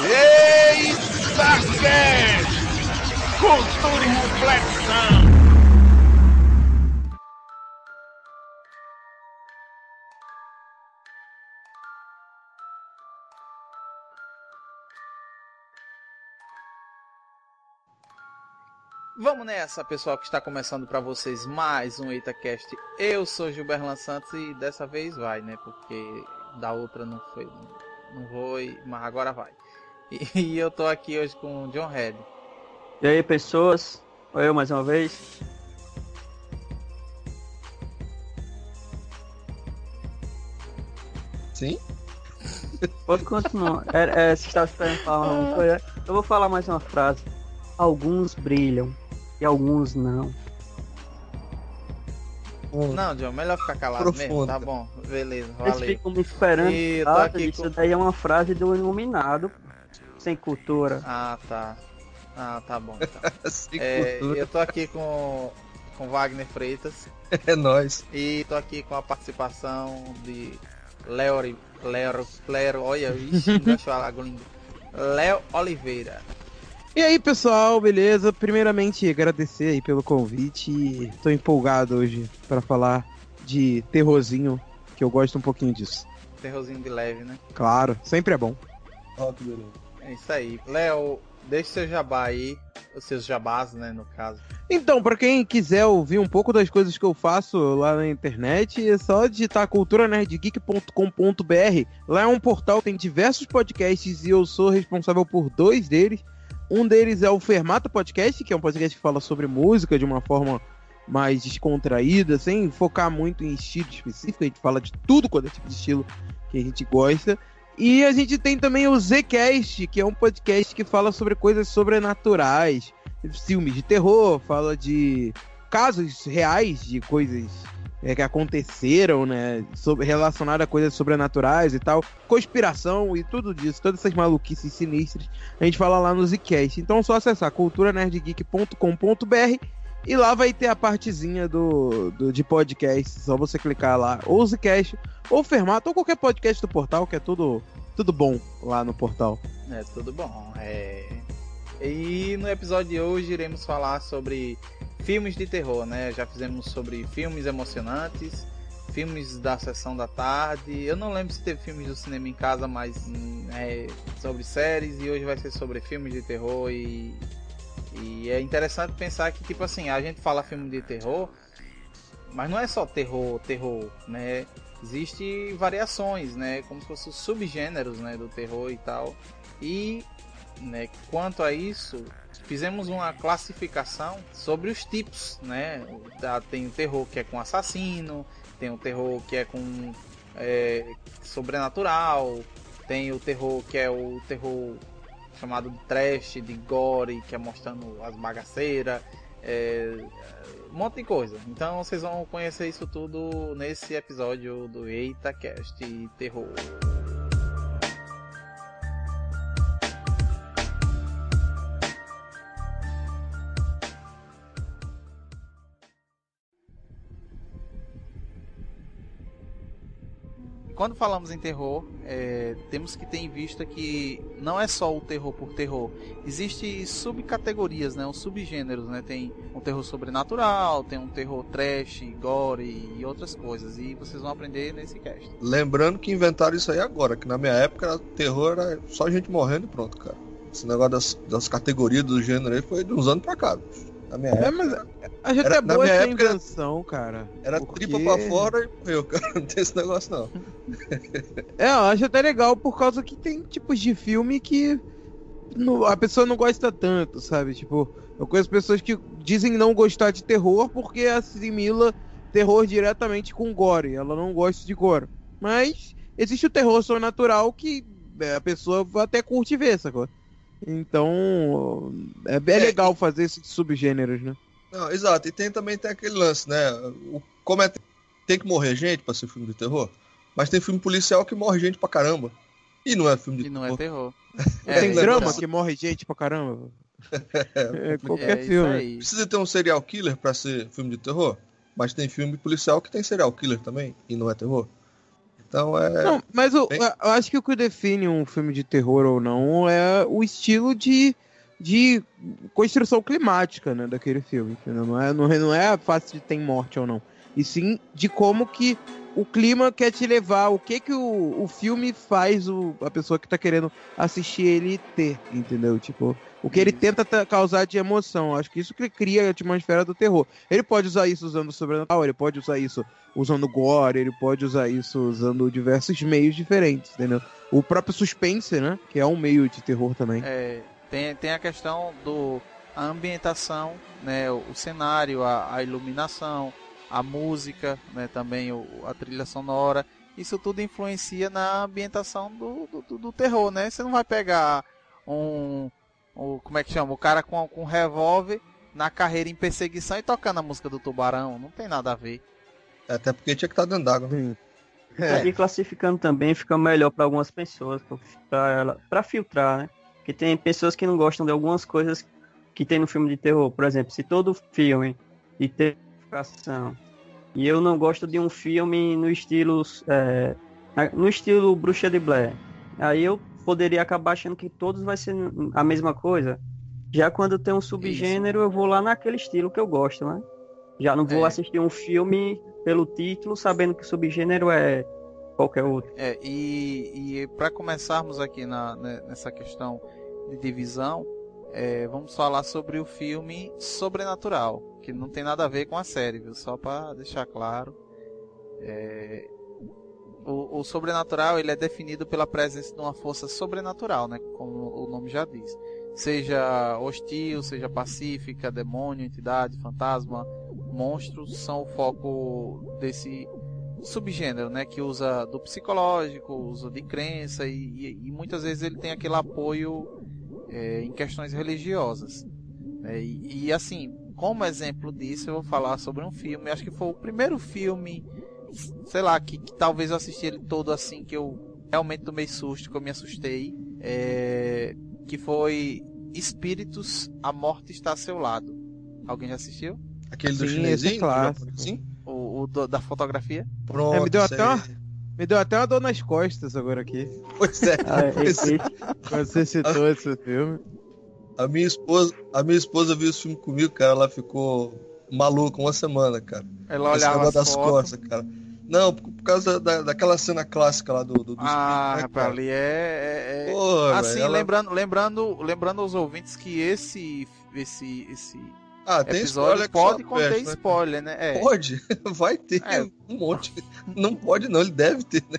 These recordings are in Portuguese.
Eita, cultura e reflexão. Vamos nessa, pessoal, que está começando para vocês mais um EitaCast. Eu sou Gilberlan Santos e dessa vez vai, né? Porque da outra não foi, mas agora vai. E eu tô aqui hoje com o John Red. E aí, pessoas? Eu mais uma vez. Sim? Pode continuar. Você estava esperando falar uma coisa. Eu vou falar mais uma frase. Alguns brilham e alguns não. Não, John, melhor ficar calado Profundo. mesmo. Tá bom, beleza, valeu. Eles ficam me esperando. E tô aqui Isso daí é uma frase do Iluminado. Sem cultura. Ah, tá. Ah, tá bom, então. Sem cultura. Eu tô aqui com Wagner Freitas. É nóis. E tô aqui com a participação de Léo, olha, ixi, enganchou a língua. Léo Oliveira. E aí, pessoal, beleza? Primeiramente, agradecer aí pelo convite. Tô empolgado hoje para falar de terrorzinho, que eu gosto um pouquinho disso. Terrorzinho de leve, né? Claro, sempre é bom. Ó, que beleza. É isso aí. Léo, deixa seu jabá aí, os seus jabás, né, no caso. Então, para quem quiser ouvir um pouco das coisas que eu faço lá na internet, é só digitar culturanerdgeek.com.br. Lá é um portal que tem diversos podcasts e eu sou responsável por 2 deles. Um deles é o Fermata Podcast, que é um podcast que fala sobre música de uma forma mais descontraída, sem focar muito em estilo específico. A gente fala de tudo quanto é tipo de estilo que a gente gosta. E a gente tem também o Zcast, que é um podcast que fala sobre coisas sobrenaturais, filmes de terror, fala de casos reais de coisas que aconteceram, né, relacionado a coisas sobrenaturais e tal, conspiração e tudo disso, todas essas maluquices sinistras, a gente fala lá no Zcast. Então é só acessar culturanerdgeek.com.br e lá vai ter a partezinha de podcast, só você clicar lá, ou Zcast, ou Fermata, ou qualquer podcast do portal, que é tudo bom lá no portal. É, tudo bom. E no episódio de hoje iremos falar sobre filmes de terror, né? Já fizemos sobre filmes emocionantes, filmes da sessão da tarde. Eu não lembro se teve filmes do cinema em casa, mas sobre séries. E hoje vai ser sobre filmes de terror. E é interessante pensar que, tipo assim, a gente fala filme de terror, mas não é só terror, né? Existem variações, né? Como se fossem subgêneros, né, do terror e tal. E, né, quanto a isso, fizemos uma classificação sobre os tipos, né? Tem o terror que é com assassino, tem o terror que é com sobrenatural, tem o terror que é o terror chamado de trash, de gore, que é mostrando as bagaceiras, um monte de coisa. Então vocês vão conhecer isso tudo nesse episódio do EitaCast Terror. Quando falamos em terror, temos que ter em vista que não é só o terror por terror. Existem subcategorias, né, os subgêneros, né? Tem um terror sobrenatural, tem um terror trash, gore e outras coisas. E vocês vão aprender nesse cast. Lembrando que inventaram isso aí agora, que na minha época terror era só gente morrendo e pronto, cara. Esse negócio das categorias do gênero aí foi de uns anos pra cá. Na minha época, mas acho até boa essa invenção, cara. Era tripa pra fora e morreu, cara. Não tem esse negócio, não. Eu acho até legal por causa que tem tipos de filme que a pessoa não gosta tanto, sabe? Tipo, eu conheço pessoas que dizem não gostar de terror porque assimila terror diretamente com gore. Ela não gosta de gore. Mas existe o terror sobrenatural que a pessoa até curte ver, sacou? Então, é legal fazer esses subgêneros, né? Não, exato. E também tem aquele lance, né? Tem que morrer gente pra ser filme de terror, mas tem filme policial que morre gente pra caramba. E não é filme de terror. E não é terror. Tem drama que morre gente pra caramba. Qualquer filme. Precisa ter um serial killer pra ser filme de terror, mas tem filme policial que tem serial killer também, e não é terror. Então é. Não, mas Bem- eu acho que o que define um filme de terror ou não é o estilo de construção climática, né, daquele filme, entendeu? Não é fácil de ter morte ou não. E sim de como que o clima quer te levar, o que o filme faz a pessoa que tá querendo assistir ele ter, entendeu? Tipo, o que ele tenta causar de emoção. Acho que isso que cria a atmosfera do terror. Ele pode usar isso usando o sobrenatural, ele pode usar isso usando gore, ele pode usar isso usando diversos meios diferentes, entendeu? O próprio suspense, né, que é um meio de terror também. Tem a questão a ambientação, né, o cenário, a iluminação, a música, né, também a trilha sonora. Isso tudo influencia na ambientação do terror, né? Você não vai pegar como é que chama? O cara com um revólver na carreira em perseguição e tocando a música do Tubarão. Não tem nada a ver. Até porque tinha que estar dentro d'água. Sim. E classificando também fica melhor para algumas pessoas, para filtrar, né? Porque tem pessoas que não gostam de algumas coisas que tem no filme de terror. Por exemplo, se todo filme de terror e eu não gosto de um filme no estilo Bruxa de Blair, aí eu poderia acabar achando que todos vai ser a mesma coisa. Já quando tem um subgênero, eu vou lá naquele estilo que eu gosto, né? Já não vou assistir um filme pelo título, sabendo que o subgênero é qualquer outro. E para começarmos aqui nessa questão de divisão, vamos falar sobre o filme Sobrenatural, que não tem nada a ver com a série, viu? Só para deixar claro. O sobrenatural ele é definido pela presença de uma força sobrenatural, né? Como o nome já diz. Seja hostil, seja pacífica, demônio, entidade, fantasma, monstros são o foco desse subgênero, né? Que usa do psicológico, usa de crença e muitas vezes ele tem aquele apoio em questões religiosas. E assim, como exemplo disso, eu vou falar sobre um filme. Acho que foi o primeiro filme, sei lá, que talvez eu assisti ele todo assim, que eu realmente tomei susto, que eu me assustei. Que foi Espíritos, a Morte Está a Seu Lado. Alguém já assistiu? Aquele do Sim, chinesinho? esse é clássico. Sim? Da fotografia? Pronto. Me deu isso até uma dor nas costas agora aqui. Pois é. Quando você citou esse filme. A minha esposa viu esse filme comigo, cara. Ela ficou maluca uma semana, cara. Ela Esse olhava negócio as das fotos. costas, cara. Não, por causa daquela cena clássica lá do espírito, né, Rapaz, cara? ali Pô, assim, velho, lembrando aos ouvintes que esse tem episódio spoiler que pode só conter peste, né? spoiler, né? Pode, vai ter um monte. Não pode não, ele deve ter, né?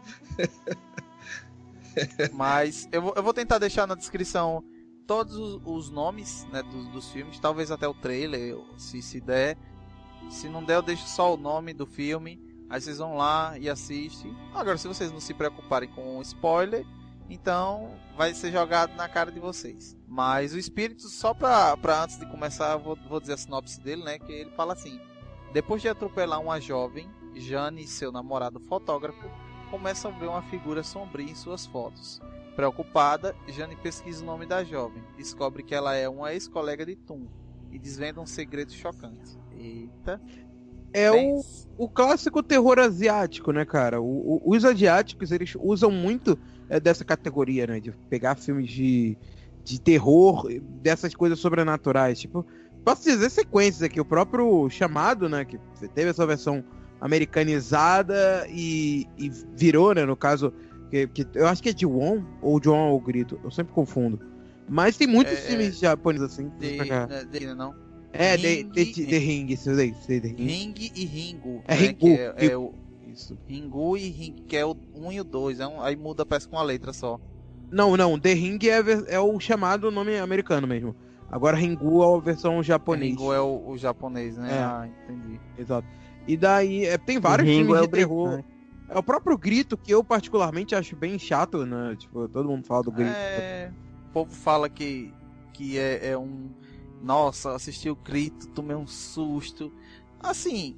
Mas eu vou tentar deixar na descrição todos os nomes, né, dos filmes, talvez até o trailer, se der. Se não der, eu deixo só o nome do filme. Aí vocês vão lá e assistem. Agora, se vocês não se preocuparem com spoiler, então vai ser jogado na cara de vocês. Mas o Espírito, só pra antes de começar, eu vou dizer a sinopse dele, né? Que ele fala assim: depois de atropelar uma jovem, Jane e seu namorado fotógrafo começam a ver uma figura sombria em suas fotos. Preocupada, Jane pesquisa o nome da jovem, descobre que ela é uma ex-colega de Tum e desvenda um segredo chocante. Eita. É o clássico terror asiático, né, cara? Os asiáticos, eles usam muito dessa categoria, né? De pegar filmes de terror, dessas coisas sobrenaturais. Tipo, posso dizer sequências aqui. O próprio Chamado, né? Que teve essa versão americanizada e virou, né? No caso, que eu acho que é de Won ou John ao Grito. Eu sempre confundo. Mas tem muitos filmes japoneses assim. Não. The Ring, isso daí. Ring e Ringo. É né, Ringu. que é o Isso. Ringu e Ring, que é o 1 e o 2. Aí muda, parece com uma letra só. Não, The Ring é o chamado nome americano mesmo. Agora Ringu é a versão japonês. Ringu é o japonês, né? É. Entendi. Exato. E daí tem vários Ringu filmes é de o terror. britânico. É o próprio Grito, que eu particularmente acho bem chato, né? Tipo, todo mundo fala do Grito. O povo fala que é um... Nossa, assisti o Grito, tomei um susto. Assim...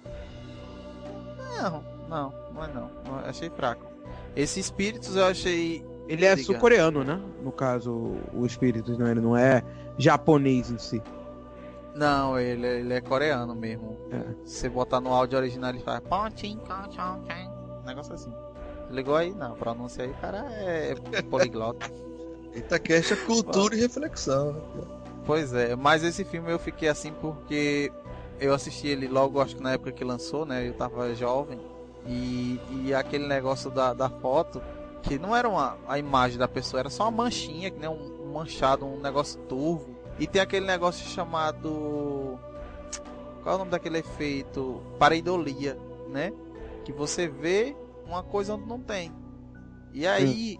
Não é não. Eu achei fraco. Esses Espíritos eu achei... Ele é Diga. sul-coreano, né? No caso, o Espíritos, né? Ele não é japonês em si. Não, ele é coreano mesmo. É. Se você botar no áudio original, ele faz... negócio assim. Ligou aí? Não, pronúncia aí, cara, é poliglota. Itacast é cultura e reflexão, né? Pois é, mas esse filme eu fiquei assim porque eu assisti ele logo, acho que na época que lançou, né? Eu tava jovem. E aquele negócio da foto, que não era a imagem da pessoa, era só uma manchinha, que nem um manchado, um negócio turvo. E tem aquele negócio chamado... Qual é o nome daquele efeito? Pareidolia, né? Que você vê uma coisa onde não tem. E aí...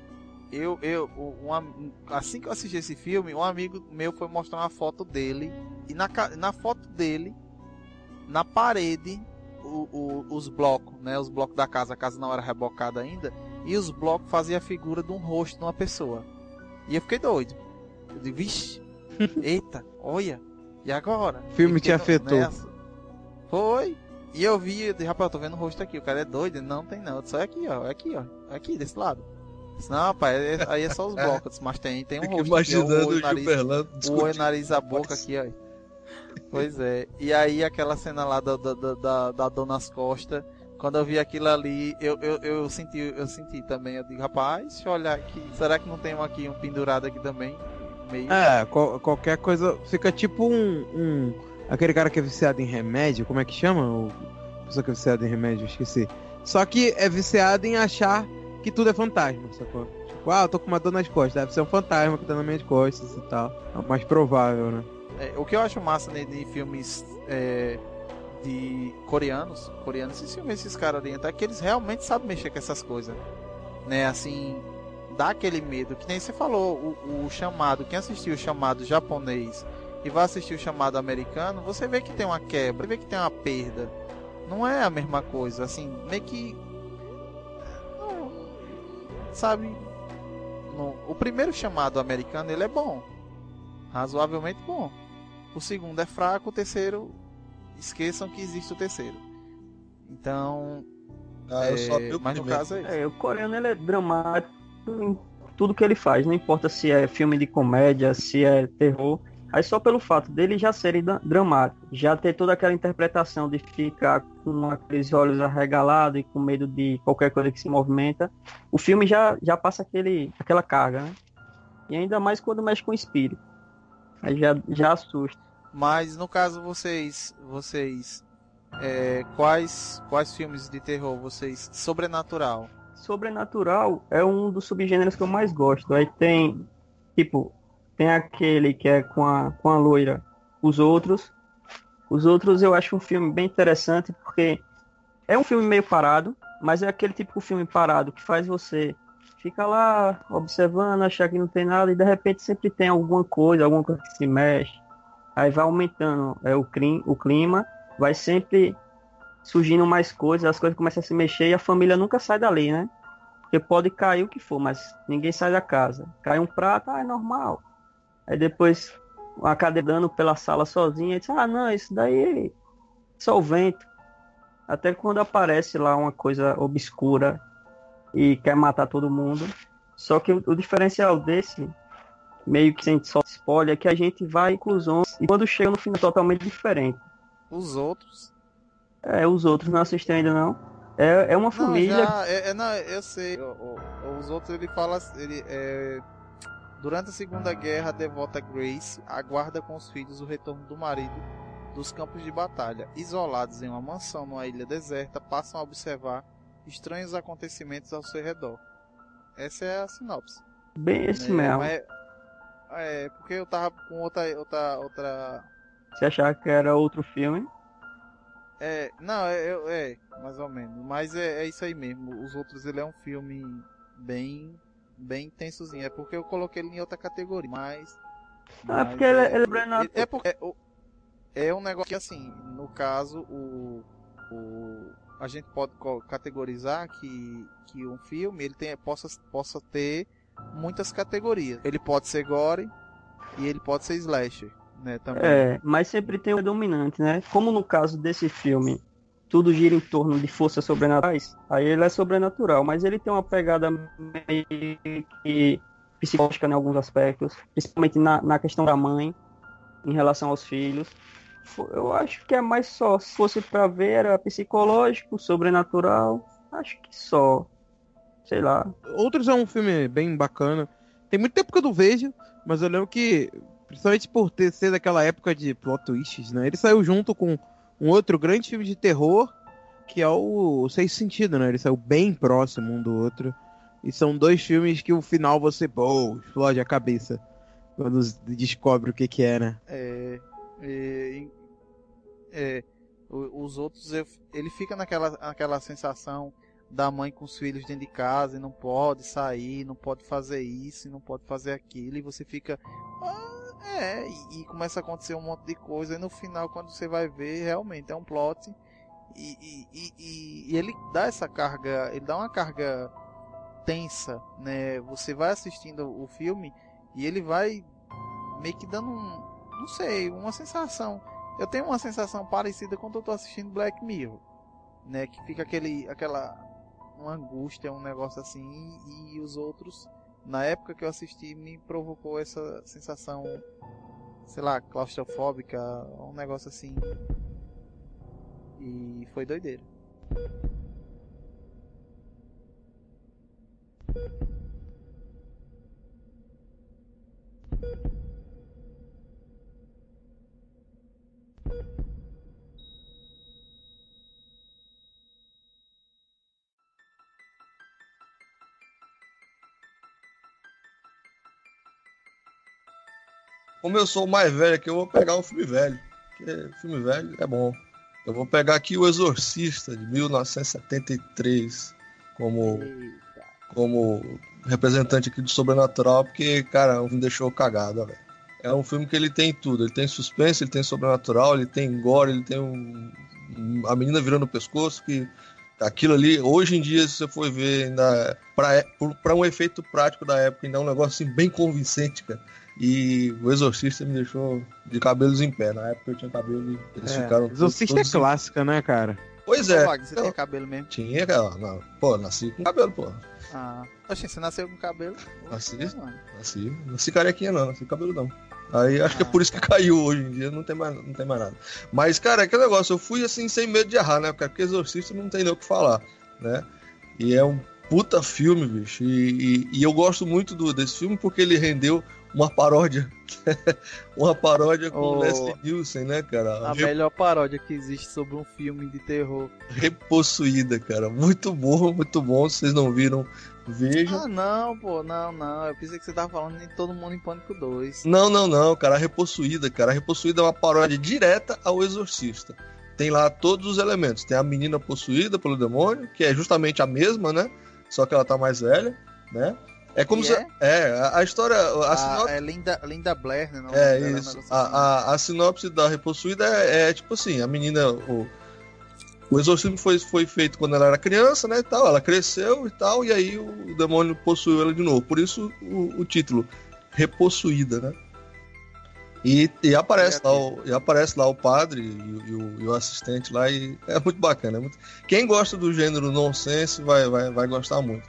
assim que eu assisti esse filme, um amigo meu foi mostrar uma foto dele. E na foto dele, na parede, os blocos, né? Os blocos da casa, a casa não era rebocada ainda. E os blocos faziam a figura de um rosto de uma pessoa. E eu fiquei doido. Eu disse, vixe, eita, olha. E agora? O filme te afetou. Nessa. Foi. E eu vi, eu disse, rapaz, eu tô vendo o rosto aqui. O cara é doido? Não tem não. Só é aqui, ó. É aqui, ó. É aqui, desse lado. Não, rapaz, aí é só os blocos, mas tem um Fico rosto imaginando aqui, ó, o Gilberlando o olho, nariz, a boca aqui, ó. Pois é. E aí aquela cena lá da dor nas costas, quando eu vi aquilo ali, eu senti também. Eu digo, rapaz, deixa eu olhar aqui. Será que não tem um pendurado aqui também? Meio... Qualquer coisa. Fica tipo aquele cara que é viciado em remédio, como é que chama? A pessoa que é viciada em remédio, eu esqueci. Só que é viciado em achar que tudo é fantasma, sacou? Tipo, eu tô com uma dor nas costas, deve ser um fantasma que tá nas minhas costas e tal. É o mais provável, né? O que eu acho massa, né, de filmes de coreanos, esses caras orientais, é que eles realmente sabem mexer com essas coisas, né? Assim, dá aquele medo, que nem você falou, o chamado, quem assistiu o chamado japonês e vai assistir o chamado americano, você vê que tem uma quebra, você vê que tem uma perda. Não é a mesma coisa, assim, meio que... Sabe, o primeiro chamado americano, ele é bom, razoavelmente bom. O segundo é fraco, o terceiro, esqueçam que existe o terceiro. Então, eu só vi o mas no primeiro. caso é isso. O coreano ele é dramático em tudo que ele faz, não importa se é filme de comédia, se é terror. Aí só pelo fato dele já serem dramático, já ter toda aquela interpretação de ficar com aqueles olhos arregalados e com medo de qualquer coisa que se movimenta, o filme já passa aquela carga, né? E ainda mais quando mexe com o espírito. Aí já assusta. Mas no caso vocês quais filmes de terror vocês... Sobrenatural. Sobrenatural é um dos subgêneros que eu mais gosto. Aí tem, tipo... Tem aquele que é com a loira. Os outros eu acho um filme bem interessante porque é um filme meio parado, mas é aquele típico filme parado que faz você ficar lá observando, achar que não tem nada e de repente sempre tem alguma coisa que se mexe. Aí vai aumentando o clima, vai sempre surgindo mais coisas, as coisas começam a se mexer e a família nunca sai dali, né? Porque pode cair o que for, mas ninguém sai da casa. Cai um prato, é normal. Aí depois a cadeira dando pela sala sozinha, diz, não, isso daí é só o vento. Até quando aparece lá uma coisa obscura e quer matar todo mundo. Só que o diferencial desse, meio que sem só spoiler, é que a gente vai em conclusões e quando chega no final é totalmente diferente. Os outros? Os outros não assistem ainda não. É uma família... Não, eu sei. Os outros ele fala... Durante a Segunda Guerra, a devota Grace aguarda com os filhos o retorno do marido dos campos de batalha. Isolados em uma mansão numa ilha deserta, passam a observar estranhos acontecimentos ao seu redor. Essa é a sinopse. Bem esse mesmo. Porque eu tava com outra... Você achava que era outro filme? Mais ou menos. Mas é isso aí mesmo. Os outros, ele é um filme bem intensozinho. É porque eu coloquei ele em outra categoria. Mas porque ele é porque é um negócio que, assim, no caso, a gente pode categorizar que um filme ele possa ter muitas categorias. Ele pode ser gore e ele pode ser slasher, né, também. Mas sempre tem o dominante, né? Como no caso desse filme, tudo gira em torno de forças sobrenaturais, aí ele é sobrenatural, mas ele tem uma pegada meio que psicológica em alguns aspectos, principalmente na questão da mãe, em relação aos filhos. Eu acho que é mais só, se fosse pra ver, era psicológico, sobrenatural, Acho que só. Sei lá. Outros é um filme bem bacana. Tem muito tempo que eu não vejo, mas eu lembro que, principalmente por ter sido daquela época de plot twists, né? Ele saiu junto com um outro grande filme de terror, que é o Sexto Sentido, né? Ele saiu bem próximo um do outro. E são dois filmes que o final você, pô, explode a cabeça quando descobre o que é, né? Os outros, ele fica naquela sensação da mãe com os filhos dentro de casa e não pode sair, não pode fazer isso, e não pode fazer aquilo, e você fica. E começa a acontecer um monte de coisa, e no final, quando você vai ver, realmente é um plot, e ele dá essa carga, ele dá uma carga tensa, né? Você vai assistindo o filme e ele vai meio que dando não sei, uma sensação. Eu tenho uma sensação parecida quando eu tô assistindo Black Mirror, né? Que fica uma angústia, um negócio assim, e os outros, na época que eu assisti, me provocou essa sensação, sei lá, claustrofóbica, um negócio assim. E foi doideira. Como eu sou o mais velho aqui, eu vou pegar um filme velho. Porque filme velho é bom. Eu vou pegar aqui O Exorcista, de 1973, como representante aqui do sobrenatural, porque, cara, me deixou cagado, velho. É um filme que ele tem tudo. Ele tem suspense, ele tem sobrenatural, ele tem gore, ele tem a menina virando o pescoço, que aquilo ali, hoje em dia, se você for ver, ainda pra um efeito prático da época, ainda é um negócio assim, bem convincente, cara. E o Exorcista me deixou de cabelos em pé. Na época eu tinha cabelo e eles ficaram. Exorcista é clássica, né, cara? Pois é. Você tinha cabelo mesmo? Tinha, cara. Não. Pô, nasci com cabelo, pô. Oxe, você nasceu com cabelo? Nasci carequinha não, nasci cabeludão. Aí acho que é por isso que caiu hoje em dia, não tem mais nada. Mas, cara, aquele negócio, eu fui assim sem medo de errar, né? Porque Exorcista não tem nem o que falar, né? E é um puta filme, bicho. E eu gosto muito desse filme porque ele rendeu uma paródia. Uma paródia com o Leslie Nielsen, né, cara? A melhor paródia que existe sobre um filme de terror. Repossuída, cara. Muito bom, muito bom. Se vocês não viram, vejam. Não, pô, não. Eu pensei que você tava falando de Todo Mundo em Pânico 2. Não, cara. A Repossuída, cara. A Repossuída é uma paródia direta ao Exorcista. Tem lá todos os elementos. Tem a menina possuída pelo demônio, que é justamente a mesma, né? Só que ela tá mais velha, né? É como se. A história. Sinopse... É Linda Blair, né? É isso. A sinopse da Repossuída é tipo assim: a menina. O exorcismo foi feito quando ela era criança, né? E tal, ela cresceu e tal, e aí o demônio possuiu ela de novo. Por isso o título: Repossuída, né? E aparece lá o padre e o assistente lá, e é muito bacana. Quem gosta do gênero nonsense vai gostar muito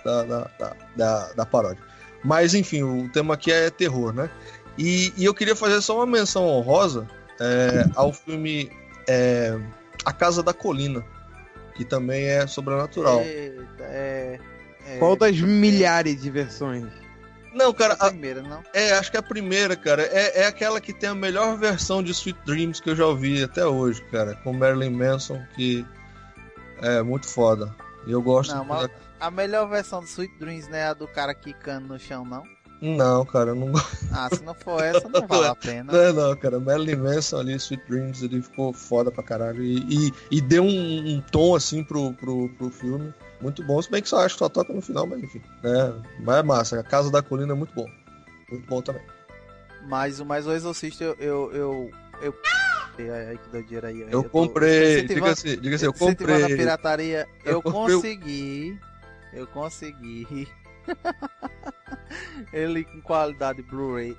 da paródia. Mas enfim, o tema aqui é terror, né? E eu queria fazer só uma menção honrosa ao filme A Casa da Colina, que também é sobrenatural. Qual das milhares de versões? Não, cara, a primeira, não? Acho que é a primeira, cara. É aquela que tem a melhor versão de Sweet Dreams que eu já ouvi até hoje, cara. Com Marilyn Manson, que é muito foda. E eu gosto. Não, mas a melhor versão do Sweet Dreams não é a do cara quicando no chão, não? Não, cara, eu não gosto. Se não for essa, não vale a pena. Não, cara. Marilyn Manson ali, Sweet Dreams, ele ficou foda pra caralho. E deu um tom, assim, pro filme. Muito bom, se bem que acho que só toca no final, mas enfim. Mas é massa. A Casa da Colina é muito bom. Muito bom também. Mas o Exorcista, eu ai, que doideira aí. Eu comprei. Diga assim, eu comprei. Na pirataria, eu consegui. Ele com qualidade Blu-ray.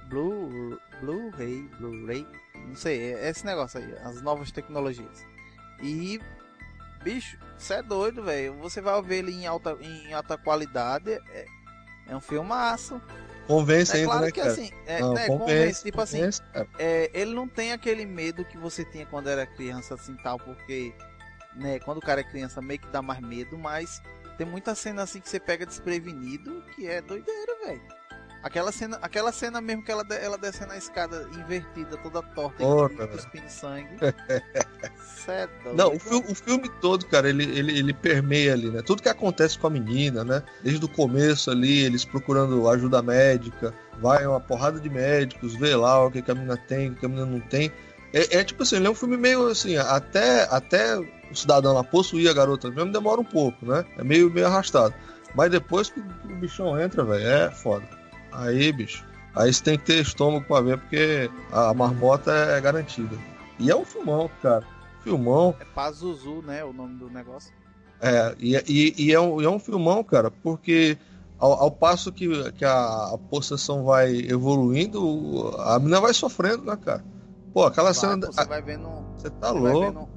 Não sei, é esse negócio aí, as novas tecnologias. E bicho, você é doido, velho. Você vai ver ele em alta qualidade. É um filmaço. Convence ainda, claro né, que cara? assim, convence. Tipo assim, ele não tem aquele medo que você tinha quando era criança, assim, tal, porque, né, quando o cara é criança meio que dá mais medo, mas Tem muita cena assim que você pega desprevenido, que é doideira, velho. Aquela cena mesmo que ela descendo a escada invertida, toda torta, e cuspindo sangue. Cê é doido. Não, o filme todo, cara, ele permeia ali, né? Tudo que acontece com a menina, né? Desde o começo ali, eles procurando ajuda médica, vai uma porrada de médicos, vê lá o que a menina tem, o que a menina não tem. Tipo assim, ele é um filme meio assim, até o cidadão lá possuir a garota mesmo demora um pouco, né? É meio arrastado. Mas depois que o bichão entra, velho, é foda. Aí, bicho, aí você tem que ter estômago pra ver, porque a marmota é garantida. E é um filmão, cara. Filmão. É Pazuzu, né? O nome do negócio. É um filmão, cara, porque ao passo que a possessão vai evoluindo, a menina vai sofrendo, né, cara? Pô, aquela cena. Você vai vendo. Você tá Você louco. vai vendo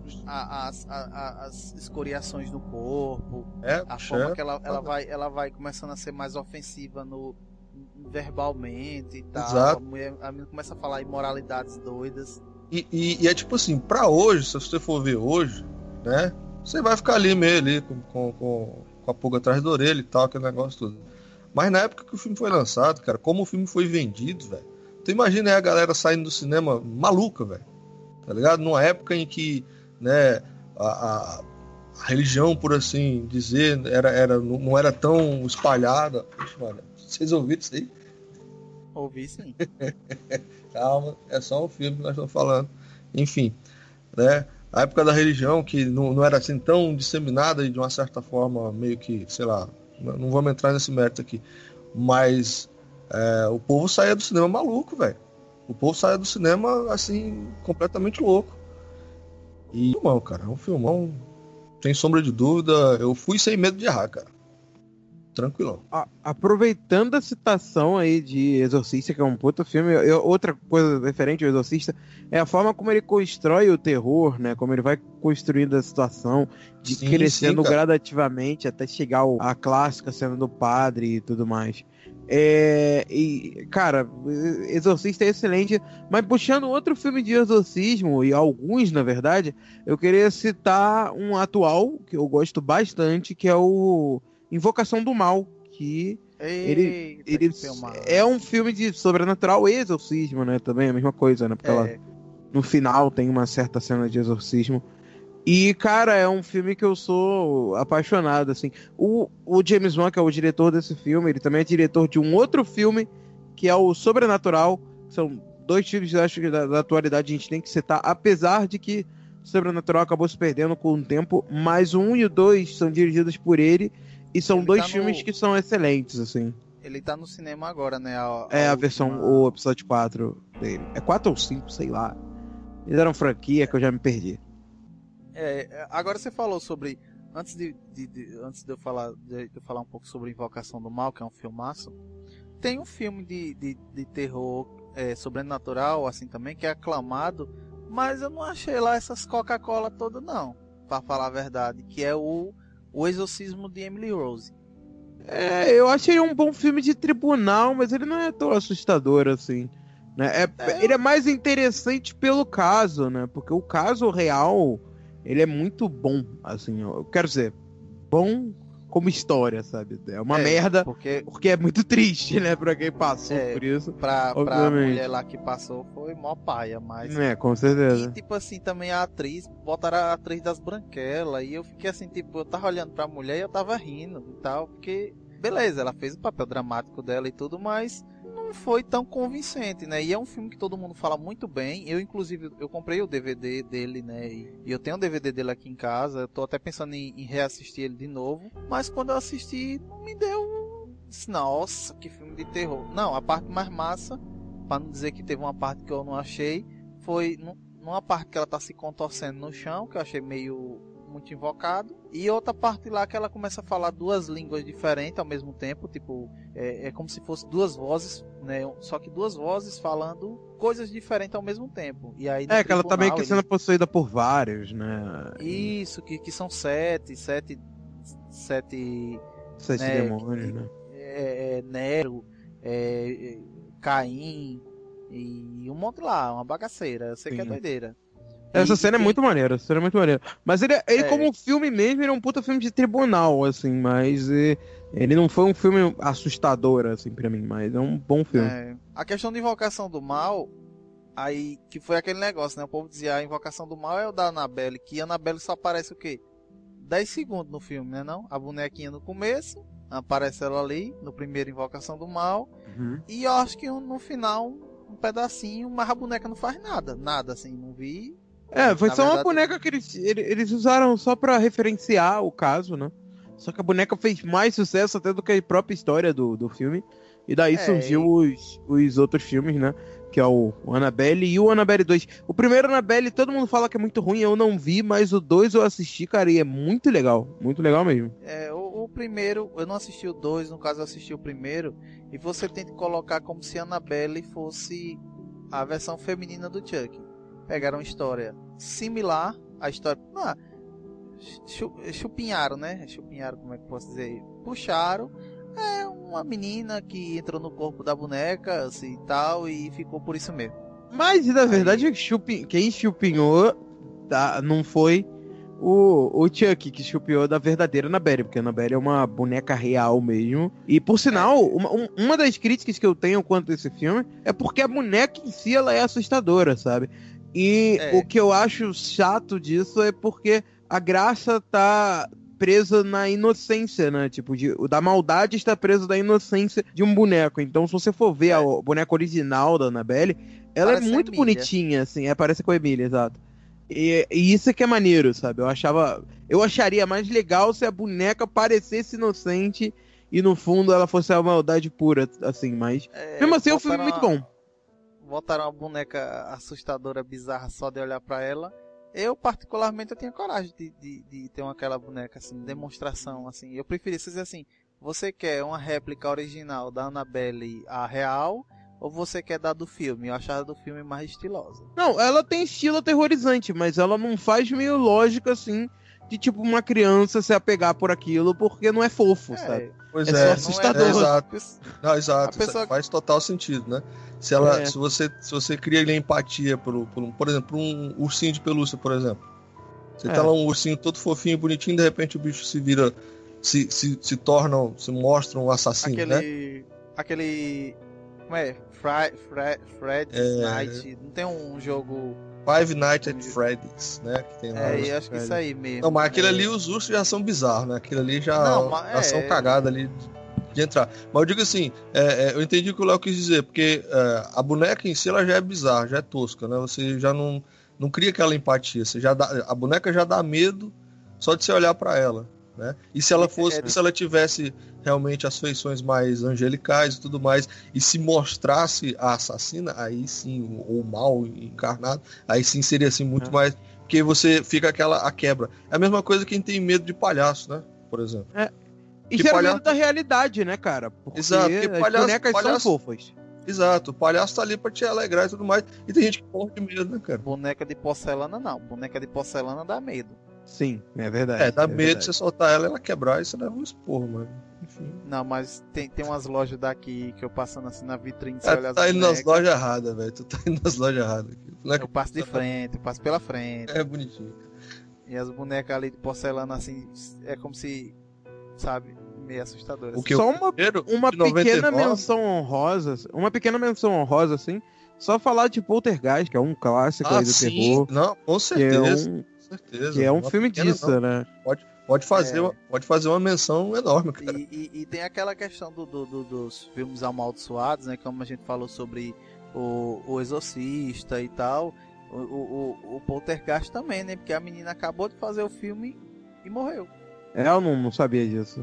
as escoriações no corpo. A forma que ela vai começando a ser mais ofensiva verbalmente e tal. Exato. A menina começa a falar imoralidades doidas. E é tipo assim, pra hoje, se você for ver hoje, né? Você vai ficar ali meio ali com a pulga atrás da orelha e tal, aquele negócio tudo. Mas na época que o filme foi lançado, cara, como o filme foi vendido, velho. Tu imagina aí a galera saindo do cinema maluca, velho. Tá ligado? Numa época em que, né, a religião, por assim dizer, não era tão espalhada. Puxa, mano, vocês ouviram isso aí? Ouvi sim. Calma, é só um filme que nós estamos falando. Enfim, né? A época da religião, que não era assim tão disseminada e de uma certa forma meio que, sei lá, não vamos entrar nesse mérito aqui, mas o povo saía do cinema maluco, velho. O povo saía do cinema, assim, completamente louco. E, filmão, cara, é um filmão, sem sombra de dúvida. Eu fui sem medo de errar, cara. Tranquilão. Aproveitando a citação aí de Exorcista, que é um puta filme, outra coisa referente ao Exorcista é a forma como ele constrói o terror, né? Como ele vai construindo a situação, crescendo gradativamente até chegar à clássica cena do padre e tudo mais. Cara, Exorcista é excelente, mas puxando outro filme de exorcismo, e alguns na verdade, eu queria citar um atual que eu gosto bastante, que é o Invocação do Mal, que ele é um filme de sobrenatural e exorcismo, né? Também é a mesma coisa, né? Porque no final tem uma certa cena de exorcismo. E, cara, é um filme que eu sou apaixonado, assim. O James Wan, que é o diretor desse filme, ele também é diretor de um outro filme, que é o Sobrenatural. São dois filmes que eu acho que da atualidade a gente tem que citar, apesar de que Sobrenatural acabou se perdendo com o tempo, mas o 1 e o 2 são dirigidos por ele, e são dois filmes que são excelentes, assim. Ele tá no cinema agora, né? A versão, o episódio 4 dele. É 4 ou 5, sei lá. Eles eram franquia que eu já me perdi. Agora você falou sobre... Antes de eu falar um pouco sobre Invocação do Mal, que é um filmaço, tem um filme de terror sobrenatural, assim também, que é aclamado, mas eu não achei lá essas Coca-Cola todas, não, pra falar a verdade, que é o Exorcismo de Emily Rose. Eu achei um bom filme de tribunal, mas ele não é tão assustador assim, né? Ele é mais interessante pelo caso, né? Porque o caso real, ele é muito bom, assim, eu quero dizer, bom como história, sabe? É uma merda, porque é muito triste, né? Pra quem passou por isso. Pra mulher lá que passou foi mó paia, mas... com certeza. E, tipo assim, também a atriz, botaram a atriz das Branquelas, e eu fiquei assim, tipo, eu tava olhando pra mulher e eu tava rindo e tal, porque... Beleza, ela fez o papel dramático dela e tudo, mas não foi tão convincente, né? E é um filme que todo mundo fala muito bem. Eu, inclusive, eu comprei o DVD dele, né? E eu tenho o DVD dele aqui em casa. Eu tô até pensando em reassistir ele de novo. Mas quando eu assisti, não me deu... Nossa, que filme de terror. Não, a parte mais massa, pra não dizer que teve uma parte que eu não achei, foi numa parte que ela tá se contorcendo no chão, que eu achei muito invocado, e outra parte lá que ela começa a falar duas línguas diferentes ao mesmo tempo, tipo, é como se fosse duas vozes, né, só que duas vozes falando coisas diferentes ao mesmo tempo. E aí que ela tá meio que sendo possuída por vários, né? Isso, que são sete demônios, né? Nero, Caim e um monte lá, uma bagaceira, eu sei que é doideira. Essa E cena é tem- muito maneira, essa cena é muito maneira. Mas ele É. como filme mesmo, ele é um puta filme de tribunal, assim, mas ele não foi um filme assustador, assim, pra mim, mas é um bom filme. A questão de Invocação do Mal, aí que foi aquele negócio, né? O povo dizia a Invocação do Mal é o da Annabelle, que a Annabelle só aparece o quê? 10 segundos no filme, né não? A bonequinha no começo, aparece ela ali, no primeiro Invocação do Mal, e eu acho que no final um pedacinho, mas a boneca não faz nada, nada assim, não vi. Foi Na só uma verdade- boneca que eles usaram só pra referenciar o caso, né? Só que a boneca fez mais sucesso até do que a própria história do filme. E daí surgiu os outros filmes, né? Que é o Annabelle e o Annabelle 2. O primeiro Annabelle, todo mundo fala que é muito ruim, eu não vi, mas o 2 eu assisti, cara, e é muito legal mesmo. O primeiro, eu não assisti o 2, no caso eu assisti o primeiro, e você tem que colocar como se Annabelle fosse a versão feminina do Chuck. Pegaram uma história similar à história. Chupinharam, né? Chupinharam, como é que eu posso dizer? Puxaram. É uma menina que entrou no corpo da boneca, assim, e tal, e ficou por isso mesmo. Mas, na verdade, quem chupinhou não foi o Chuck que chupiou da verdadeira Annabelle, porque a Annabelle é uma boneca real mesmo. E, por sinal, uma das críticas que eu tenho quanto a esse filme é porque a boneca em si, ela é assustadora, sabe? E o que eu acho chato disso é porque a graça tá presa na inocência, né? Tipo, da maldade está presa da inocência de um boneco. Então, se você for ver a boneca original da Annabelle, ela Parece é muito a Emília. bonitinha, assim. Parece com a Emília, exato. E isso é que é maneiro, sabe? Eu acharia mais legal se a boneca parecesse inocente e no fundo ela fosse a maldade pura, assim, mas mesmo assim é um filme muito bom. Botaram uma boneca assustadora, bizarra, só de olhar pra ela. Eu, particularmente, eu tinha coragem de ter aquela boneca, assim, demonstração, assim. Eu preferia dizer assim, você quer uma réplica original da Annabelle, a real, ou você quer dar do filme? Eu achava do filme mais estilosa. Não, ela tem estilo aterrorizante, mas ela não faz meio lógica, assim, de tipo uma criança se apegar por aquilo, porque não é fofo, sabe? Pois É só assustador. exato. Não, exato. pessoa- Faz total sentido, né? Se você cria ali empatia por exemplo, por um ursinho de pelúcia, por exemplo. Você tá lá um ursinho todo fofinho, bonitinho, de repente o bicho se vira, se mostra um assassino, né? Aquele... Como é? Freddy's Night. Não tem um jogo... Five Nights at Freddy's, né? Que tem lá eu acho que isso aí mesmo. Não, mas aquele ali, os ursos já são bizarros, né? Aquele ali já são cagadas ali de entrar. Mas eu digo assim, eu entendi o que o Léo quis dizer, porque a boneca em si, ela já é bizarra, já é tosca, né? Você já não cria aquela empatia. A boneca já dá medo só de você olhar pra ela, né? E se ela tivesse realmente as feições mais angelicais e tudo mais, e se mostrasse a assassina, aí sim, ou o mal encarnado, aí sim seria assim muito mais, porque você fica a quebra. É a mesma coisa quem tem medo de palhaço, né? Por exemplo. Isso era medo da realidade, né, cara? Porque exato, porque as bonecas são fofas. Exato, o palhaço tá ali pra te alegrar e tudo mais, e tem gente que morre de medo, né, cara? Boneca de porcelana não, boneca de porcelana dá medo. Sim, é verdade. Dá medo de você soltar ela quebrar e você leva um esporro, mano. Enfim. Não, mas tem umas lojas daqui que eu passando assim na vitrine, você olha Tu tá indo nas lojas erradas, velho. Tu tá indo nas lojas erradas. Eu passo de frente, eu passo pela frente. É bonitinho. E as bonecas ali de porcelana assim, é como se, sabe, meio assustadoras. O que Só uma pequena menção honrosa, assim, só falar de Poltergeist, que é um clássico aí do terror. Não, com certeza. Que é um filme disso, né? Pode fazer uma menção enorme, cara. E tem aquela questão dos filmes amaldiçoados, né? Como a gente falou sobre o Exorcista e tal. O Poltergeist também, né? Porque a menina acabou de fazer o filme e morreu. Eu não sabia disso.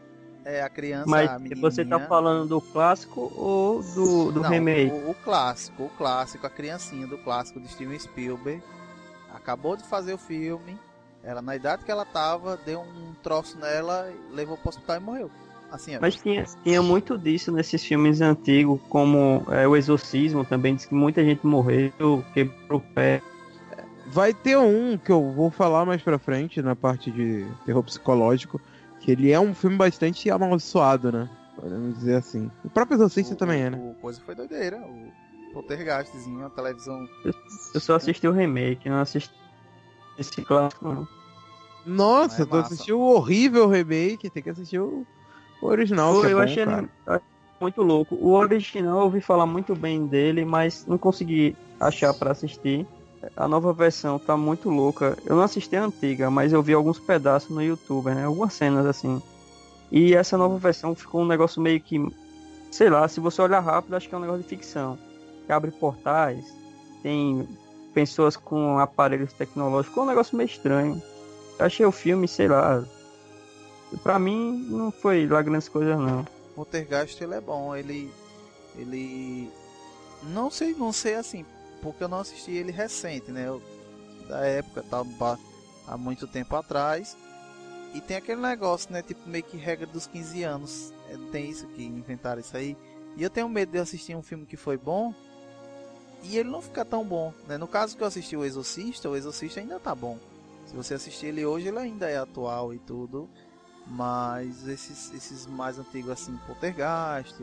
A criança, mas a menininha... você tá falando do clássico ou do remake? O clássico, a criancinha do clássico de Steven Spielberg. Acabou de fazer o filme. Ela, na idade que ela tava, deu um troço nela, levou pro hospital e morreu. Assim, mas tinha muito disso nesses filmes antigos, como o Exorcismo também, diz que muita gente morreu, quebrou o pé. Vai ter um que eu vou falar mais pra frente, na parte de terror psicológico, que ele é um filme bastante amaldiçoado, né? Podemos dizer assim. O próprio Exorcista também é, né? O coisa foi doideira. Poltergeistzinho, uma televisão. Eu só assisti o remake, não assisti esse clássico, não. Nossa, É tu massa. assistiu o horrível remake, tem que assistir o original, que é Eu bom, achei cara. ele muito louco. O original eu ouvi falar muito bem dele, mas não consegui achar pra assistir. A nova versão tá muito louca. Eu não assisti a antiga, mas eu vi alguns pedaços no YouTube, né? Algumas cenas assim. E essa nova versão ficou um negócio meio que, sei lá, se você olhar rápido, acho que é um negócio de ficção. Que abre portais, tem pessoas com aparelhos tecnológicos, é um negócio meio estranho. Eu achei o filme, sei lá, pra mim não foi lá grandes coisas não. Poltergeist ele é bom, ele não sei assim, porque eu não assisti ele recente, né? Da época, tá há muito tempo atrás. E tem aquele negócio, né, tipo meio que regra dos 15 anos. Tem isso que inventaram isso aí. E eu tenho medo de assistir um filme que foi bom e ele não ficar tão bom, né? No caso que eu assisti o Exorcista ainda tá bom. Se você assistir ele hoje, ele ainda é atual e tudo. Mas esses mais antigos assim, Poltergeist,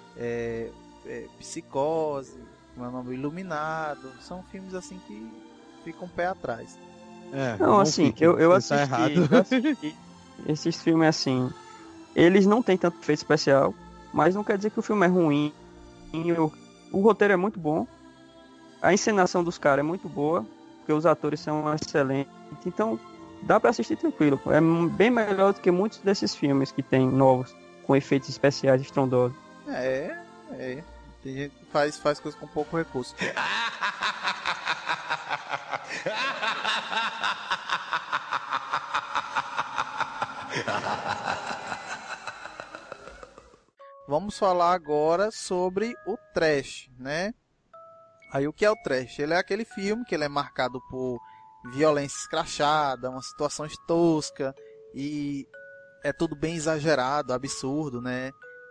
Psicose, como é o nome? Iluminado, são filmes assim que ficam pé atrás. Não, assim, fique, eu você tá errado. assisti esses filmes assim, eles não têm tanto efeito especial, mas não quer dizer que o filme é ruim. O roteiro é muito bom, a encenação dos caras é muito boa, porque os atores são excelentes, então dá pra assistir tranquilo. É bem melhor do que muitos desses filmes que tem novos, com efeitos especiais estrondosos. Tem gente que faz coisas com pouco recurso. Vamos falar agora sobre o trash, né? Aí o que é o trash? Ele é aquele filme que ele é marcado por violência escrachada, umas situações toscas e é tudo bem exagerado, absurdo, né?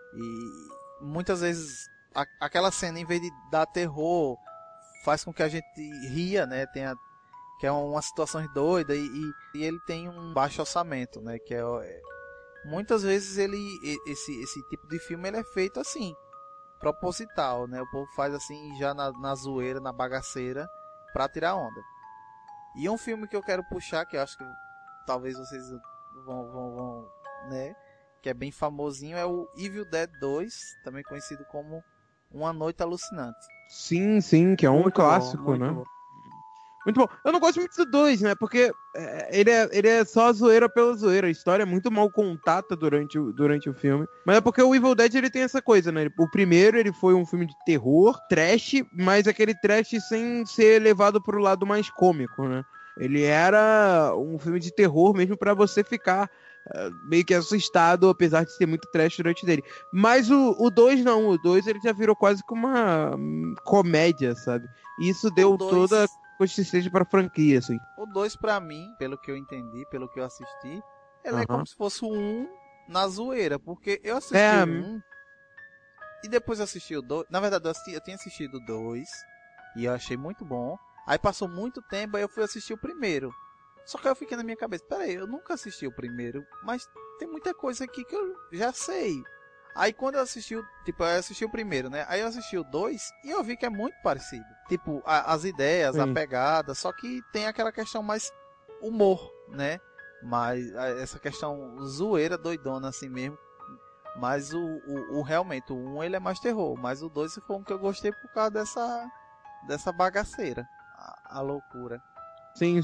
E muitas vezes aquela cena, em vez de dar terror, faz com que a gente ria, né? Que é uma situação doida e ele tem um baixo orçamento, né? Muitas vezes esse tipo de filme ele é feito assim, proposital, né? O povo faz assim já na zoeira, na bagaceira, pra tirar onda. E um filme que eu quero puxar, que eu acho que talvez vocês vão, né? Que é bem famosinho, é o Evil Dead 2, também conhecido como Uma Noite Alucinante. Sim, que é um Muito bom, clássico, muito né? bom. Muito bom. Eu não gosto muito do 2, né? Porque ele é só zoeira pela zoeira. A história é muito mal contada durante o filme. Mas é porque o Evil Dead ele tem essa coisa, né? O primeiro ele foi um filme de terror, trash, mas aquele trash sem ser levado pro lado mais cômico, né? Ele era um filme de terror mesmo pra você ficar meio que assustado, apesar de ter muito trash durante dele. Mas o 2 não. O 2 ele já virou quase que uma comédia, sabe? E isso deu toda consistência para franquia, assim. O 2 pra mim, pelo que eu entendi, pelo que eu assisti, ele é Aham. como se fosse o 1 na zoeira, porque eu assisti É, o 1 e depois assisti o 2. Na verdade, eu tinha assistido o 2 e eu achei muito bom. Aí passou muito tempo, aí eu fui assistir o primeiro. Só que eu fiquei na minha cabeça, peraí, eu nunca assisti o primeiro, mas tem muita coisa aqui que eu já sei. Aí quando eu assisti, eu assisti o primeiro, né? Aí eu assisti o 2 e eu vi que é muito parecido. Tipo, as ideias, a Sim. pegada, só que tem aquela questão mais humor, né? Mas essa questão zoeira, doidona assim mesmo. Mas realmente, o 1 ele é mais terror, mas o 2 foi um que eu gostei por causa dessa bagaceira, a loucura. Sim.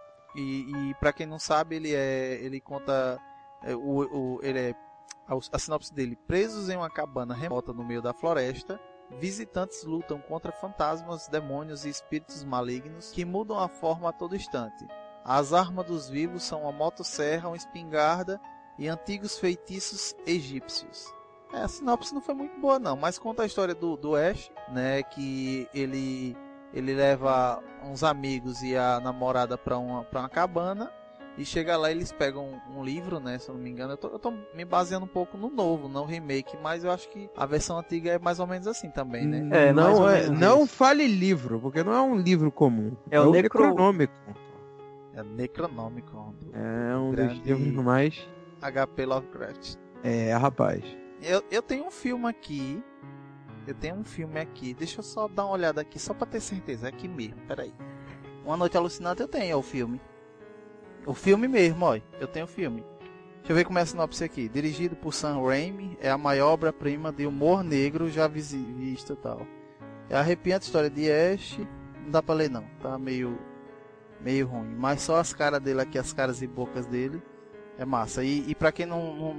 E para quem não sabe, ele conta a sinopse dele: presos em uma cabana remota no meio da floresta, visitantes lutam contra fantasmas, demônios e espíritos malignos que mudam a forma a todo instante. As armas dos vivos são uma motosserra, uma espingarda e antigos feitiços egípcios. A sinopse não foi muito boa não, mas conta a história do Ash, né, que ele leva uns amigos e a namorada para uma cabana e chega lá, eles pegam um livro, né, se eu não me engano. Eu tô me baseando um pouco no novo, não remake, mas eu acho que a versão antiga é mais ou menos assim também, né? Mais ou menos Não isso. fale livro, porque não é um livro comum. É o Necronômico. É Necronômico. É um grande dos livros mais... HP Lovecraft. É, rapaz. Eu tenho um filme aqui Eu tenho um filme aqui. Deixa eu só dar uma olhada aqui, só pra ter certeza. É aqui mesmo, peraí. Uma Noite Alucinante eu tenho, o filme. O filme mesmo, ó. Eu tenho o filme. Deixa eu ver como é a sinopse aqui. Dirigido por Sam Raimi, é a maior obra-prima de humor negro já vista e tal. É a arrepiante história de Ash. Não dá pra ler não, tá meio ruim. Mas só as caras dele aqui, as caras e bocas dele, é massa. E pra quem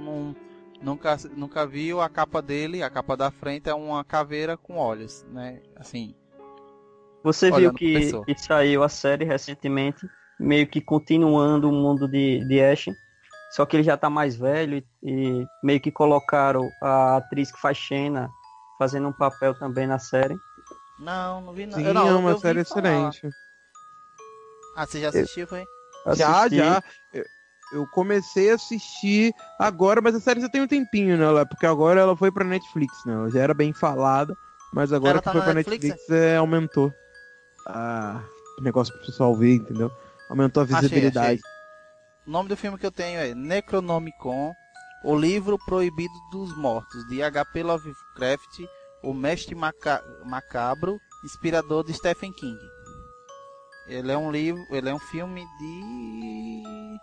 nunca viu, a capa dele, a capa da frente é uma caveira com olhos, né? Assim. Você viu que saiu a série recentemente, meio que continuando o mundo de Ash, só que ele já tá mais velho e meio que colocaram a atriz que faz Xena fazendo um papel também na série. Não vi nada. Sim, é uma série excelente. Ah, você já assistiu, foi? Já. Eu comecei a assistir agora, mas a série já tem um tempinho, né? Porque agora ela foi pra Netflix, né? Ela já era bem falada, mas agora que foi pra Netflix, aumentou o negócio pro pessoal ver, entendeu? Aumentou a visibilidade. Achei. O nome do filme que eu tenho é Necronomicon, o livro proibido dos mortos, de H.P. Lovecraft, o mestre macabro, inspirador de Stephen King. Ele é um filme de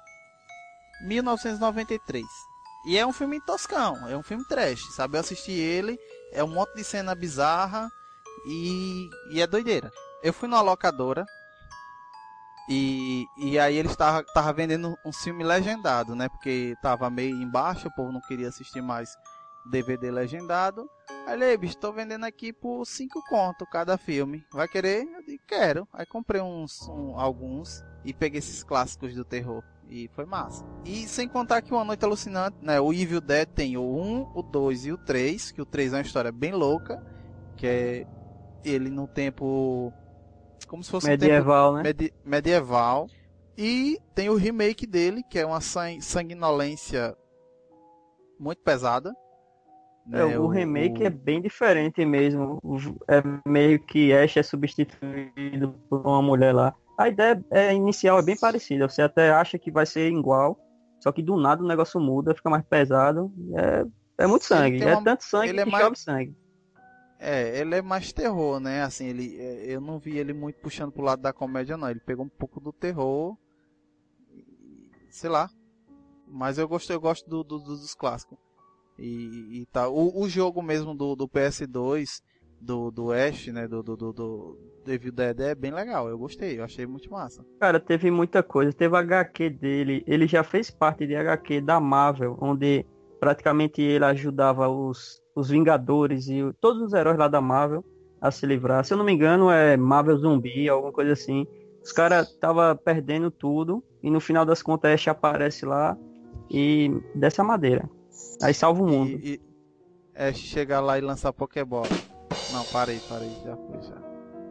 1993. E é um filme toscão, é um filme trash, sabe? Eu assisti ele, é um monte de cena bizarra e é doideira. Eu fui numa locadora e aí eles tava vendendo um filme legendado, né? Porque tava meio embaixo, o povo não queria assistir mais DVD legendado. Aí, bicho, tô vendendo aqui por 5 conto cada filme. Vai querer? Eu disse, quero. Aí comprei alguns e peguei esses clássicos do terror. E foi massa. E sem contar que Uma Noite Alucinante, né? O Evil Dead tem o 1, o 2 e o 3. Que o 3 é uma história bem louca. Que é ele no tempo... como se fosse medieval, um tempo medieval. E tem o remake dele, que é uma sanguinolência muito pesada. O remake é bem diferente mesmo. É meio que Ash é substituído por uma mulher lá. A ideia inicial é bem parecida. Você até acha que vai ser igual, só que do nada o negócio muda, fica mais pesado. É muito sangue. Tanto sangue que chove sangue. Ele é mais terror, né? Assim, eu não vi ele muito puxando pro lado da comédia, não. Ele pegou um pouco do terror. Sei lá. Mas eu gosto dos clássicos. E tá. O jogo mesmo do PS2, do Ash, né? Do Evil Dead é bem legal. Eu gostei, eu achei muito massa. Cara, teve muita coisa. Teve HQ dele. Ele já fez parte de HQ da Marvel, onde praticamente ele ajudava os Vingadores e todos os heróis lá da Marvel a se livrar. Se eu não me engano, é Marvel Zumbi, alguma coisa assim. Os caras estavam perdendo tudo e no final das contas Ash aparece lá e desce a madeira. Aí salva o mundo. E Ash chegar lá e lançar Pokébola. Não, parei, já foi, já.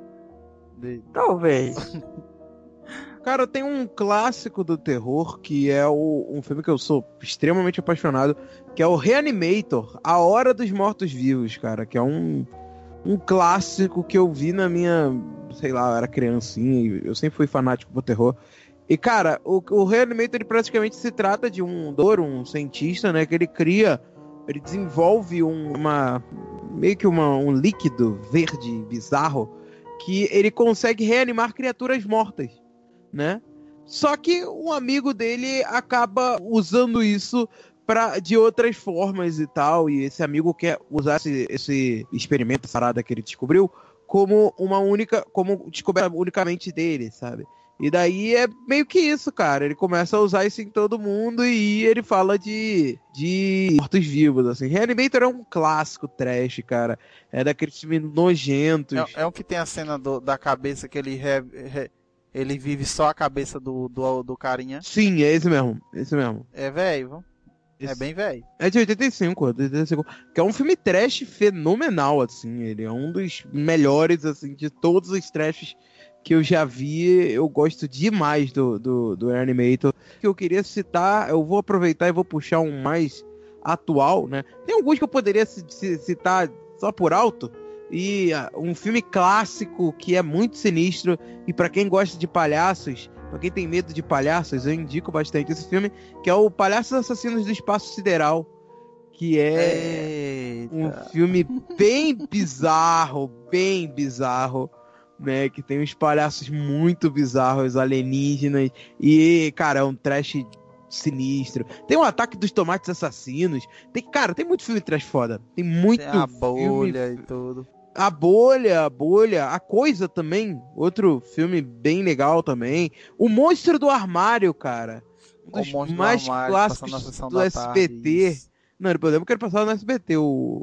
Talvez. Cara, tem um clássico do terror que é um filme que eu sou extremamente apaixonado, que é o Reanimator, A Hora dos Mortos-Vivos, cara, que é um clássico que eu vi na minha, sei lá, eu era criancinha e eu sempre fui fanático por terror. E, cara, o Reanimator, ele praticamente se trata de um cientista, né, que ele desenvolve meio que um líquido verde bizarro que ele consegue reanimar criaturas mortas, né? Só que um amigo dele acaba usando isso de outras formas e tal, e esse amigo quer usar esse experimento, essa parada que ele descobriu, como descoberta unicamente dele, sabe? E daí é meio que isso, cara. Ele começa a usar isso em todo mundo e ele fala de mortos-vivos, assim. Reanimator é um clássico trash, cara. É daqueles filmes nojentos. É o que tem a cena da cabeça que ele vive só a cabeça do carinha. Sim, é esse mesmo. É velho, é bem velho. É de 85, que é um filme trash fenomenal, assim. Ele é um dos melhores, assim, de todos os trashes que eu já vi. Eu gosto demais do Reanimator. Que eu queria citar, eu vou aproveitar e vou puxar um mais atual, né? Tem alguns que eu poderia citar só por alto. E um filme clássico que é muito sinistro. E pra quem gosta de palhaços, pra quem tem medo de palhaços, eu indico bastante esse filme, que é o Palhaços Assassinos do Espaço Sideral. Que é... um filme bem bizarro, né? Que tem uns palhaços muito bizarros, alienígenas. E, cara, é um trash sinistro. Tem um Ataque dos Tomates Assassinos. Tem muito filme trash foda. Tem muito Tem a filme. bolha e tudo. A Bolha, A Coisa também, outro filme bem legal também. O Monstro do Armário, cara. Um dos O Monstro do mais Armário, clássicos passando na sessão do da SBT. tarde, isso. Não, eu lembro que ele passava no SBT,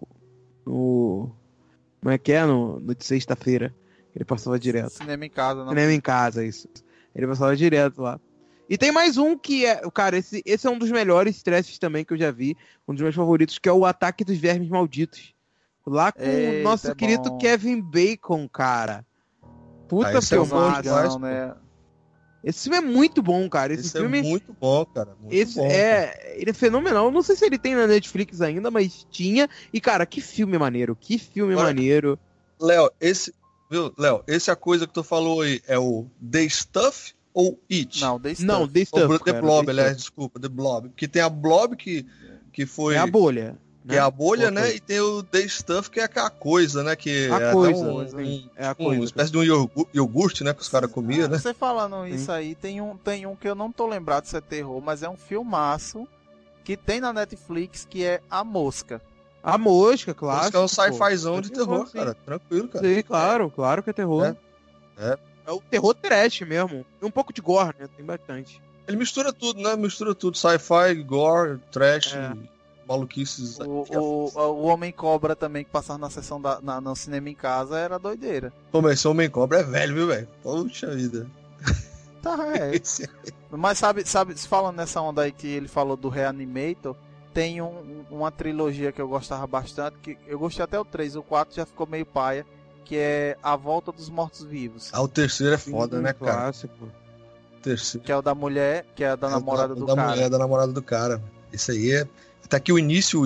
como é que é? No de sexta-feira. Ele passava direto. Cinema em casa, não. Cinema em casa, isso. Ele passava direto lá. E tem mais um que é... Cara, esse é um dos melhores trashes também que eu já vi. Um dos meus favoritos, que é o Ataque dos Vermes Malditos. Lá com o Eita, nosso é querido bom. Kevin Bacon, cara. Puta esse é filmaço. bom demais, né? Esse filme é muito bom, cara. Esse filme... é muito bom, cara. Muito Esse bom, cara. ele é fenomenal. Não sei se ele tem na Netflix ainda, mas tinha. E, cara, que filme maneiro. Que filme Olha, maneiro. Léo, esse é a coisa que tu falou aí, é o The Stuff ou It? Não, The Stuff. Não, The Ou Stuff, The cara, Blob, The aliás, Stuff. desculpa, The Blob. Porque tem a Blob que foi... É a bolha. Que é a bolha, Outra né? coisa. E tem o The Stuff, que é a coisa, né? Que A é coisa, até sim. É a tipo coisa. uma espécie de um iogurte, né? Que os caras comiam, né? Você falando isso aí, tem um que eu não tô lembrado se é terror, mas é um filmaço que tem na Netflix, que é A Mosca. A Mosca, Isso claro. que é um sci-fizão de terror, cara. Tranquilo, cara. Sim, claro que é terror. É. É o terror trash mesmo. Tem um pouco de gore, né? Tem bastante. Ele mistura tudo, né? Mistura tudo. Sci-fi, gore, trash, É. maluquices. O Homem-Cobra também, que passava na sessão no cinema em casa, era doideira. Pô, mas esse Homem-Cobra é velho, viu, velho? Poxa vida. Tá, é. Esse- Mas sabe, falando nessa onda aí que ele falou do Reanimator, tem uma trilogia que eu gostava bastante, que eu gostei até o 3, o 4 já ficou meio paia, que é A Volta dos Mortos-Vivos, Ah, o terceiro é foda, né, cara? Clássico. O terceiro. que é o da mulher, que é a da namorada do cara. Mulher, da namorada do cara. Isso aí é. Até que o início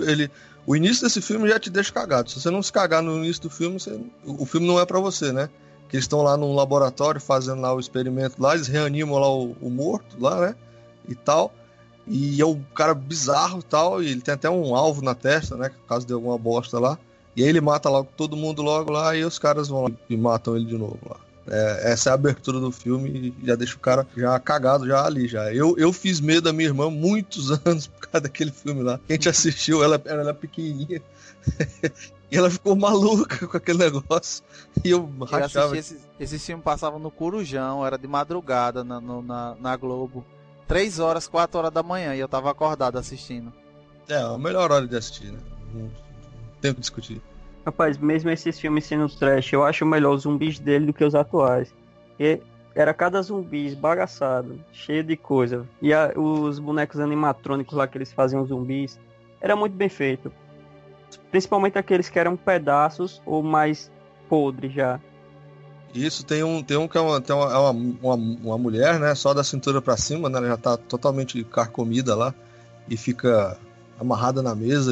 desse filme já te deixa cagado. Se você não se cagar no início do filme, o filme não é pra você, né? Que eles estão lá num laboratório fazendo lá o experimento lá, eles reanimam lá o morto lá, né? E tal. E é um cara bizarro e tal, e ele tem até um alvo na testa, né? Caso de alguma bosta lá. E aí ele mata logo todo mundo logo lá, e os caras vão lá e matam ele de novo lá. Essa é a abertura do filme e já deixa o cara já cagado já ali já. Eu fiz medo da minha irmã muitos anos por causa daquele filme lá. A gente assistiu, ela era pequenininha. E ela ficou maluca com aquele negócio. E eu rachava. Esse filme passava no Corujão, era de madrugada na Globo. 3 horas, 4 horas da manhã, e eu tava acordado assistindo. É, a melhor hora de assistir, né? Não tem o que discutir. Rapaz, mesmo esses filmes sendo trash, eu acho melhor os zumbis dele do que os atuais. E era cada zumbi esbagaçado, cheio de coisa. E os bonecos animatrônicos lá que eles faziam zumbis, era muito bem feito. Principalmente aqueles que eram pedaços ou mais podres já. Isso, tem um que é uma mulher, né? Só da cintura pra cima, né? Ela já tá totalmente carcomida lá. E fica amarrada na mesa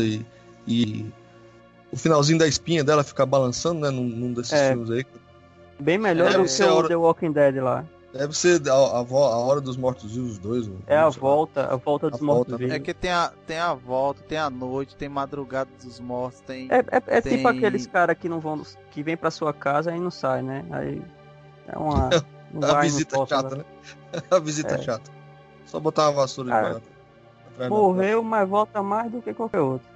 e o finalzinho da espinha dela fica balançando, né? Num desses filmes aí. Bem melhor do que o The Walking Dead lá. Deve ser a Hora dos Mortos-Vivos 2. É a volta dos mortos-vivos. É que tem a volta, tem a noite, tem madrugada dos mortos, tem... É tem... tipo aqueles caras que vem pra sua casa e não sai, né? Aí é uma... A visita chata, né? A visita chata. Só botar uma vassoura de barata. Morreu, mas volta mais do que qualquer outro.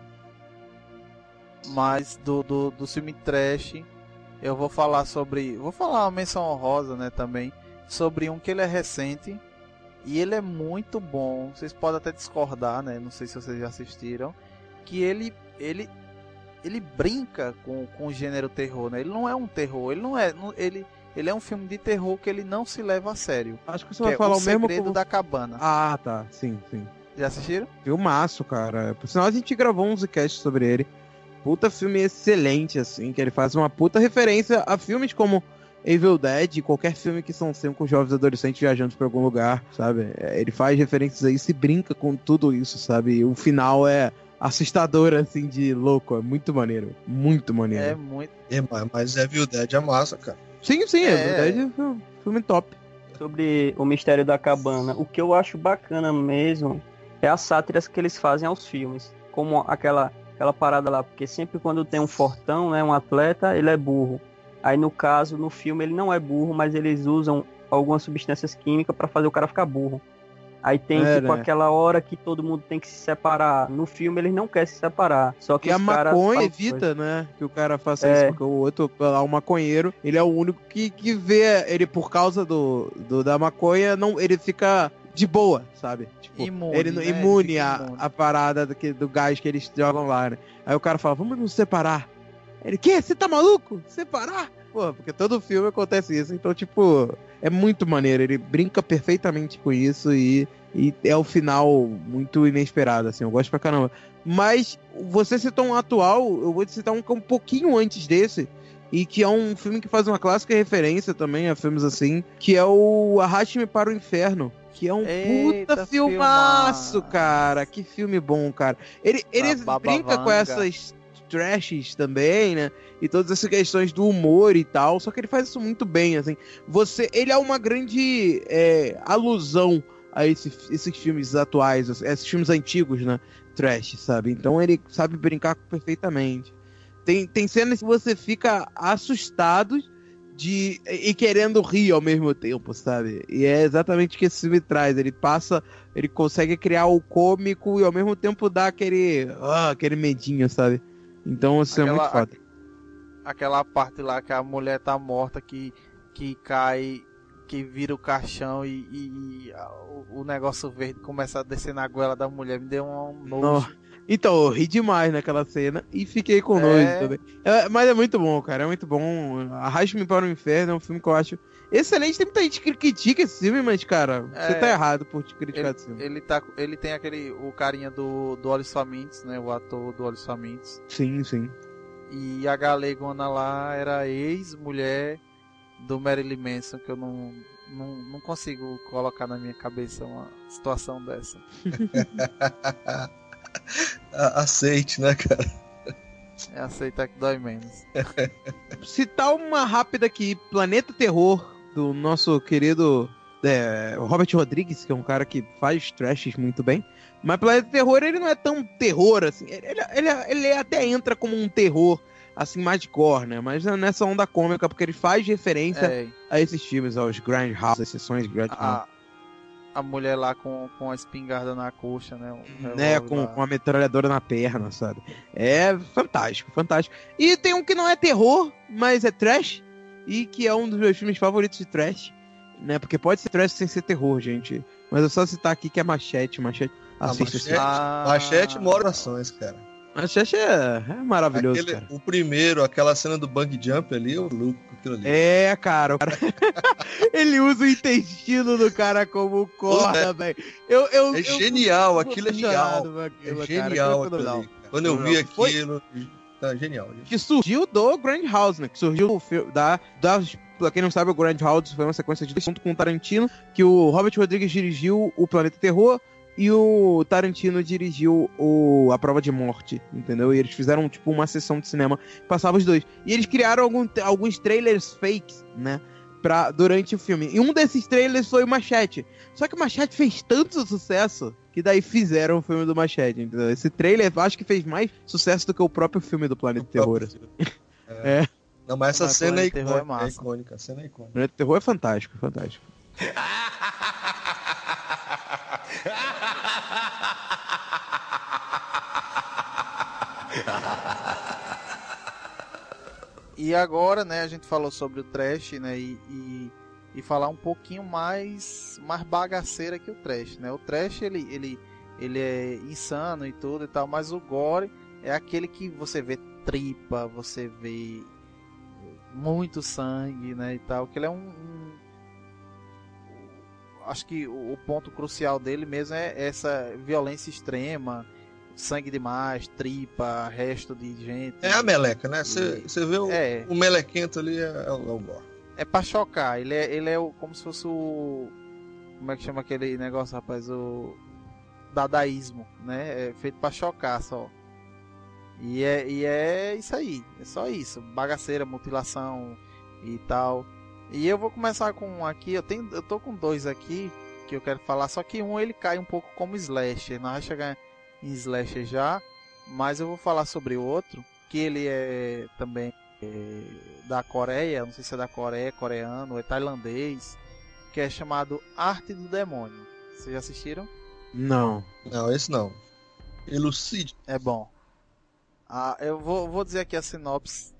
Mas do filme trash, eu vou falar sobre... Vou falar uma menção honrosa, né, também. Sobre um que ele é recente e ele é muito bom. Vocês podem até discordar, né? Não sei se vocês já assistiram. Que ele brinca com o gênero terror, né? Ele não é um terror, ele é um filme de terror que ele não se leva a sério. Acho que você vai falar o mesmo Segredo da Cabana. Ah, tá. Sim. Já assistiram? Filmaço, cara. Por sinal, a gente gravou um cast sobre ele. Puta filme excelente, assim, que ele faz uma puta referência a filmes como Evil Dead, qualquer filme que são sempre com jovens adolescentes viajando pra algum lugar, sabe? Ele faz referências aí, se brinca com tudo isso, sabe? E o final é assustador, assim, de louco. É muito maneiro. Muito maneiro. É muito. Mas Evil Dead é massa, cara. Sim, Evil Dead é um filme top. Sobre o Mistério da Cabana, o que eu acho bacana mesmo é as sátiras que eles fazem aos filmes. Como aquela aquela parada lá, porque sempre quando tem um fortão, né, um atleta, ele é burro. Aí no caso, no filme, ele não é burro, mas eles usam algumas substâncias químicas para fazer o cara ficar burro. Aí tem, tipo, né? aquela hora que todo mundo tem que se separar. No filme, eles não querem se separar. Só que E a os caras maconha falam evita, né, que o cara faça É. isso, porque o outro, lá, o maconheiro, ele é o único que vê, ele por causa da maconha, não, ele fica de boa, sabe? Tipo, Imune, ele não né? imune Ele fica imune. a parada do gás que eles jogam lá, né? Aí o cara fala, vamos nos separar. Ele, quê? Você tá maluco? Separar? Pô, porque todo filme acontece isso, então, tipo, é muito maneiro, ele brinca perfeitamente com isso e é o final muito inesperado, assim, eu gosto pra caramba. Mas você citou um atual, eu vou te citar um que é um pouquinho antes desse, e que é um filme que faz uma clássica referência também a filmes assim, que é o Arraste-me para o Inferno, que é um Eita, puta filmaço, filmaço. cara. Que filme bom, cara. Ele Baba brinca com Vanga. essas trashes também, né? E todas essas questões do humor e tal, só que ele faz isso muito bem, assim. Ele é uma grande alusão a esses filmes atuais, esses filmes antigos, né? Trash, sabe? Então ele sabe brincar perfeitamente. Tem cenas que você fica assustado e querendo rir ao mesmo tempo, sabe? E é exatamente o que esse filme traz. Ele consegue criar o cômico e ao mesmo tempo dar aquele medinho, sabe? Então isso é muito foda. Aquela parte lá que a mulher tá morta, que cai, que vira o caixão e o negócio verde começa a descer na goela da mulher, me deu um nojo. Então, eu ri demais naquela cena e fiquei com nojo também. Mas é muito bom, cara, é muito bom. Arraste-me para o Inferno é um filme que eu acho excelente. Tem muita gente que critica esse filme, mas, cara, você tá errado por te criticar esse filme. Ele tem o carinha do Olhos Famintos, né? O ator do Olhos Famintos. Sim, sim. E a galegona lá era ex-mulher do Marilyn Manson, que eu não consigo colocar na minha cabeça uma situação dessa. Aceite, né, cara? É aceitar que dói menos. Citar uma rápida aqui, Planeta Terror, do nosso querido Robert Rodrigues, que é um cara que faz trashes muito bem. Mas Planeta Terror, ele não é tão terror, assim. Ele até entra como um terror, assim, mais gore, né? Mas nessa onda cômica, porque ele faz referência a esses filmes, aos Grindhouse, as sessões Grindhouse. A mulher lá com a espingarda na coxa, né? Com a metralhadora na perna, sabe? É fantástico, fantástico. E tem um que não é terror, mas é trash, e que é um dos meus filmes favoritos de trash, né? Porque pode ser trash sem ser terror, gente. Mas eu só citar aqui que é Machete. Machete mora orações, cara. Machete é maravilhoso, cara. O primeiro, aquela cena do bang jump ali, eu louco aquilo ali. Cara, o cara... ele usa o intestino do cara como corda, velho. É genial, aquilo é genial. É genial aquilo ali. Quando eu vi aquilo, tá genial. Gente. Que surgiu do Grindhouse, né? Que surgiu pra quem não sabe, o Grindhouse foi uma sequência de junto com o Tarantino, que o Robert Rodrigues dirigiu o Planeta Terror e o Tarantino dirigiu A Prova de Morte, entendeu? E eles fizeram, tipo, uma sessão de cinema que passava os dois. E eles criaram alguns trailers fakes, né? Durante o filme. E um desses trailers foi o Machete. Só que o Machete fez tanto sucesso que daí fizeram o filme do Machete, entendeu? Esse trailer acho que fez mais sucesso do que o próprio filme do Planeta Terror. Não, mas essa cena é icônica. A cena é icônica. Planeta Terror é fantástico, fantástico. E agora, né, a gente falou sobre o trash, né, e falar um pouquinho mais bagaceira que o trash, né? O trash, ele é insano e tudo e tal, mas o gore é aquele que você vê tripa, você vê muito sangue, né, e tal, que ele é acho que o ponto crucial dele mesmo é essa violência extrema, sangue demais, tripa, resto de gente. É a meleca, né? Você vê o melequento ali, é o gore. É pra chocar, ele é como se fosse como é que chama aquele negócio, rapaz? O dadaísmo, né? É feito pra chocar só. E é isso aí, é só isso. Bagaceira, mutilação e tal. E eu vou começar com um aqui, eu tô com dois aqui que eu quero falar, só que um ele cai um pouco como slasher, nós vamos chegar em slasher já, mas eu vou falar sobre o outro, que ele é também da Coreia, não sei se é da Coreia, coreano, ou é tailandês, que é chamado Arte do Demônio. Vocês já assistiram? Não. Não, esse não. Elucide. É bom. Eu vou dizer aqui a sinopse.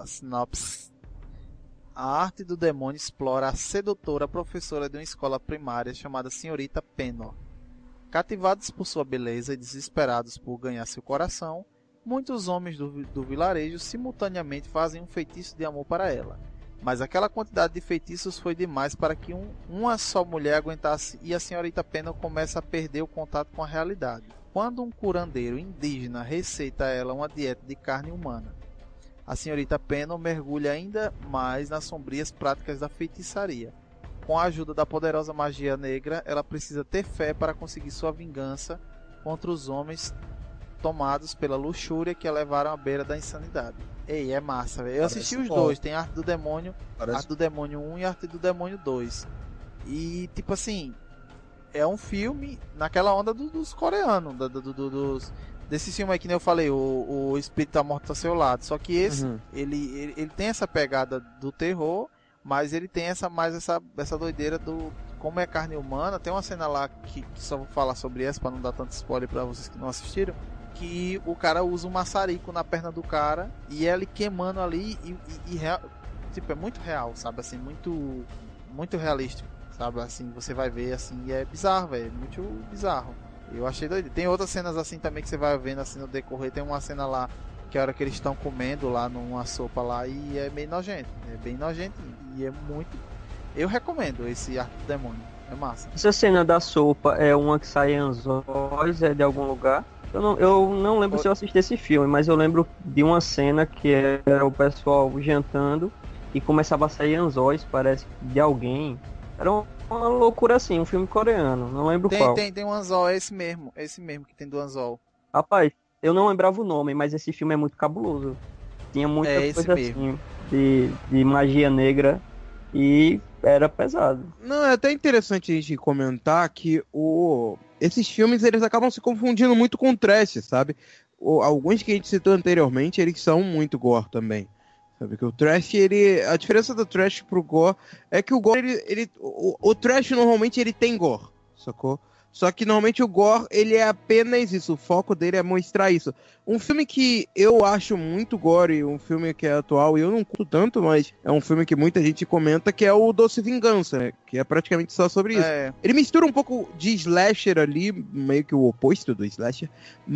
A Arte do Demônio explora a sedutora professora de uma escola primária chamada Senhorita Penor. Cativados por sua beleza e desesperados por ganhar seu coração, muitos homens do vilarejo simultaneamente fazem um feitiço de amor para ela. Mas aquela quantidade de feitiços foi demais para que uma só mulher aguentasse, e a Senhorita Penor começa a perder o contato com a realidade. Quando um curandeiro indígena receita a ela uma dieta de carne humana, a Senhorita Penor mergulha ainda mais nas sombrias práticas da feitiçaria. Com a ajuda da poderosa magia negra, ela precisa ter fé para conseguir sua vingança contra os homens tomados pela luxúria que a levaram à beira da insanidade. Ei, é massa, velho. Eu assisti os dois, tem Arte do Demônio, Arte do Demônio 1 e Arte do Demônio 2. E, tipo assim, é um filme naquela onda dos coreanos, desse filme aí que nem eu falei, o Espírito da Morte ao Seu Lado. Só que esse, ele tem essa pegada do terror, mas ele tem essa doideira do como é carne humana. Tem uma cena lá que só vou falar sobre essa para não dar tanto spoiler para vocês que não assistiram, que o cara usa um maçarico na perna do cara e ele queimando ali e real, tipo, é muito real, sabe, assim, muito muito realístico, sabe, assim, você vai ver assim e é bizarro, velho, muito bizarro. Eu achei doido. Tem outras cenas assim também que você vai vendo assim no decorrer. Tem uma cena lá que a hora que eles estão comendo lá numa sopa lá e é meio nojento. É bem nojento e é muito... Eu recomendo esse Arte do Demônio. É massa. Essa cena da sopa é uma que sai anzóis, é de algum lugar? Eu não lembro se eu assisti esse filme, mas eu lembro de uma cena que era o pessoal jantando e começava a sair anzóis, parece, de alguém. Era uma loucura assim, um filme coreano, não lembro qual. Tem um anzol, é esse mesmo que tem do anzol. Rapaz, eu não lembrava o nome, mas esse filme é muito cabuloso. Tinha muita coisa assim, de magia negra e era pesado. Não, é até interessante a gente comentar que esses filmes eles acabam se confundindo muito com o trash, sabe? Alguns que a gente citou anteriormente, eles são muito gore também. Sabe que o trash, a diferença do trash pro gore é que o gore, o trash normalmente ele tem gore, sacou? Só que normalmente o gore, ele é apenas isso, o foco dele é mostrar isso. Um filme que eu acho muito gore, um filme que é atual, e eu não curto tanto, mas é um filme que muita gente comenta, que é o Doce Vingança, né? Que é praticamente só sobre isso. Ele mistura um pouco de slasher ali, meio que o oposto do slasher,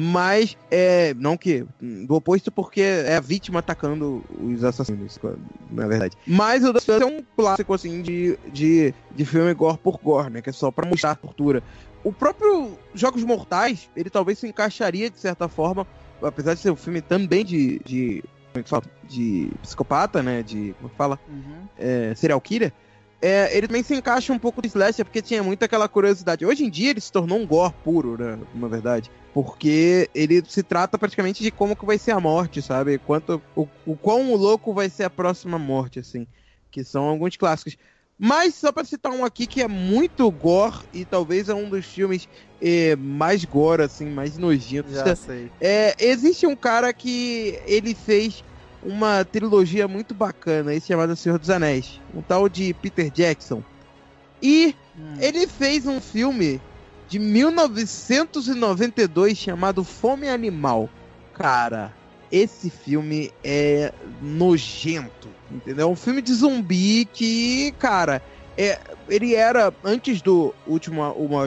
mas não que, do oposto porque é a vítima atacando os assassinos, na verdade. Mas o Doce Vingança é um clássico, assim, de filme gore por gore, né? Que é só pra mostrar a tortura. O próprio Jogos Mortais, ele talvez se encaixaria de certa forma, apesar de ser um filme também de psicopata, né? Como fala? Serial killer. Ele também se encaixa um pouco de slasher, porque tinha muito aquela curiosidade. Hoje em dia ele se tornou um gore puro, né? Na verdade. Porque ele se trata praticamente de como que vai ser a morte, sabe? O quão louco vai ser a próxima morte, assim. Que são alguns clássicos. Mas só pra citar um aqui que é muito gore e talvez é um dos filmes mais gore, assim, mais nojentos. Já sei. Existe um cara que ele fez uma trilogia muito bacana, chamada Senhor dos Anéis. Um tal de Peter Jackson. E ele fez um filme de 1992 chamado Fome Animal. Cara, esse filme é nojento, entendeu? É um filme de zumbi que, cara, ele era antes do último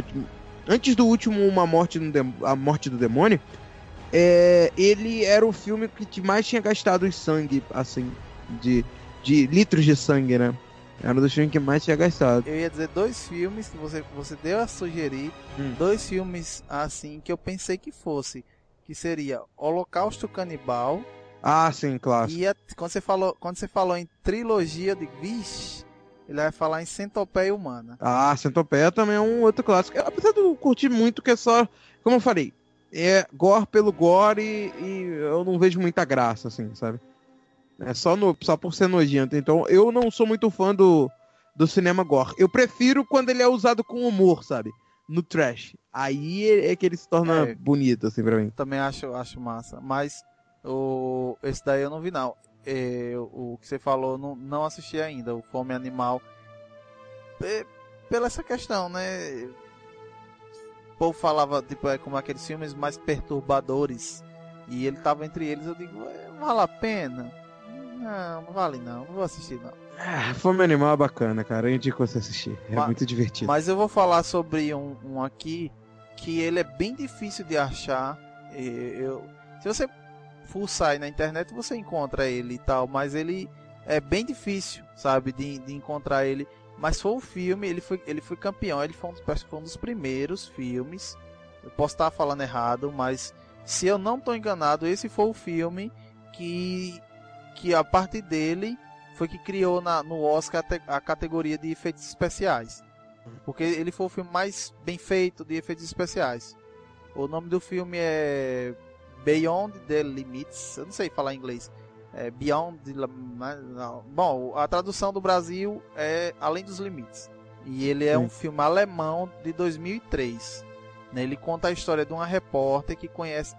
A Morte do Demônio. Ele era o filme que mais tinha gastado sangue, assim, de litros de sangue, né? Era um dos filmes que mais tinha gastado. Eu ia dizer dois filmes que você deu a sugerir, dois filmes assim que eu pensei que fosse. Que seria Holocausto Canibal. Ah, sim, claro. E quando você falou em trilogia, de vixe, ele vai falar em Centopeia Humana. Ah, Centopeia também é um outro clássico. Apesar de eu curtir muito, que é só, como eu falei, é gore pelo gore e eu não vejo muita graça, assim, sabe? É só por ser nojento. Então, eu não sou muito fã do cinema gore. Eu prefiro quando ele é usado com humor, sabe? no trash. Aí é que ele se torna bonito, assim, pra mim. Também acho massa. Mas esse daí eu não vi, não. O que você falou, não assisti ainda. O Fome Animal. Pela essa questão, né? O povo falava, tipo, como aqueles filmes mais perturbadores. E ele tava entre eles. Eu digo, vale a pena? Não vale não vou assistir não. Fome Animal é bacana, cara. Eu indico você assistir. Muito divertido. Mas eu vou falar sobre um aqui que ele é bem difícil de achar. Se você fuçar aí na internet, você encontra ele e tal, mas ele é bem difícil, sabe, de encontrar ele. Mas foi o filme, ele foi campeão, ele foi um dos primeiros filmes. Eu posso estar falando errado, mas se eu não estou enganado, esse foi o filme que a partir dele foi que criou no Oscar a categoria de efeitos especiais. Porque ele foi o filme mais bem feito de efeitos especiais. O nome do filme é Beyond the Limits. Eu não sei falar em inglês. Beyond the... Bom, a tradução do Brasil é Além dos Limites. E ele é um filme alemão de 2003. Ele conta a história de uma repórter que conhece...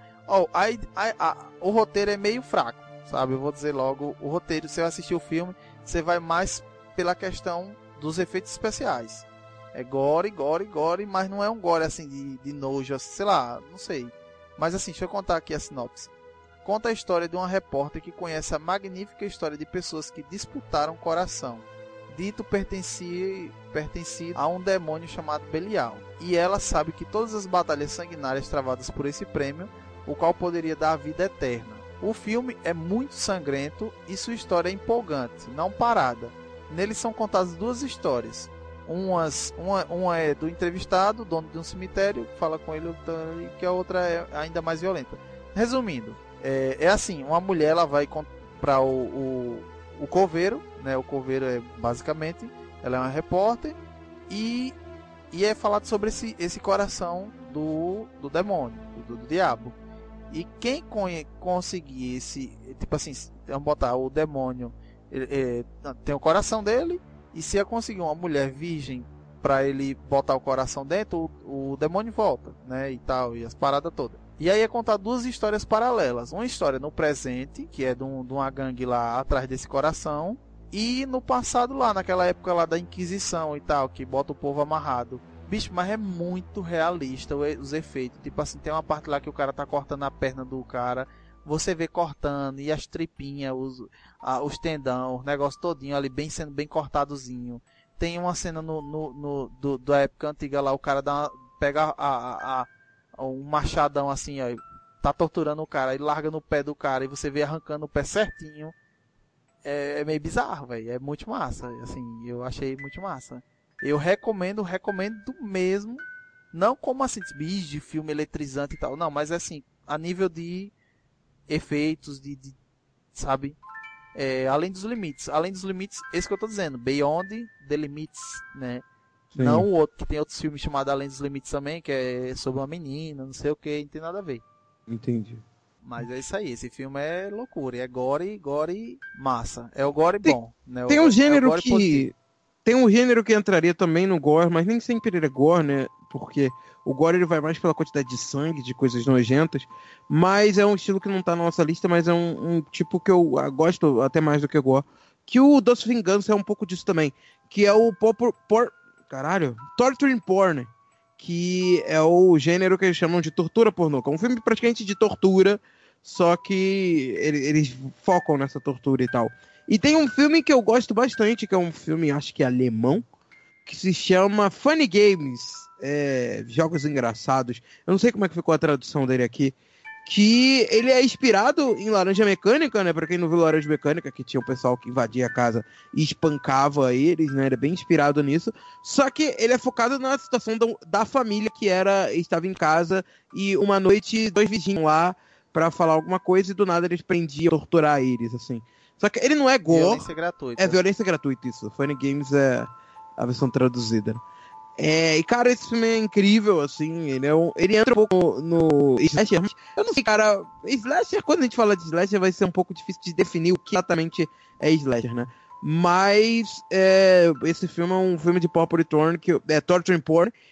o roteiro é meio fraco, sabe? Eu vou dizer logo, o roteiro, se você assistir o filme, você vai mais pela questão dos efeitos especiais. É gore, mas não é um gore assim de nojo, sei lá, não sei. Mas assim, deixa eu contar aqui a sinopse. Conta a história de uma repórter que conhece a magnífica história de pessoas que disputaram coração. Dito pertencia a um demônio chamado Belial. E ela sabe que todas as batalhas sanguinárias travadas por esse prêmio, o qual poderia dar a vida eterna. O filme é muito sangrento e sua história é empolgante, não parada. Nele são contadas duas histórias. Uma é do entrevistado, dono de um cemitério, que fala com ele, que a outra é ainda mais violenta. Resumindo, é assim, uma mulher ela vai para o coveiro, né? O coveiro é basicamente, ela é uma repórter e é falado sobre esse coração do demônio, do diabo. E quem conseguir tipo assim, vamos botar o demônio, tem o coração dele, e se eu conseguir uma mulher virgem para ele botar o coração dentro, o demônio volta, né, e tal, e as paradas todas. E aí é contar duas histórias paralelas. Uma história no presente, que é de uma gangue lá atrás desse coração, e no passado lá, naquela época lá da Inquisição e tal, que bota o povo amarrado. Bicho, mas é muito realista os efeitos. Tipo assim, tem uma parte lá que o cara tá cortando a perna do cara, você vê cortando, e as tripinhas, os tendão, o negócio todinho ali, sendo bem cortadozinho. Tem uma cena da época antiga lá, o cara pega um machadão assim, ó, tá torturando o cara, e larga no pé do cara, e você vê arrancando o pé certinho. É meio bizarro, velho. É muito massa. Assim, eu achei muito massa. Eu recomendo mesmo. Não como assim, de filme eletrizante e tal. Não, mas assim, a nível de efeitos, sabe? Além dos limites. Além dos limites, esse que eu tô dizendo. Beyond the Limits, né? Sim. Não o outro, que tem outros filmes chamados Além dos Limites também, que é sobre uma menina, não sei o que, não tem nada a ver. Entendi. Mas é isso aí, esse filme é loucura, é gore massa. É o gore bom, né? Tem um gênero tem um gênero que entraria também no gore, mas nem sempre ele é gore, né? Porque o gore ele vai mais pela quantidade de sangue, de coisas nojentas, mas é um estilo que não tá na nossa lista, mas é um tipo que eu gosto até mais do que o gore. Que o Doce Vingança é um pouco disso também, que é o Torturing Porn, que é o gênero que eles chamam de tortura pornô, que é um filme praticamente de tortura, só que eles focam nessa tortura e tal. E tem um filme que eu gosto bastante, que é um filme, acho que é alemão, que se chama Funny Games, Jogos Engraçados. Eu não sei como é que ficou a tradução dele aqui, que ele é inspirado em Laranja Mecânica, né? Pra quem não viu Laranja Mecânica, que tinha o pessoal que invadia a casa e espancava eles, né? Ele é bem inspirado nisso. Só que ele é focado na situação da família que estava em casa e uma noite 2 vizinhos lá pra falar alguma coisa e do nada eles prendiam, torturar eles, assim. Só que ele não é gore. Violência gratuita. É violência gratuita, isso. Funny Games é a versão traduzida. E cara, esse filme é incrível, assim, ele entra um pouco no slasher, mas eu não sei, cara, slasher, quando a gente fala de slasher vai ser um pouco difícil de definir o que exatamente é slasher, né? Mas esse filme é um filme de Torturing Porn,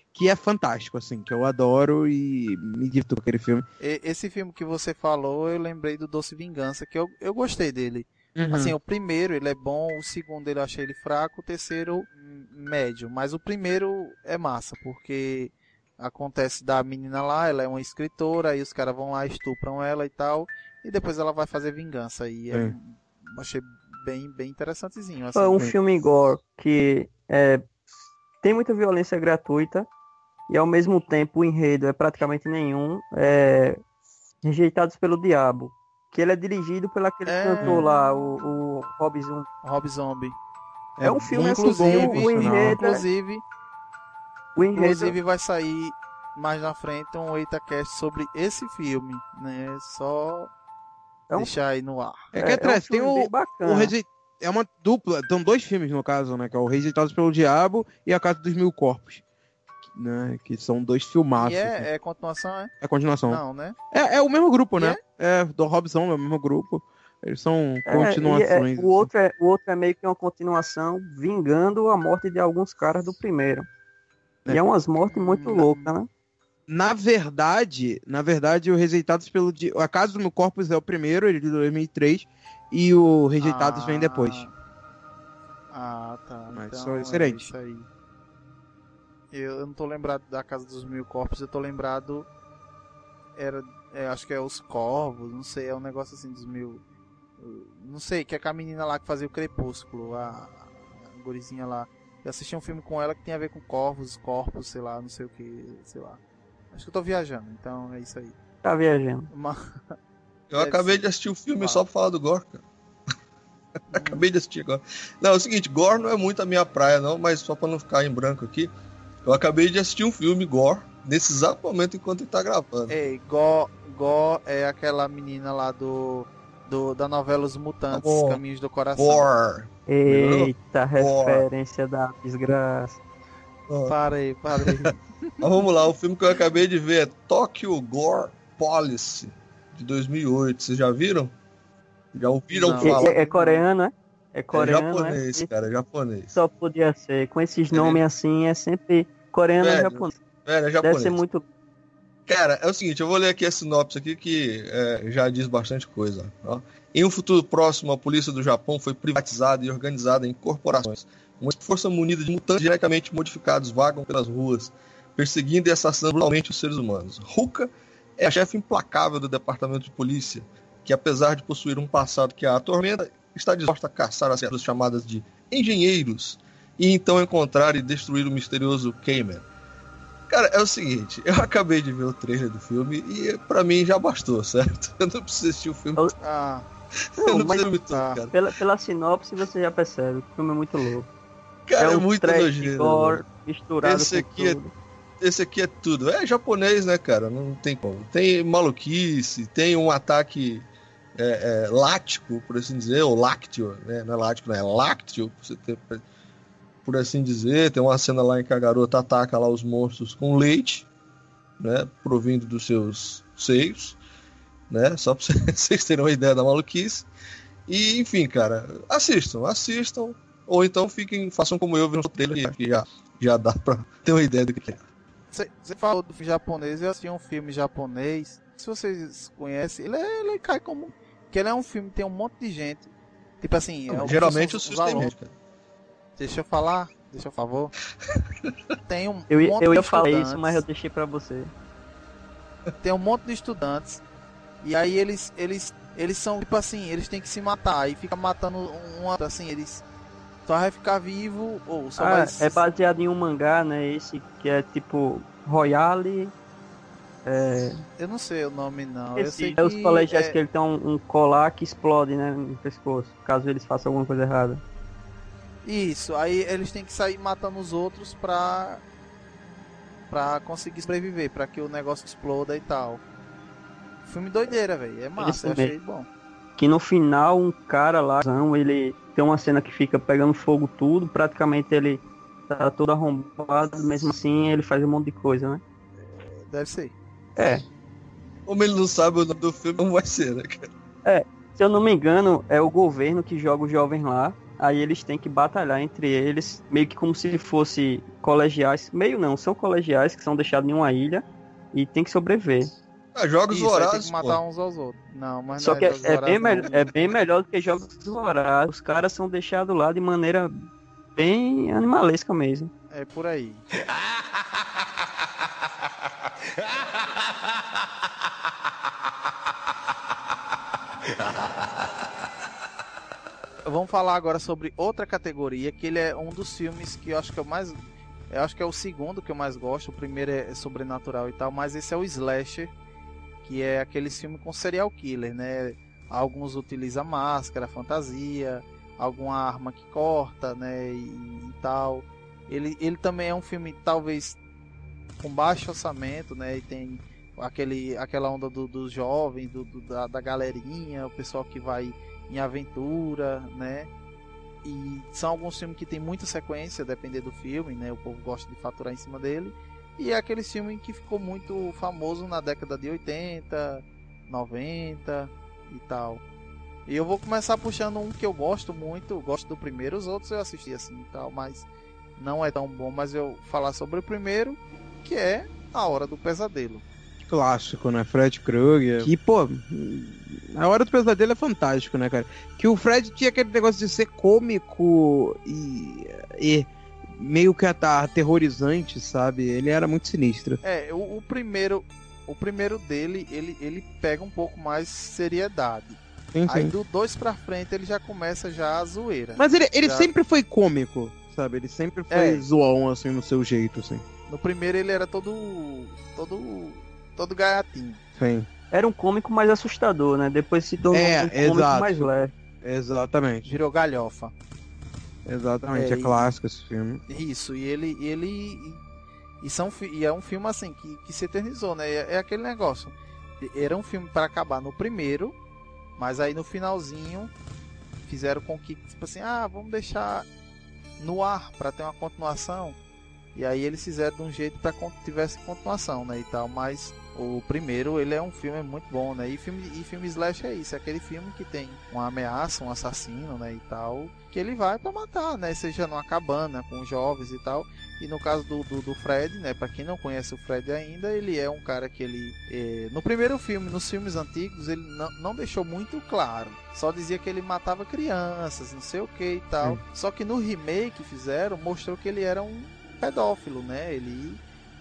que é fantástico, assim, que eu adoro e me divirto com aquele filme. Esse filme que você falou, eu lembrei do Doce Vingança, que eu gostei dele. Uhum. Assim, o primeiro ele é bom, o segundo ele eu achei ele fraco, o terceiro médio. Mas o primeiro é massa, porque acontece da menina lá, ela é uma escritora, aí os caras vão lá, estupram ela e tal, e depois ela vai fazer vingança. E achei bem interessantezinho. Assim. É um filme gore que tem muita violência gratuita e ao mesmo tempo o enredo é praticamente nenhum. Rejeitados pelo Diabo. Que ele é dirigido pelo aquele cantor lá, o Rob Zombie. Rob Zombie. É um filme muito assim, bom, o enredo. Inclusive vai sair mais na frente um EitaCast sobre esse filme, né? Só deixar aí no ar. Que atrás tem o é uma dupla, são 2 filmes no caso, né? Que é o Rejeitados pelo Diabo e A Casa dos Mil Corpos. Né, que são 2 filmaços. E é continuação, é? É continuação. Não, né? É o mesmo grupo, né? É do Robson, é o mesmo grupo. Eles são continuações. O outro é meio que uma continuação, vingando a morte de alguns caras do primeiro. E é umas mortes muito loucas, né? Na verdade, o Rejeitados pelo Diabo... A Casa dos Mil Corpos é o primeiro, ele de 2003, e o Rejeitados vem depois. Tá. Mas então, são excelentes. Isso aí. Eu não tô lembrado da Casa dos Mil Corpos, eu tô lembrado... acho que é Os Corvos, não sei, é um negócio assim dos mil... Não sei, que é com a menina lá que fazia o Crepúsculo, a gurizinha lá. Eu assisti um filme com ela que tem a ver com corpos, sei lá, não sei o que, sei lá. Acho que eu tô viajando, então é isso aí. Tá viajando. Eu acabei de assistir o filme só pra falar do Gore, cara. Acabei de assistir agora. Não, é o seguinte, Gore não é muito a minha praia, não, mas só pra não ficar em branco aqui, eu acabei de assistir um filme, Gore, nesse exato momento enquanto ele tá gravando. Ei, Gore é aquela menina lá da novela Os Mutantes, Caminhos do Coração. Gore. Eita, referência da desgraça. Parei. Mas vamos lá, o filme que eu acabei de ver é Tokyo Gore Policy, de 2008. Vocês já viram? Já ouviram falar? É coreano, né? É coreano, é japonês, cara, é japonês. Só podia ser. Com esses nomes assim, é sempre coreano ou japonês. É japonês. Deve ser muito... Cara, é o seguinte, eu vou ler aqui a sinopse aqui que já diz bastante coisa. Ó. Em um futuro próximo, a polícia do Japão foi privatizada e organizada em corporações. Uma força munida de mutantes geneticamente modificados vagam pelas ruas, perseguindo e assassinando brutalmente os seres humanos. Ruka é a chefe implacável do departamento de polícia, que apesar de possuir um passado que a atormenta, está disposta a caçar as criaturas chamadas de engenheiros e então encontrar e destruir o misterioso K-Man. Cara, é o seguinte, eu acabei de ver o trailer do filme e pra mim já bastou, certo? Eu não preciso assistir o filme. Não, eu não preciso ver tudo, cara. Pela sinopse você já percebe, o filme é muito louco. Cara, é muito nojento. Misturado esse com aqui tudo. Esse aqui é tudo. É japonês, né, cara? Não tem como. Tem maluquice, tem um ataque láctico, por assim dizer, ou lácteo, né? Não é láctico, não é lácteo, por assim dizer. Tem uma cena lá em que a garota ataca lá os monstros com leite, né? Provindo dos seus seios, né? Só pra vocês terem uma ideia da maluquice. E, enfim, cara, assistam. Ou então façam como eu, vejam o trailer que já dá pra ter uma ideia do que é. Você falou do filme japonês, eu assisti um filme japonês. Se vocês conhecem, ele cai como... Que ele é um filme que tem um monte de gente. Tipo assim... geralmente o SUS tem mesmo, cara. Deixa eu falar, por favor. Tem um eu monte ia de falar estudantes. isso, mas eu deixei pra você. Tem um monte de estudantes. E aí eles são, tipo assim, eles têm que se matar. E fica matando um assim, eles... Só vai ficar vivo ou só vai... É baseado em um mangá, né? Esse que é tipo Royale. Eu não sei o nome, não. Eu sei que os colegiais que ele tem um colar que explode, né? No pescoço, caso eles façam alguma coisa errada. Isso, aí eles têm que sair matando os outros pra conseguir sobreviver, pra que o negócio exploda e tal. Filme doideira, velho. É massa, eu achei bom. Que no final um cara lá, ele tem uma cena que fica pegando fogo tudo, praticamente ele tá todo arrombado, mesmo assim ele faz um monte de coisa, né? Deve ser. Como ele não sabe o nome do filme, não vai ser, né, cara? Se eu não me engano, é o governo que joga os jovens lá Aí eles têm que batalhar entre eles, meio que como se fosse colegiais. Meio não, são colegiais que são deixados em uma ilha e tem que sobreviver. Jogos Isso, aí tem Vorazes, que matar pô. uns aos outros. Não, mas Só não que Jogos Vorazes, não. é bem melhor do que Jogos Vorazes. Os caras são deixados lá de maneira bem animalesca mesmo. É por aí. Vamos falar agora sobre outra categoria, que ele é um dos filmes que eu acho que eu acho que é o segundo que eu mais gosto. O primeiro é sobrenatural e tal, mas esse é o slasher, que é aquele filme com serial killer, né? Alguns utilizam máscara, fantasia, alguma arma que corta, né? E tal. Ele também é um filme talvez com baixo orçamento, né? E tem aquela onda dos jovens, da galerinha, o pessoal que vai em aventura, né? E são alguns filmes que tem muita sequência, depender do filme, né? O povo gosta de faturar em cima dele. E é aquele filme que ficou muito famoso na década de 80, 90 e tal. E eu vou começar puxando um que eu gosto muito, gosto do primeiro, os outros eu assisti assim e tal, mas não é tão bom, mas eu falar sobre o primeiro, que é A Hora do Pesadelo. Clássico, né? Fred Krueger. Que, pô, A Hora do Pesadelo é fantástico, né, cara? Que o Fred tinha aquele negócio de ser cômico e meio que aterrorizante, sabe? Ele era muito sinistro. O primeiro dele, ele pega um pouco mais seriedade. Sim. Aí do 2 pra frente ele já começa já a zoeira. Mas ele já... sempre foi cômico, sabe? Ele sempre foi zoão, assim, no seu jeito, assim. No primeiro ele era todo gaiatinho. Sim. Era um cômico mais assustador, né? Depois se tornou um cômico mais leve. Exatamente. Virou galhofa. Exatamente, é clássico esse filme. Isso, e é um filme assim que se eternizou, né? É aquele negócio. Era um filme para acabar no primeiro, mas aí no finalzinho fizeram com que, tipo assim, vamos deixar no ar para ter uma continuação. E aí eles fizeram de um jeito para que tivesse continuação, né, e tal, mas o primeiro, ele é um filme muito bom, né? E filme slash é isso, é aquele filme que tem uma ameaça, um assassino, né, e tal, que ele vai pra matar, né? Seja numa cabana com jovens e tal. E no caso do Fred, né, pra quem não conhece o Fred ainda, ele é um cara que ele... no primeiro filme, nos filmes antigos, ele não deixou muito claro. Só dizia que ele matava crianças, não sei o que e tal. Só que no remake que fizeram, mostrou que ele era um pedófilo, né? Ele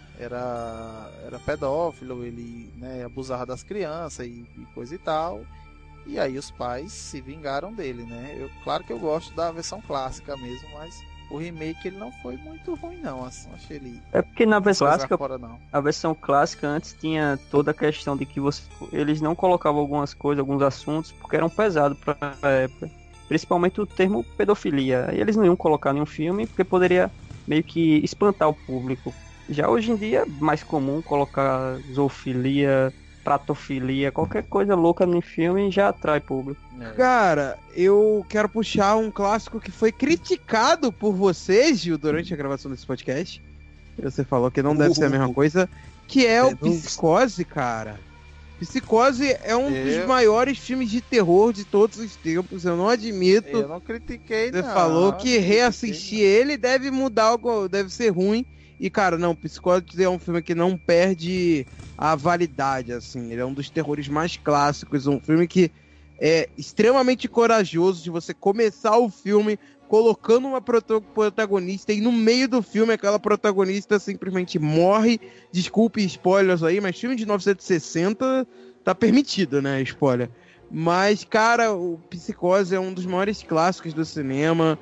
era pedófilo, ele, né, abusava das crianças e coisa e tal. E aí os pais se vingaram dele, né? Claro que eu gosto da versão clássica mesmo, mas o remake ele não foi muito ruim não, assim, achei ele... É porque na versão clássica, fora, não. A versão clássica antes tinha toda a questão de que eles não colocavam algumas coisas, alguns assuntos, porque eram pesados pra época. Principalmente o termo pedofilia. E eles não iam colocar em um filme, porque poderia meio que espantar o público. Já hoje em dia é mais comum colocar zoofilia, pratofilia, qualquer coisa louca no filme já atrai público. Cara, eu quero puxar um clássico que foi criticado por você, Gil, durante a gravação desse podcast. Você falou que não deve ser a mesma coisa, que é o Psicose, cara. Psicose é um dos maiores filmes de terror de todos os tempos, eu não admito. Eu não critiquei, Você falou que reassistir ele deve mudar algo, deve ser ruim. E, cara, não, Psicose é um filme que não perde a validade, assim. Ele é um dos terrores mais clássicos, um filme que é extremamente corajoso de você começar o filme colocando uma protagonista e no meio do filme aquela protagonista simplesmente morre. Desculpe spoilers aí, mas filme de 1960 tá permitido, né, spoiler. Mas, cara, o Psicose é um dos maiores clássicos do cinema.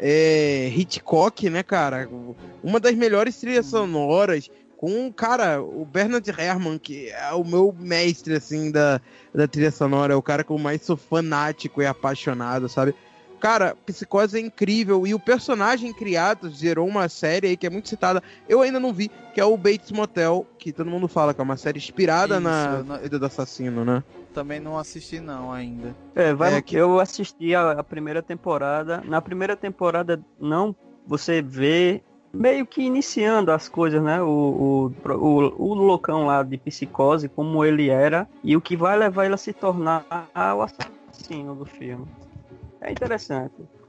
Hitchcock, né, cara? Uma das melhores trilhas sonoras com, cara, o Bernard Herrmann, que é o meu mestre, assim, da trilha sonora, é o cara que eu mais sou fanático e apaixonado, sabe? Cara, Psicose é incrível, e o personagem criado gerou uma série aí que é muito citada, eu ainda não vi, que é o Bates Motel, que todo mundo fala que é uma série inspirada na vida do assassino, né? Também não assisti não ainda. Eu assisti a primeira temporada. Na primeira temporada, não, você vê meio que iniciando as coisas, né? O loucão lá de Psicose, como ele era, e o que vai levar ele a se tornar o assassino do filme. É interessante.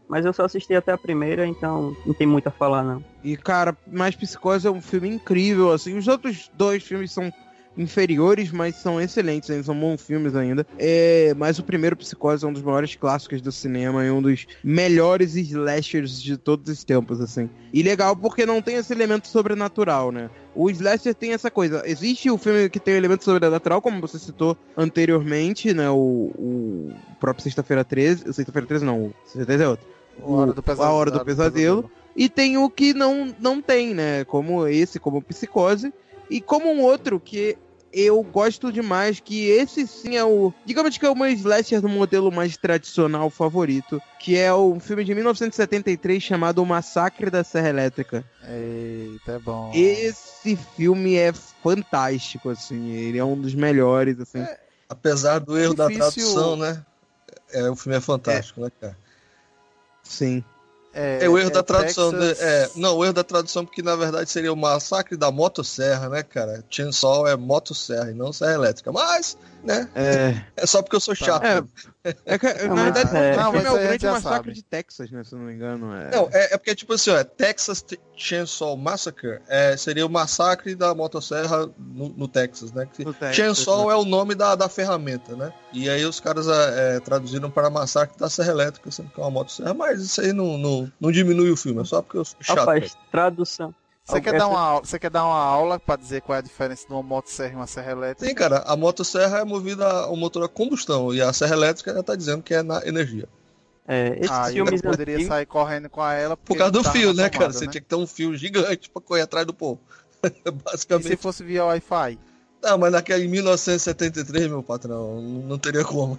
Mas eu só assisti até a primeira, então não tem muito a falar, não. E, cara, mas Psicose é um filme incrível, assim. Os outros dois filmes são inferiores, mas são excelentes, eles são bons filmes ainda. Mas o primeiro Psicose é um dos maiores clássicos do cinema e um dos melhores slashers de todos os tempos, assim. E legal porque não tem esse elemento sobrenatural, né? O slasher tem essa coisa. Existe o filme que tem o elemento sobrenatural, como você citou anteriormente, né? O próprio Sexta-feira 13. Sexta-feira 13 não, Sexta-feira 13 é outro. A Hora do Pesadelo. E tem o que não tem, né? Como esse, como Psicose. E como um outro que eu gosto demais, que esse sim é o... Digamos que é o meu slasher do modelo mais tradicional favorito, que é o filme de 1973 chamado O Massacre da Serra Elétrica. Eita, é bom. Esse filme é fantástico, assim. Ele é um dos melhores, assim. Apesar do erro da Difícil. tradução, né? O filme é fantástico, né, cara? Sim. O erro da tradução. Texas... Não, o erro da tradução, porque na verdade seria o Massacre da Motosserra, né, cara? Chainsaw é motosserra e não serra elétrica. Mas, né? É só porque eu sou chato. Na verdade, o filme é o aí a gente Grande já Massacre sabe. de Texas, né? Se eu não me engano. Não, é porque, tipo assim, Texas Chainsaw Massacre seria o massacre da motosserra no Texas, né? No Texas, Chainsaw né? é o nome da ferramenta, né? E aí os caras traduziram para massacre da serra elétrica, sendo que é uma motosserra, mas isso aí não diminui o filme, é só porque eu sou chato. Rapaz, tradução. Você quer dar uma aula pra dizer qual é a diferença de uma motosserra e uma serra elétrica? Sim, cara, a motosserra é movida ao motor a combustão e a serra elétrica já tá dizendo que é na energia. Esses Eu filmes poderia antigos... sair correndo com ela Por causa do tava fio, na né, cara? tomada, Você né? tinha que ter um fio gigante pra correr atrás do povo. E Basicamente. se fosse via Wi-Fi? Não, mas naquele em 1973, meu patrão, não teria como.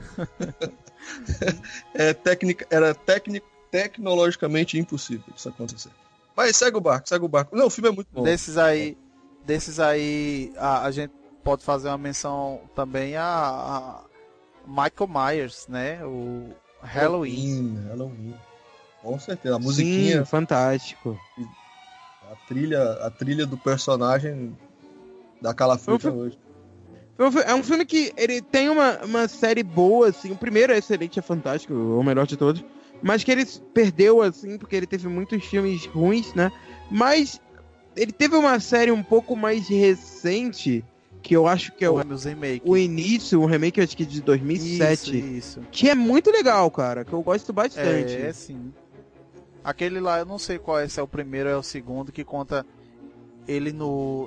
Era tecnologicamente impossível isso acontecer. Mas segue o barco. Não, o filme é muito bom. Desses aí a gente pode fazer uma menção também a Michael Myers, né? O Halloween. Halloween. Com certeza. A musiquinha, Sim, fantástico. a trilha do personagem da calafrio hoje. É um filme que ele tem uma série boa, assim. O primeiro é excelente, é fantástico, o melhor de todos. Mas que ele perdeu, assim, porque ele teve muitos filmes ruins, né? Mas ele teve uma série um pouco mais recente, que eu acho que é o início, um remake, acho que de 2007. Isso. Que é muito legal, cara, que eu gosto bastante. Sim. Aquele lá, eu não sei qual é, se é o primeiro ou é o segundo, que conta ele no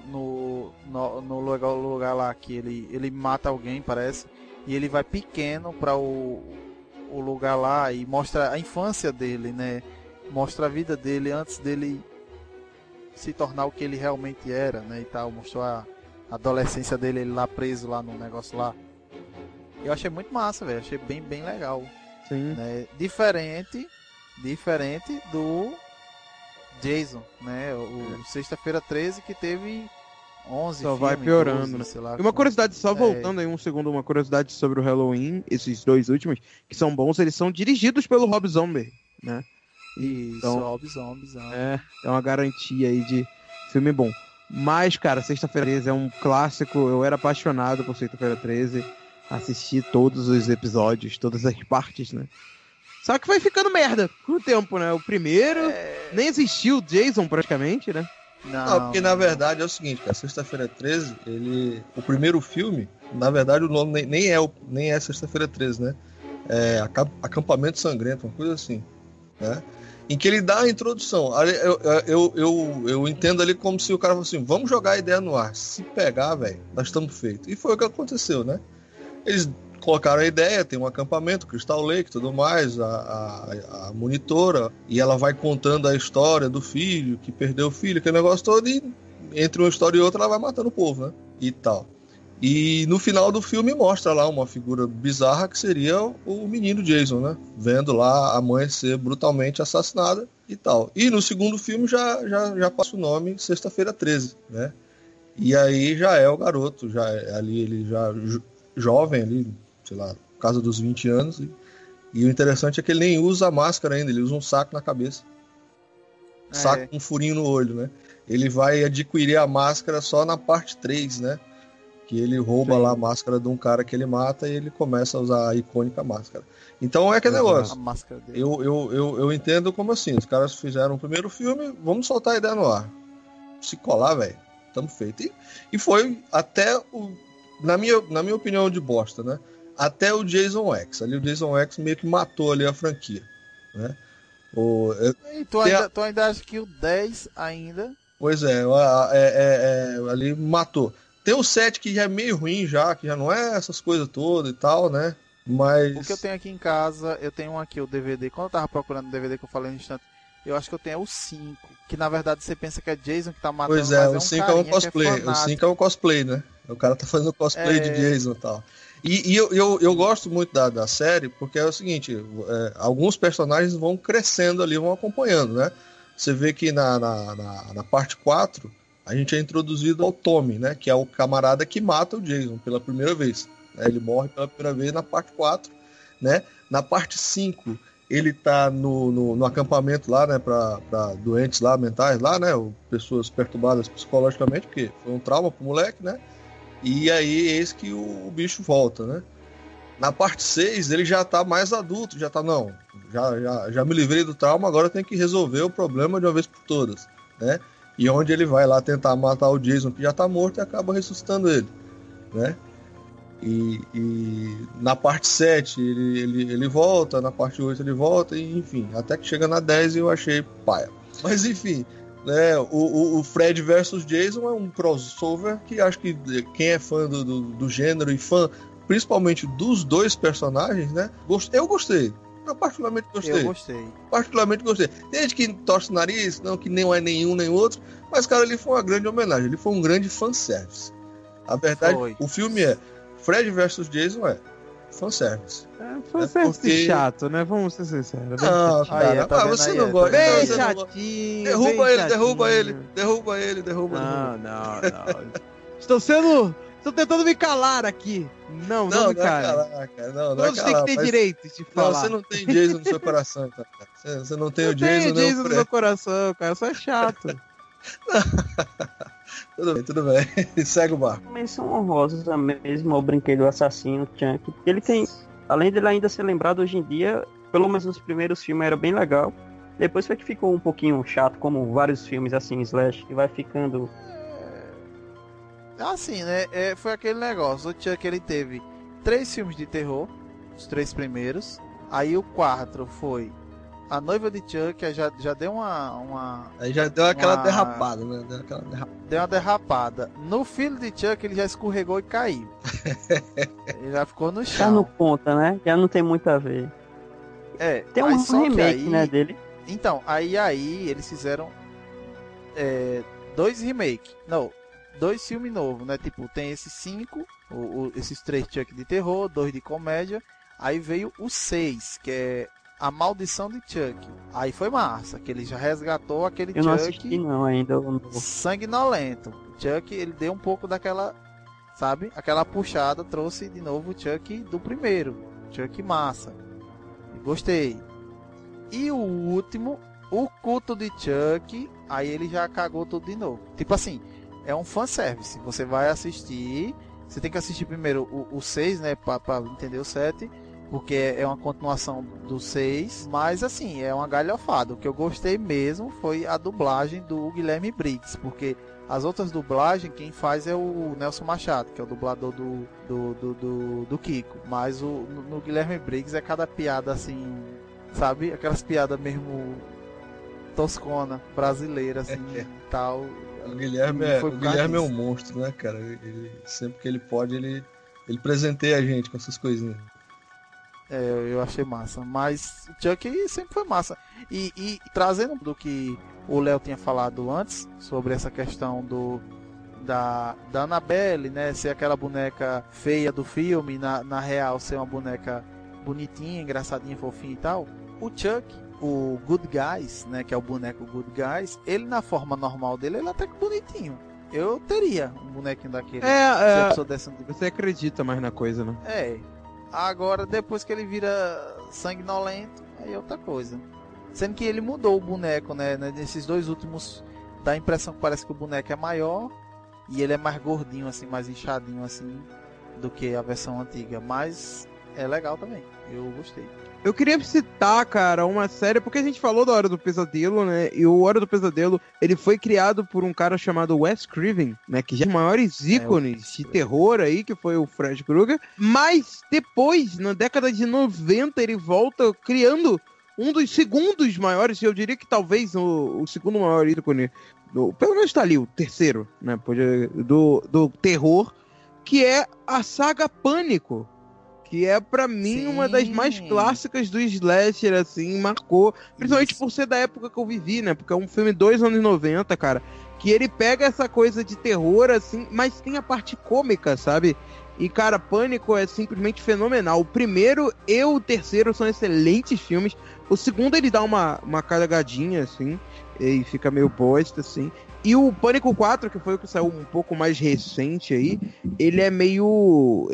lugar lá que ele mata alguém, parece, e ele vai pequeno para o lugar lá e mostra a infância dele, né? Mostra a vida dele antes dele se tornar o que ele realmente era, né? E tal, mostrou a adolescência dele, ele lá preso lá no negócio lá. Eu achei muito massa, velho, achei bem legal. Sim. Né? Diferente do Jason, né? O Sexta-feira 13 que teve 11 Só vai filmes, piorando, 12, né? sei lá, E uma curiosidade, só voltando aí um segundo, uma curiosidade sobre o Halloween, esses dois últimos, que são bons, eles são dirigidos pelo Rob Zombie, né? Isso, Então, Rob Zombie. é uma garantia aí de filme bom. Mas, cara, Sexta-feira 13 é um clássico, eu era apaixonado por Sexta-feira 13, assisti todos os episódios, todas as partes, né? Só que vai ficando merda com o tempo, né? O primeiro nem existiu o Jason praticamente, né? Não, porque na verdade é o seguinte, cara, Sexta-feira 13, o primeiro filme, na verdade o nome nem é Sexta-feira 13, né? É Acampamento Sangrento, uma coisa assim, né? Em que ele dá a introdução. Eu entendo ali como se o cara fosse assim, vamos jogar a ideia no ar. Se pegar, velho, nós estamos feitos. E foi o que aconteceu, né? Eles colocaram a ideia, tem um acampamento, Crystal Lake, tudo mais, a monitora, e ela vai contando a história do filho, que perdeu o filho, aquele negócio todo, e entre uma história e outra ela vai matando o povo, né? E tal. E no final do filme mostra lá uma figura bizarra que seria o menino Jason, né? Vendo lá a mãe ser brutalmente assassinada e tal. E no segundo filme já passa o nome Sexta-feira 13, né? E aí já é o garoto, já ali ele já jovem ali, sei lá, por causa dos 20 anos. E o interessante é que ele nem usa a máscara ainda, ele usa um saco na cabeça. Saco com um furinho no olho, né? Ele vai adquirir a máscara só na parte 3, né? Que ele rouba lá a máscara de um cara que ele mata e ele começa a usar a icônica máscara. Então é aquele A negócio. máscara dele. Eu entendo como assim, os caras fizeram o primeiro filme, vamos soltar a ideia no ar. Se colar, velho, tamo feito. E foi até na minha opinião de bosta, né? Até o Jason X. Ali o Jason X meio que matou ali a franquia, né? E tu ainda acha que o 10 ainda... Pois ali matou. Tem o 7 que já é meio ruim já, que já não é essas coisas todas e tal, né? Mas... O que eu tenho aqui em casa, eu tenho aqui o DVD. Quando eu tava procurando o DVD que eu falei no instante, eu acho que eu tenho o 5. Que na verdade você pensa que é Jason que tá matando, pois é, mas o 5 é um cosplay. O 5 é um cosplay, né? O cara tá fazendo cosplay de Jason e tal. E eu gosto muito da série, porque é o seguinte, alguns personagens vão crescendo ali, vão acompanhando, né? Você vê que na parte 4, a gente é introduzido ao Tommy, né? Que é o camarada que mata o Jason pela primeira vez. Né? Ele morre pela primeira vez na parte 4, né? Na parte 5, ele tá no acampamento lá, né? Pra doentes lá, mentais lá, né? Ou pessoas perturbadas psicologicamente, porque foi um trauma pro moleque, né? E aí, eis que o bicho volta, né? Na parte 6, ele já tá mais adulto, já tá, não, já me livrei do trauma, agora eu tenho que resolver o problema de uma vez por todas, né? E onde ele vai lá tentar matar o Jason, que já tá morto, e acaba ressuscitando ele, né? E na parte 7 ele volta, na parte 8 ele volta, e enfim, até que chega na 10 eu achei paia. Mas enfim, né, o Fred versus Jason é um crossover que acho que quem é fã do gênero e fã principalmente dos dois personagens, né? Eu gostei. Eu particularmente gostei. Eu gostei. Particularmente gostei. Tem gente que torce o nariz, não, que nem é nenhum nem outro, mas, cara, ele foi uma grande homenagem, ele foi um grande fanservice. A verdade, o filme é Fred vs Jason fanservice. Fanservice porque... chato, né? Vamos ser sinceros. Não, cara, você não gosta. Bem chatinho. Derruba ele. Não. Estou tentando me calar aqui. Não me cale. Todos têm que ter direito de falar. Não, você não tem Jason no seu coração, então, cara. Você não tem o Jason no Jason no meu coração, cara. Só é chato. Tudo bem. Segue o barco. Menção honrosa mesmo ao brinquedo assassino, Chunk. Ele tem, além dele ainda ser lembrado hoje em dia, pelo menos nos primeiros filmes era bem legal. Depois foi que ficou um pouquinho chato, como vários filmes assim, slash, que vai ficando... Assim, né? Foi aquele negócio. O Chuck, ele teve 3 filmes de terror, os 3 primeiros. Aí o 4 foi A Noiva de Chuck, aí já deu uma... Aí já deu aquela derrapada, né? Deu uma derrapada. No Filho de Chuck, ele já escorregou e caiu. Ele já ficou no chão. Já não conta, né? Já não tem muito a ver. Tem um remake, né, dele. Então, aí eles fizeram 2 remakes. Não, 2 filmes novos, né? Tipo, tem esses 5, esses 3 Chuck de terror, 2 de comédia. Aí veio o 6, que é A Maldição de Chuck. Aí foi massa, que ele já resgatou aquele Chuck. Eu não assisti não ainda. Sanguinolento. Chuck, ele deu um pouco daquela, sabe? Aquela puxada, trouxe de novo o Chuck do primeiro. Chuck massa. Gostei. E o último, O Culto de Chuck, aí ele já cagou tudo de novo. Tipo assim, é um fanservice. Você vai assistir, você tem que assistir primeiro o 6, né, pra entender o 7, porque é uma continuação do 6, mas assim, é uma galhofada. O que eu gostei mesmo foi a dublagem do Guilherme Briggs, porque as outras dublagens, quem faz é o Nelson Machado, que é o dublador do Kiko. Mas no Guilherme Briggs é cada piada assim, sabe? Aquelas piadas mesmo toscona, brasileira, assim, tal. O Guilherme é um monstro, né, cara? Ele, sempre que ele pode, ele presenteia a gente com essas coisinhas. Eu achei massa. Mas o Chuck sempre foi massa. E trazendo do que o Léo tinha falado antes, sobre essa questão da Annabelle, né? Ser aquela boneca feia do filme, na real ser uma boneca bonitinha, engraçadinha, fofinha e tal. O Chuck, o Good Guys, né, que é o boneco Good Guys, ele na forma normal dele, ele é até que bonitinho. Eu teria um bonequinho daquele. Você acredita mais na coisa, né? Agora, depois que ele vira sanguinolento, aí é outra coisa. Sendo que ele mudou o boneco, né? Nesses 2 últimos, dá a impressão que parece que o boneco é maior e ele é mais gordinho, assim, mais inchadinho, assim, do que a versão antiga. Mas é legal também. Eu gostei. Eu queria citar, cara, uma série, porque a gente falou da Hora do Pesadelo, né? E o Hora do Pesadelo, ele foi criado por um cara chamado Wes Craven, né? Que já é um dos maiores ícones de terror aí, que foi o Fred Krueger. Mas depois, na década de 90, ele volta criando um dos segundos maiores, eu diria que talvez o segundo maior ícone, pelo menos tá ali, o terceiro, né? Do terror, que é a saga Pânico. Que é, pra mim, Sim. uma das mais clássicas do slasher, assim, marcou. Principalmente Isso. por ser da época que eu vivi, né? Porque é um filme dos anos 90, cara. Que ele pega essa coisa de terror, assim, mas tem a parte cômica, sabe? E, cara, Pânico é simplesmente fenomenal. O primeiro e o terceiro são excelentes filmes. O segundo, ele dá uma cagadinha, assim, e fica meio bosta, assim. E o Pânico 4, que foi o que saiu um pouco mais recente aí, ele é meio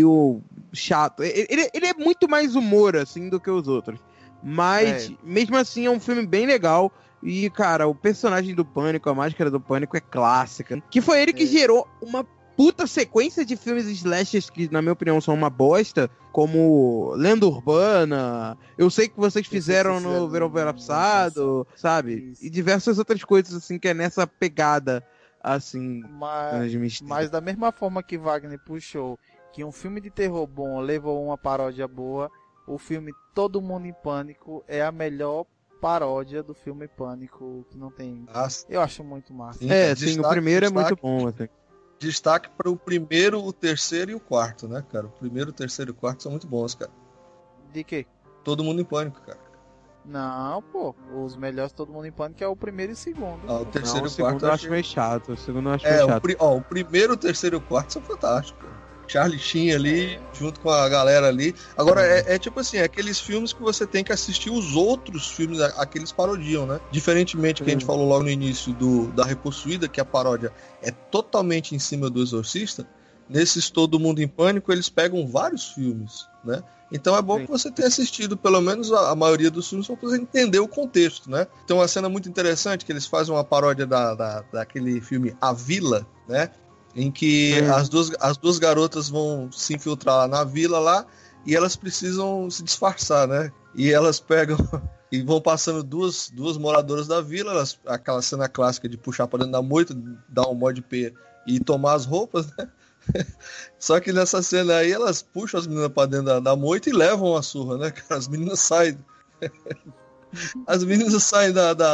chato. Ele é muito mais humor, assim, do que os outros. Mas, mesmo assim, é um filme bem legal. E, cara, o personagem do Pânico, a máscara do Pânico é clássica. Que foi ele que gerou uma puta sequência de filmes slashers que, na minha opinião, são uma bosta, como Lenda Urbana, eu sei que vocês fizeram no Verão passado, sabe? Isso. E diversas outras coisas, assim, que é nessa pegada, assim, mas da mesma forma que Wagner puxou que um filme de terror bom levou uma paródia boa, o filme Todo Mundo em Pânico é a melhor paródia do filme Pânico, que não tem... Eu acho muito massa. Sim, o primeiro é muito bom, assim. Destaque para o primeiro, o terceiro e o quarto, né, cara? O primeiro, o terceiro e o quarto são muito bons, cara. De quê? Todo Mundo em Pânico, cara. Não, pô. Os melhores Todo Mundo em Pânico é o primeiro e o segundo. O terceiro e o quarto eu acho meio chato. O segundo eu acho meio chato. O primeiro, o terceiro e o quarto são fantásticos. Charlie Sheen ali, junto com a galera ali. Agora, é tipo assim, é aqueles filmes que você tem que assistir os outros filmes, aqueles parodiam, né? Diferentemente do que a gente falou logo no início da Repossuída, que a paródia é totalmente em cima do Exorcista, nesses Todo Mundo em Pânico, eles pegam vários filmes, né? Então é bom que você tenha assistido pelo menos a maioria dos filmes para você entender o contexto, né? Tem uma cena muito interessante que eles fazem uma paródia daquele filme A Vila, né? Em que as duas garotas vão se infiltrar lá na vila lá e elas precisam se disfarçar, né? E elas pegam e vão passando duas moradoras da vila, aquela cena clássica de puxar para dentro da moita, dar um mod P e tomar as roupas, né? Só que nessa cena aí elas puxam as meninas para dentro da moita e levam a surra, né? As meninas saem As meninas saem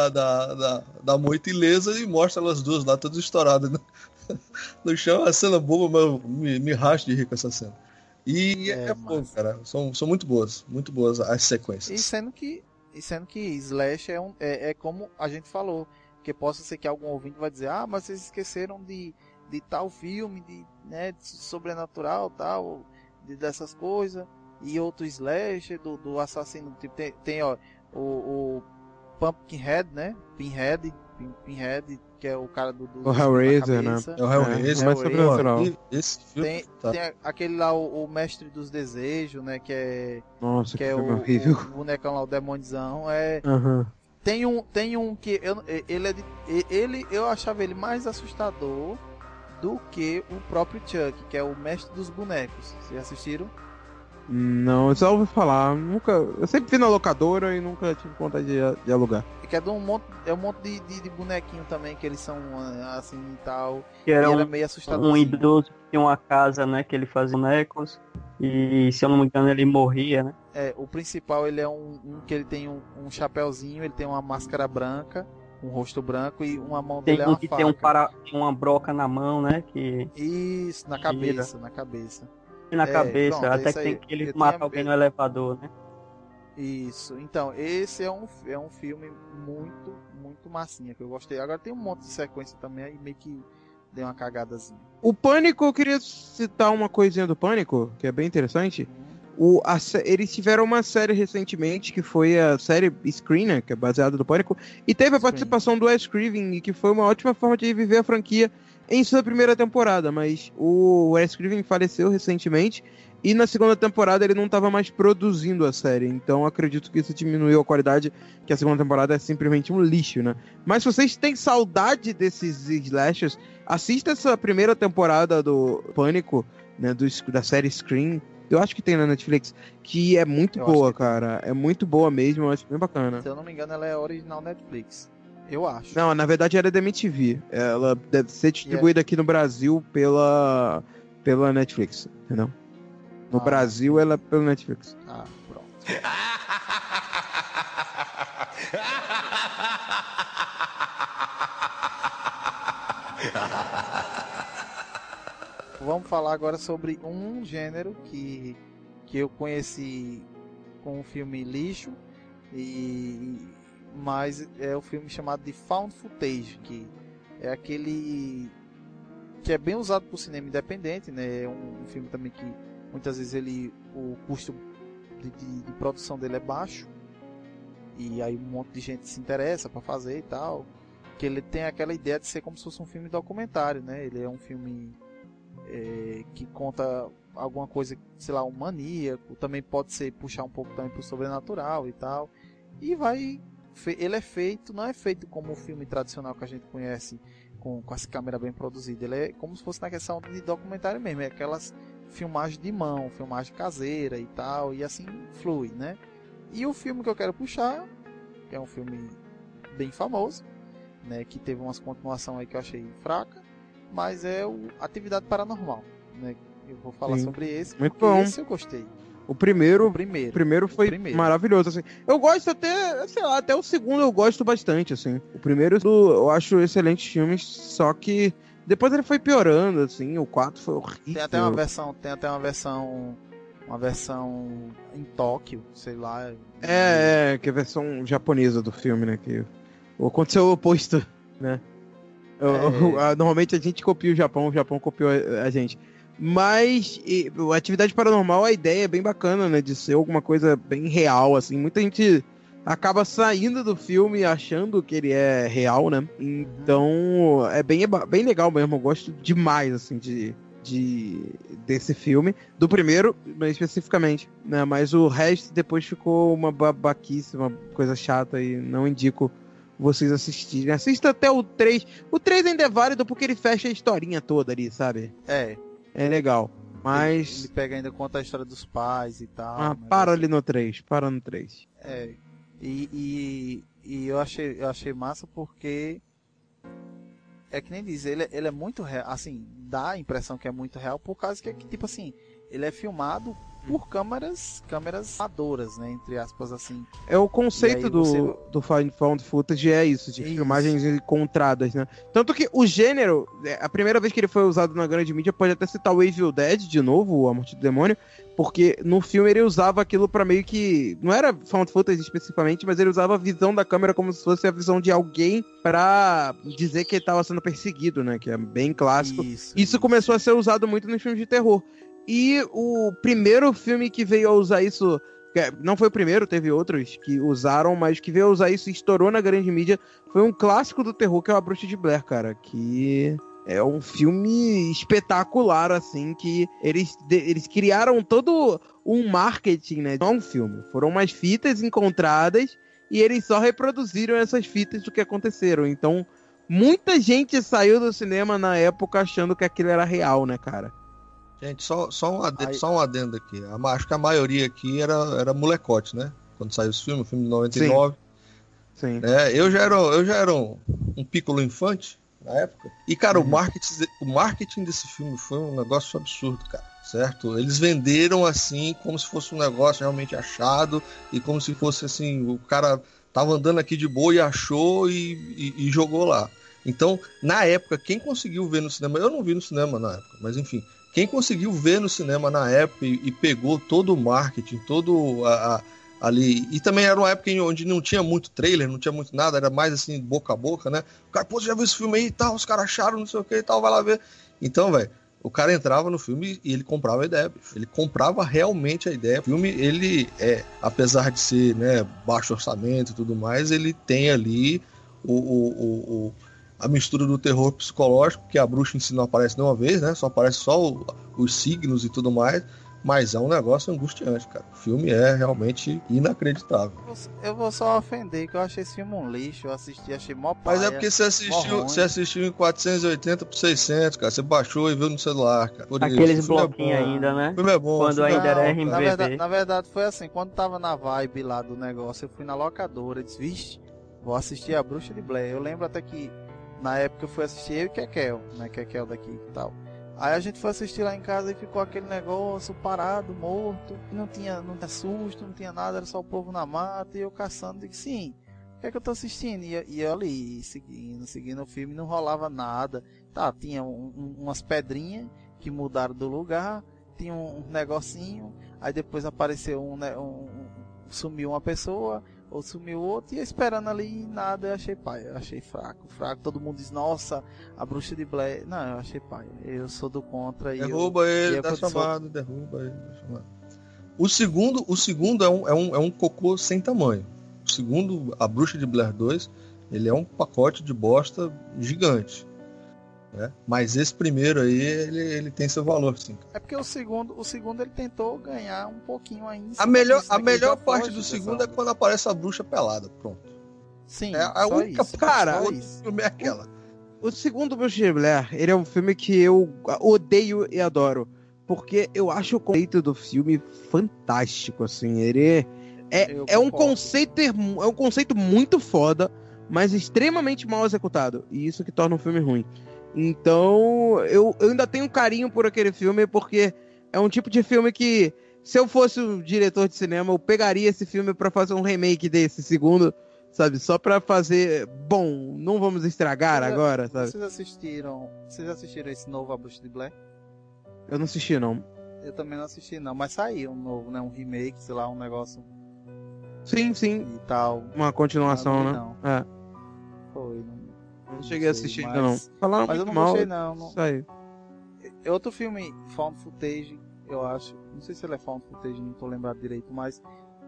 da moita ilesa e mostram elas duas lá, todas estouradas no chão. A cena boba, mas me racho de rir com essa cena. E é bom, cara. São muito boas as sequências. E sendo que Slash é como a gente falou, que possa ser que algum ouvinte vai dizer, mas vocês esqueceram de tal filme, de sobrenatural, tal, dessas coisas, e outro Slash do assassino, tipo, tem ó, o Pumpkinhead, né? Pinhead, que é o cara do o Hellraiser, né? É o Hellraiser, mas sobrenatural. Esse filme tem aquele lá, o Mestre dos Desejos, né? Que é, nossa, que é o bonecão lá, o demôniozão. Tem um que eu achava ele mais assustador do que o próprio Chuck, que é o Mestre dos Bonecos. Vocês assistiram? Não, eu só ouvi falar. Eu sempre vi na locadora e nunca tive vontade de alugar. Que é um monte de bonequinho também, que eles são assim e tal. Que era meio assustador. Um idoso que tinha uma casa, né, que ele fazia bonecos. E se eu não me engano ele morria, né? O principal, ele é um que ele tem um chapéuzinho, ele tem uma máscara branca, um rosto branco e uma mão dele é uma faca. Tem uma broca na mão, né? Isso, na cabeça. E na cabeça, pronto, até que tem que ele mata alguém no elevador, né? Isso, então, esse é um filme muito, muito massinha, que eu gostei. Agora tem um monte de sequência também, aí meio que deu uma cagadazinha. O Pânico, eu queria citar uma coisinha do Pânico, que é bem interessante. Eles tiveram uma série recentemente, que foi a série Screener, que é baseada no Pânico, e teve a participação do Wes Craven, que foi uma ótima forma de viver a franquia em sua primeira temporada, mas o Wes Craven faleceu recentemente e na segunda temporada ele não estava mais produzindo a série, então acredito que isso diminuiu a qualidade, que a segunda temporada é simplesmente um lixo, né? Mas se vocês têm saudade desses slashers, assista essa primeira temporada do Pânico, né, da série Scream, Eu acho que tem na Netflix, que é muito Eu acho boa, que tem. cara. É muito boa mesmo, eu acho bem bacana. Se eu não me engano, ela é original Netflix. Eu acho. Não, na verdade era da MTV. Ela deve ser distribuída aqui no Brasil pela Netflix, entendeu? No Ah, Brasil ela é pela Netflix. Ah, pronto. Vamos falar agora sobre um gênero que eu conheci com o filme Lixo, mas é o filme chamado de Found Footage, que é aquele que é bem usado para o cinema independente, né? É um filme também que muitas vezes o custo de produção dele é baixo, e aí um monte de gente se interessa para fazer e tal, que ele tem aquela ideia de ser como se fosse um filme documentário, né? Ele é um filme que conta alguma coisa, sei lá, um maníaco, também pode ser puxar um pouco também pro sobrenatural e tal, e ele é feito, não é feito como o filme tradicional que a gente conhece, com essa câmera bem produzida, ele é como se fosse na questão de documentário mesmo, é aquelas filmagens de mão, filmagem caseira e tal, e assim flui, né? E o filme que eu quero puxar, que é um filme bem famoso, né, que teve umas continuações aí que eu achei fraca, mas é o Atividade Paranormal, né? Eu vou falar Sim. sobre esse, Muito porque bom. esse eu gostei. O primeiro foi O primeiro. maravilhoso, assim. Eu gosto até, sei lá, até o segundo eu gosto bastante, assim. O primeiro eu acho excelentes filmes, só que depois ele foi piorando, assim. O 4 foi horrível. Tem até uma versão em Tóquio, sei lá. Que é a versão japonesa do filme, né? Que aconteceu o oposto, né? Normalmente a gente copia o Japão copiou a gente. Mas a Atividade Paranormal, a ideia é bem bacana, né? De ser alguma coisa bem real, assim. Muita gente acaba saindo do filme achando que ele é real, né? Então, é bem legal mesmo. Eu gosto demais, assim, desse filme. Do primeiro, especificamente, né? Mas o resto depois ficou uma babaquice, uma coisa chata e não indico vocês assistirem. Assista até o 3. O 3 ainda é válido porque ele fecha a historinha toda ali, sabe? É legal. Mas. Ele pega ainda, conta a história dos pais e tal. Para ali no 3. Para no 3. E eu achei massa porque é que nem diz, ele é muito real, assim, dá a impressão que é muito real por causa que tipo assim, ele é filmado por câmeras amadoras, né, entre aspas, assim. É o conceito do Found Footage, é isso, de filmagens encontradas, né? Tanto que o gênero, a primeira vez que ele foi usado na grande mídia, pode até citar o Evil Dead de novo, A Morte do Demônio, porque no filme ele usava aquilo pra meio que, não era Found Footage especificamente, mas ele usava a visão da câmera como se fosse a visão de alguém pra dizer que ele tava sendo perseguido, né? Que é bem clássico. Isso começou a ser usado muito nos filmes de terror. E o primeiro filme que veio a usar isso, não foi o primeiro, teve outros que usaram, mas que veio a usar isso e estourou na grande mídia, foi um clássico do terror, que é o A Bruxa de Blair, cara, que é um filme espetacular, assim, que eles criaram todo um marketing, né? Não é um filme, foram umas fitas encontradas e eles só reproduziram essas fitas do que aconteceram. Então, muita gente saiu do cinema na época achando que aquilo era real, né, cara? Gente, só um adendo aqui. Acho que a maioria aqui era molecote, né? Quando saiu esse filme, o filme de 99. Sim. Eu já era um piccolo infante na época. E, cara, o marketing desse filme foi um negócio absurdo, cara. Certo? Eles venderam assim, como se fosse um negócio realmente achado. E como se fosse assim, o cara tava andando aqui de boa e achou e jogou lá. Então, na época, quem conseguiu ver no cinema... Eu não vi no cinema na época, mas enfim... Quem conseguiu ver no cinema na época e pegou todo o marketing, todo ali... E também era uma época onde não tinha muito trailer, não tinha muito nada, era mais assim, boca a boca, né? O cara, pô, você já viu esse filme aí e tal? Os caras acharam, não sei o que e tal, vai lá ver. Então, velho, o cara entrava no filme e ele comprava a ideia, bicho. Ele comprava realmente a ideia. O filme, ele apesar de ser, né, baixo orçamento e tudo mais, ele tem ali a mistura do terror psicológico, que a bruxa em si não aparece nenhuma vez, né? Só aparece os signos e tudo mais. mas é um negócio angustiante, cara. O filme é realmente inacreditável. Eu vou só ofender, que eu achei esse filme um lixo. Eu assisti, achei mó Mas paia, é porque mó você assistiu em 480 por 600, cara. Você baixou e viu no celular, cara. Por Aqueles isso, o filme é bloquinhos bom. ainda, né? O filme é bom. Quando o filme ainda é era bom, RMVB. cara. Na verdade foi assim, quando tava na vibe lá do negócio, eu fui na locadora e disse, vixe, vou assistir a Bruxa de Blair. Eu lembro até que na época eu fui assistir eu e Kekel, né? Kekel daqui e tal. Aí a gente foi assistir lá em casa e ficou aquele negócio parado, morto, não tinha susto, não tinha nada, era só o povo na mata e eu caçando, digo, sim, o que é que eu tô assistindo? E eu ali, seguindo o filme, não rolava nada. Tá, tinha umas pedrinhas que mudaram do lugar, tinha um negocinho, aí depois apareceu sumiu uma pessoa, ou sumiu outro, e eu esperando ali nada, eu achei pai, eu achei fraco, todo mundo diz, nossa, a Bruxa de Blair, não, eu achei pai, eu sou do contra. Derruba ele, tá chamado, derruba ele, tá chamado. O segundo é um cocô sem tamanho. O segundo, a Bruxa de Blair 2, ele é um pacote de bosta gigante. Né? Mas esse primeiro aí, ele tem seu valor, sim. É porque o segundo ele tentou ganhar um pouquinho ainda. A melhor parte do segundo é quando aparece a bruxa pelada, pronto. Sim, é a única isso. Cara, o filme é aquela. O segundo Bruxa de Blair, ele é um filme que eu odeio e adoro. Porque eu acho o conceito do filme fantástico, assim. Ele é um conceito muito foda, mas extremamente mal executado. E isso que torna o filme ruim. Então, eu ainda tenho um carinho por aquele filme, porque é um tipo de filme que, se eu fosse o diretor de cinema, eu pegaria esse filme pra fazer um remake desse segundo, sabe? Só pra fazer, bom, não vamos estragar agora, sabe? Vocês assistiram esse novo A Bruxa de Blair? Eu não assisti, não. Eu também não assisti, não, mas saiu um novo, né? Um remake, sei lá, um negócio Sim. e tal. Uma continuação, né? Não. É. Foi, Não cheguei a assistir ainda, não. mas Falaram eu muito não mal. gostei, não. Saiu. Outro filme, Found Footage, eu acho. Não sei se ele é Found Footage, não tô lembrado direito, mas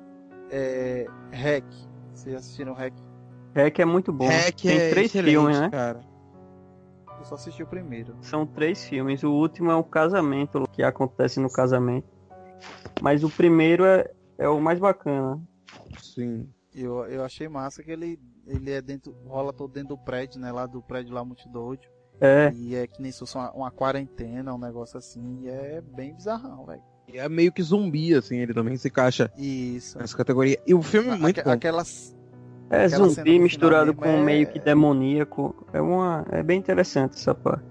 é Hack. Vocês assistiram Hack? Hack é muito bom. Hack Tem é 3 excelente, filmes, né? cara. Eu só assisti o primeiro. São 3 filmes. O último é o casamento, o que acontece no casamento. Mas o primeiro é o mais bacana. Sim. Eu achei massa que ele é dentro, rola todo dentro do prédio, né? Lá do prédio lá multidódio. É. E é que nem se fosse uma quarentena, um negócio assim. E é bem bizarrão, velho. E é meio que zumbi, assim, ele também se encaixa Isso. nessa categoria. E o filme é muito bom. Aquelas. É Aquela cena zumbi do misturado final mesmo com é- meio que demoníaco. É bem interessante essa parte.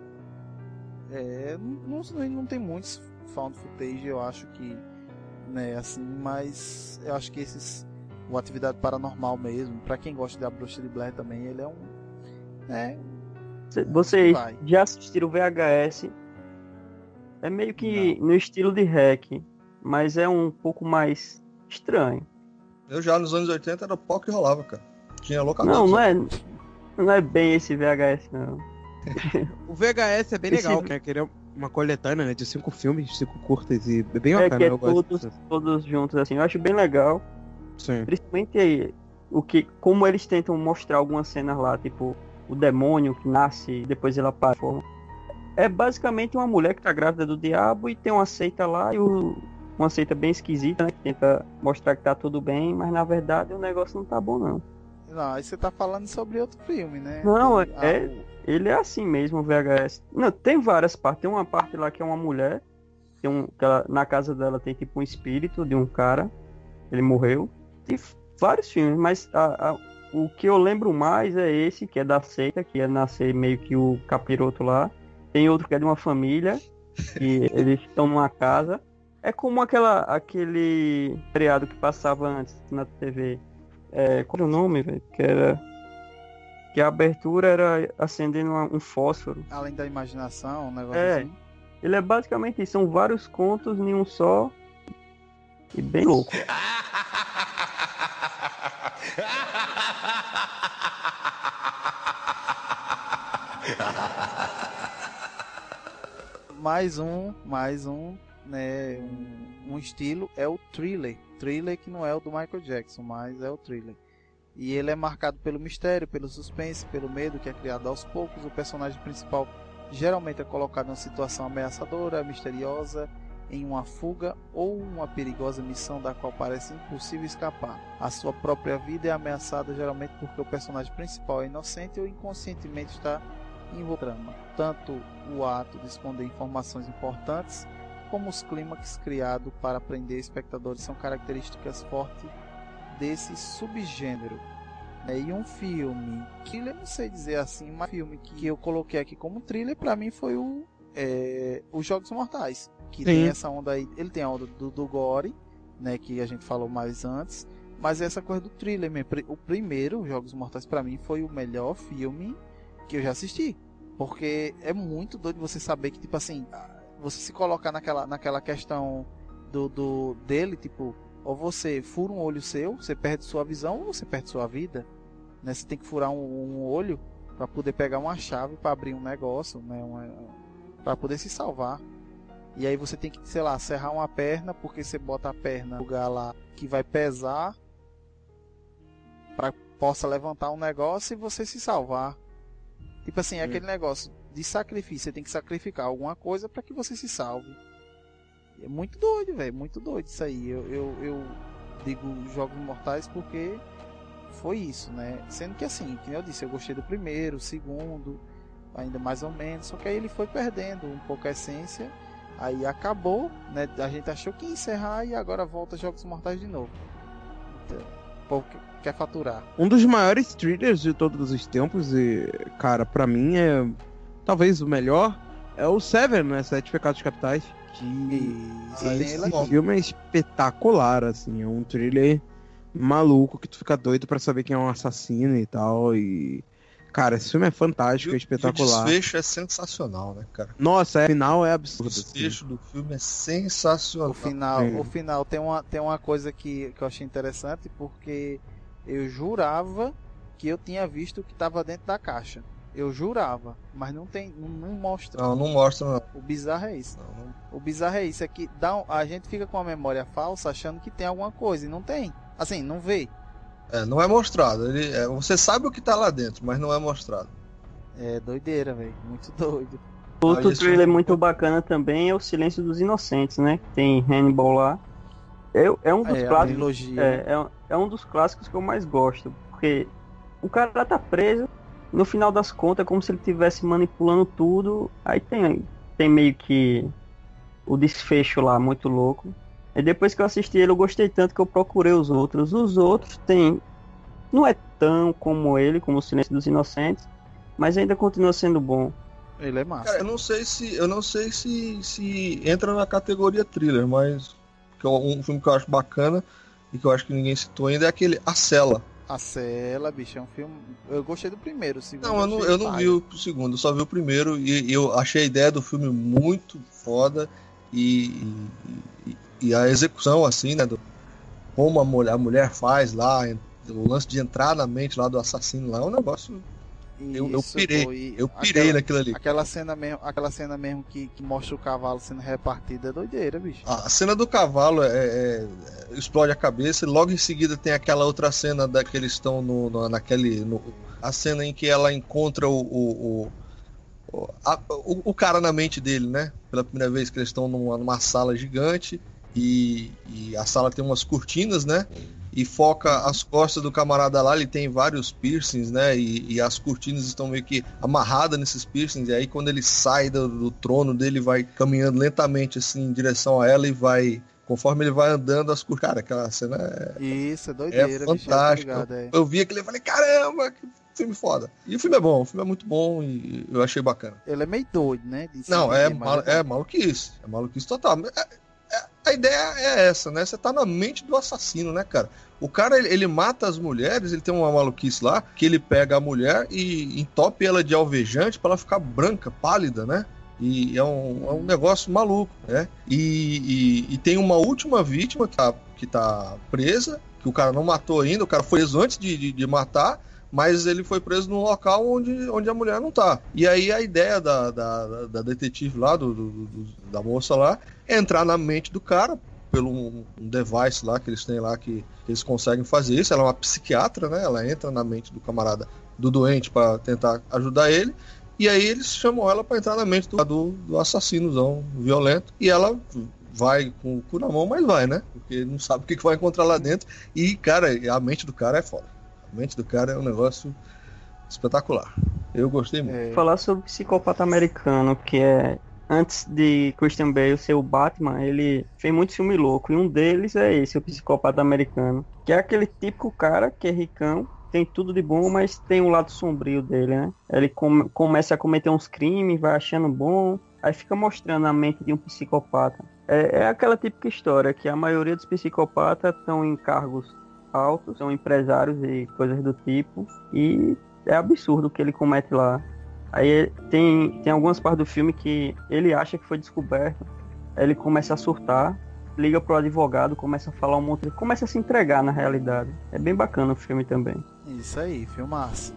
Não tem muitos found footage, eu acho que, né, assim, mas eu acho que o Atividade Paranormal mesmo, pra quem gosta da Bruxa de Blair também, ele é um, né, Vocês vai. já assistiram o VHS? É meio que no estilo de Hack, mas é um pouco mais estranho. Eu já nos anos 80 era pau que rolava, cara. Tinha locador. Não é bem esse VHS, não. O VHS é bem Esse- legal, que ele é uma coletânea, né, de 5 filmes, 5 curtas, e é bem É bacana. que é eu gosto todos juntos, assim. Eu acho bem legal. Sim. Principalmente aí, como eles tentam mostrar algumas cenas lá, tipo, o demônio que nasce, depois ela para. É basicamente uma mulher que tá grávida do diabo e tem uma seita lá, uma seita bem esquisita, né? Que tenta mostrar que tá tudo bem, mas na verdade o negócio não tá bom, não. Não, aí você tá falando sobre outro filme, né? Não, Tem ele é assim mesmo, o VHS. Não, tem várias partes. Tem uma parte lá que é uma mulher, que na casa dela tem tipo um espírito de um cara, ele morreu. Tem vários filmes, mas o que eu lembro mais é esse, que é da seita, que é nascer meio que o capiroto lá. Tem outro que é de uma família, que eles estão numa casa. É como aquele feriado que passava antes na TV. Qual era o nome, velho? Que a abertura era acendendo um fósforo. Além da imaginação, um negócio É. assim. Ele é basicamente isso, são vários contos em um só. E bem louco. Mais um, né, um estilo é o thriller. Thriller que não é o do Michael Jackson, mas é o thriller. E ele é marcado pelo mistério, pelo suspense, pelo medo que é criado aos poucos. O personagem principal geralmente é colocado em uma situação ameaçadora, misteriosa em uma fuga ou uma perigosa missão da qual parece impossível escapar. A sua própria vida é ameaçada geralmente porque o personagem principal é inocente ou inconscientemente está envolvido na trama. Tanto o ato de esconder informações importantes como os clímax criados para prender espectadores são características fortes desse subgênero. E um filme que eu não sei dizer assim, mas um filme que eu coloquei aqui como thriller para mim foi os Jogos Mortais, que tem essa onda aí, ele tem a onda do gore, né, que a gente falou mais antes, mas essa coisa do thriller mesmo. O primeiro, Jogos Mortais, para mim foi o melhor filme que eu já assisti, porque é muito doido você saber que, tipo assim, você se colocar naquela questão dele, tipo, ou você fura um olho seu, você perde sua visão, ou você perde sua vida, né? Você tem que furar um olho para poder pegar uma chave para abrir um negócio, né? Para poder se salvar. E aí você tem que, sei lá, serrar uma perna, porque você bota a perna no lugar lá que vai pesar para possa levantar um negócio e você se salvar. Tipo assim, é aquele negócio de sacrifício, você tem que sacrificar alguma coisa para que você se salve. É muito doido, velho, muito doido isso aí. Eu digo Jogos Mortais porque foi isso, né? Sendo que assim, como eu disse, eu gostei do primeiro, o segundo, ainda mais ou menos, só que aí ele foi perdendo um pouco a essência, aí acabou, né? A gente achou que ia encerrar e agora volta Jogos Mortais de novo. Então, o povo quer faturar. Um dos maiores thrillers de todos os tempos, e, cara, pra mim é talvez o melhor, é o Seven, né? Sete Pecados Capitais. Esse filme é espetacular, assim, é um thriller maluco que tu fica doido pra saber quem é um assassino e tal, e cara, esse filme é fantástico, é espetacular. O desfecho é sensacional, né, cara? Nossa, o final é absurdo. O desfecho do filme é sensacional. O final tem uma coisa que eu achei interessante, porque eu jurava que eu tinha visto o que estava dentro da caixa. Eu jurava, mas não mostra. Não mostra, não. O bizarro é isso. O bizarro é isso, é que a gente fica com a memória falsa achando que tem alguma coisa, e não tem. Assim, não vê. Não é mostrado. Você sabe o que tá lá dentro, mas não é mostrado. É doideira, velho. Muito doido. Outro thriller muito bacana também é O Silêncio dos Inocentes, né? Que tem Hannibal lá. É um dos clássicos. É um dos clássicos que eu mais gosto. Porque o cara tá preso. No final das contas, é como se ele estivesse manipulando tudo. Aí tem meio que o desfecho lá, muito louco. E depois que eu assisti ele, eu gostei tanto que eu procurei os outros. Os outros não é tão como ele, como O Silêncio dos Inocentes, mas ainda continua sendo bom. Ele é massa. Cara, eu não sei se entra na categoria thriller, mas que é um filme que eu acho bacana e que eu acho que ninguém citou ainda é aquele A Cela. A Cela, bicho, é um filme... Eu gostei do primeiro, o segundo... Não, eu não vi o segundo, eu só vi o primeiro e eu achei a ideia do filme muito foda e a execução, assim, né, como a mulher faz lá, o lance de entrar na mente lá do assassino lá, é um negócio... Eu pirei naquilo ali. Aquela cena mesmo que mostra o cavalo sendo repartido é doideira, bicho. A cena do cavalo explode a cabeça e logo em seguida tem aquela outra cena que eles estão a cena em que ela encontra o cara na mente dele, né? Pela primeira vez que eles estão numa sala gigante e a sala tem umas cortinas, né? E foca as costas do camarada lá, ele tem vários piercings, né? E as cortinas estão meio que amarradas nesses piercings. E aí quando ele sai do trono dele, vai caminhando lentamente assim em direção a ela e vai... Conforme ele vai andando, as cortinas... Cara, aquela cena Isso, é doideira, fantástica. Eu vi aquele e falei, caramba, que filme foda. E o filme é bom, o filme é muito bom e eu achei bacana. Ele é meio doido, né? Não, é maluquice. É maluquice total. A ideia é essa, né? Você tá na mente do assassino, né, cara? O cara, ele mata as mulheres, ele tem uma maluquice lá, que ele pega a mulher e entope ela de alvejante pra ela ficar branca, pálida, né? E é um negócio maluco, né? E tem uma última vítima que tá presa, que o cara não matou ainda, o cara foi preso antes de matar, mas ele foi preso num local onde a mulher não tá. E aí a ideia da detetive lá, da moça lá, é entrar na mente do cara, pelo um device lá que eles têm lá, que eles conseguem fazer isso. Ela é uma psiquiatra, né? Ela entra na mente do camarada, do doente, para tentar ajudar ele. E aí eles chamam ela para entrar na mente do assassínozão violento. E ela vai com o cu na mão, mas vai, né? Porque não sabe o que vai encontrar lá dentro. E, cara, a mente do cara é foda. A mente do cara é um negócio espetacular. Eu gostei muito. Falar sobre Psicopata Americano, que é antes de Christian Bale ser o Batman, ele fez muito filme louco. E um deles é esse, o Psicopata Americano. Que é aquele típico cara que é ricão, tem tudo de bom, mas tem um lado sombrio dele, né? Ele começa a cometer uns crimes, vai achando bom, aí fica mostrando a mente de um psicopata. É aquela típica história que a maioria dos psicopatas estão em cargos altos, são empresários e coisas do tipo, e é absurdo o que ele comete lá. Aí tem algumas partes do filme que ele acha que foi descoberto, aí ele começa a surtar, liga pro advogado, começa a falar um monte, começa a se entregar na realidade. É bem bacana o filme também. Isso aí, filmaço.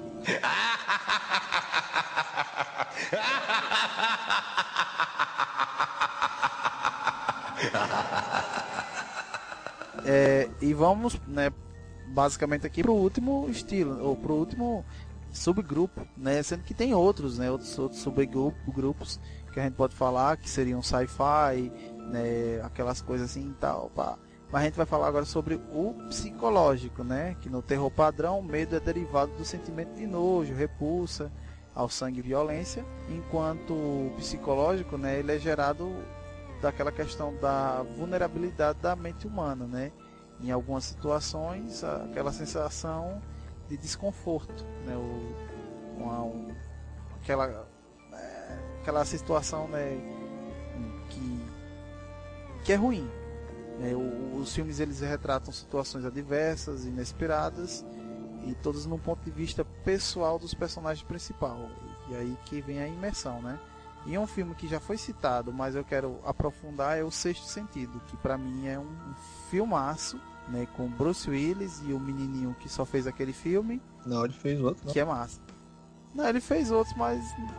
E vamos, né, basicamente aqui pro último estilo, ou pro último subgrupo, né, sendo que tem outros, né, outros subgrupos que a gente pode falar, que seriam sci-fi, né, aquelas coisas assim e tal, pá. Mas a gente vai falar agora sobre o psicológico, né, que no terror padrão o medo é derivado do sentimento de nojo, repulsa ao sangue e violência, enquanto o psicológico, né, ele é gerado daquela questão da vulnerabilidade da mente humana, né, em algumas situações aquela sensação de desconforto, né, aquela situação, né, que é ruim. Os filmes eles retratam situações adversas, inesperadas e todas num ponto de vista pessoal dos personagens principais. E aí que vem a imersão, né? E um filme que já foi citado, mas eu quero aprofundar, é O Sexto Sentido, que pra mim é um filmaço, né, com Bruce Willis e o menininho que só fez aquele filme. Não, ele fez outro, não. Que é massa. Não, ele fez outros, mas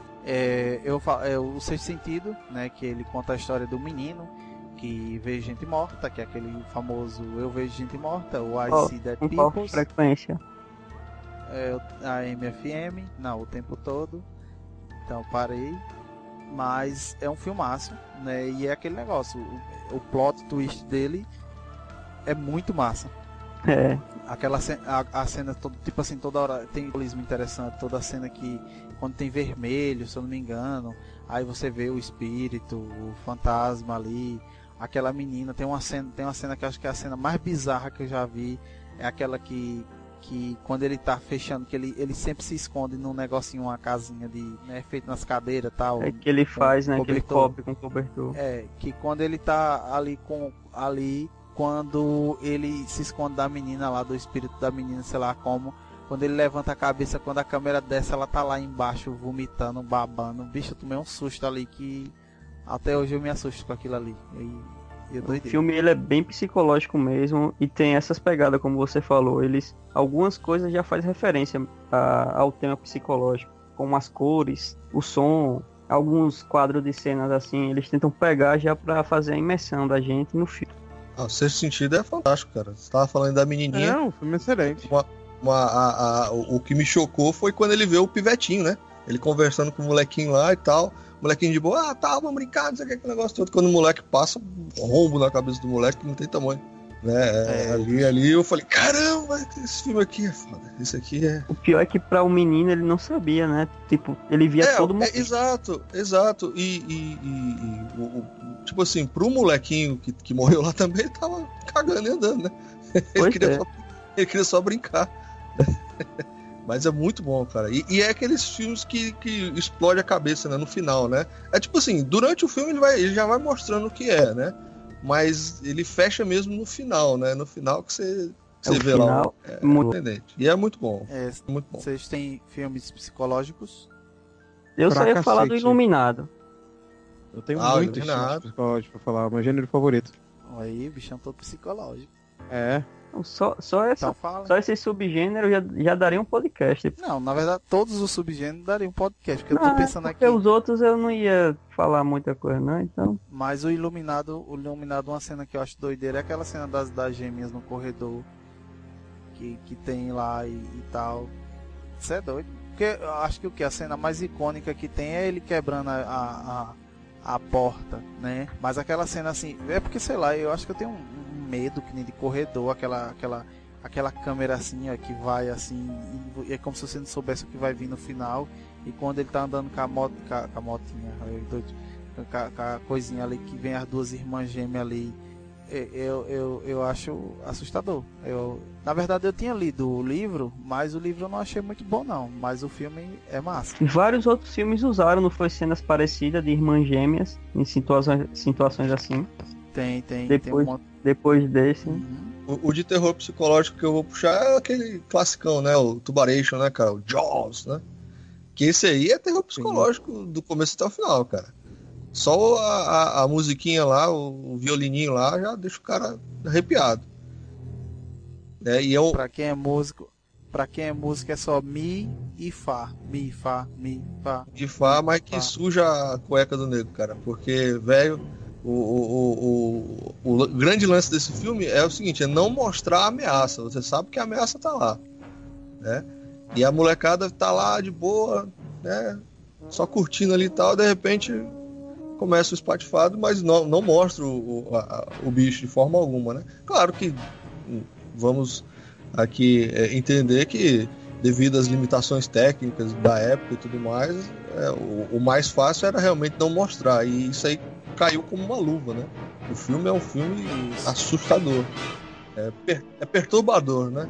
O Sexto Sentido, né, que ele conta a história do menino que vê gente morta, que é aquele famoso Eu Vejo Gente Morta, o I See Dead People. Frequência. A MFM, não, o tempo todo. Então parei. Mas é um filmaço, né? E é aquele negócio, o plot twist dele é muito massa. Aquela a cena tipo assim, toda hora tem um simbolismo interessante, toda a cena que quando tem vermelho, se eu não me engano, aí você vê o espírito, o fantasma ali, aquela menina, tem uma cena que eu acho que é a cena mais bizarra que eu já vi, é aquela que quando ele tá fechando, que ele sempre se esconde num negocinho, uma casinha de, né, feito nas cadeiras e tal. É que ele faz, né, que ele cobre com cobertor. Que quando ele tá ali quando ele se esconde da menina lá, do espírito da menina, sei lá como, quando ele levanta a cabeça, quando a câmera desce, ela tá lá embaixo vomitando, babando. Bicho, eu tomei um susto ali que até hoje eu me assusto com aquilo ali. O filme ele é bem psicológico mesmo e tem essas pegadas, como você falou. Algumas coisas já faz referência ao tema psicológico, como as cores, o som, alguns quadros de cenas assim, eles tentam pegar já pra fazer a imersão da gente no filme. O Sexto Sentido é fantástico, cara. Você tava falando da menininha. Um filme excelente. O que me chocou foi quando ele vê o pivetinho, né? Ele conversando com o molequinho lá e tal. O molequinho de boa, vamos brincar, não sei o que, aquele negócio todo. Quando o moleque passa, um rombo na cabeça do moleque que não tem tamanho. Né? Ali eu falei, caramba, esse filme aqui é foda. Isso aqui é. O pior é que pra o menino ele não sabia, né? Tipo, ele via todo mundo. Exato. Tipo assim, pro molequinho que morreu lá também, ele tava cagando e andando, né? Ele queria só brincar. Mas é muito bom, cara. E é aqueles filmes que explode a cabeça, né? No final, né? É tipo assim, durante o filme ele já vai mostrando o que é, né? Mas ele fecha mesmo no final, né? No final que você vê final, lá. Independente. E é muito bom. Muito bom. Vocês têm filmes psicológicos? Eu só ia falar do Iluminado. Eu tenho muitos filmes psicológicos pra falar. Meu gênero favorito. Aí, bichão todo psicológico. Só esse subgênero já daria um podcast. Não, na verdade, todos os subgêneros dariam um podcast. Porque eu tô pensando aqui. Os outros eu não ia falar muita coisa, não, então. Mas o Iluminado, uma cena que eu acho doideira é aquela cena das gêmeas no corredor. Que tem lá e tal. Isso é doido. Porque eu acho que a cena mais icônica que tem é ele quebrando a a porta, né? Mas aquela cena assim, é porque sei lá, eu acho que eu tenho um medo que nem de corredor, aquela câmera assim, ó, que vai assim, e é como se você não soubesse o que vai vir no final. E quando ele tá andando com a motinha, com a coisinha ali que vem as duas irmãs gêmeas ali, eu acho assustador. Na verdade eu tinha lido o livro, mas o livro eu não achei muito bom não, mas o filme é massa. Vários outros filmes usaram, não foi, cenas parecidas de irmãs gêmeas em situações assim. Tem Depois desse. O de terror psicológico que eu vou puxar é aquele classicão, né? O Tubaration, né, cara? O Jaws, né? Que esse aí é terror psicológico do começo até o final, cara. Só a musiquinha lá, o violininho lá, já deixa o cara arrepiado. Pra quem é músico é só Mi e Fá. Mi, Fá, Mi, Fá. De Fá, mas que suja a cueca do nego, cara. Porque, velho, o grande lance desse filme é o seguinte, é não mostrar a ameaça. Você sabe que a ameaça tá lá, né? E a molecada tá lá de boa, né? Só curtindo ali e tal, de repente começa o espatifado, mas não mostra o bicho de forma alguma, né? Claro que vamos aqui entender que devido às limitações técnicas da época e tudo mais, o mais fácil era realmente não mostrar, e isso aí caiu como uma luva, né? O filme é um filme assustador, é perturbador, né?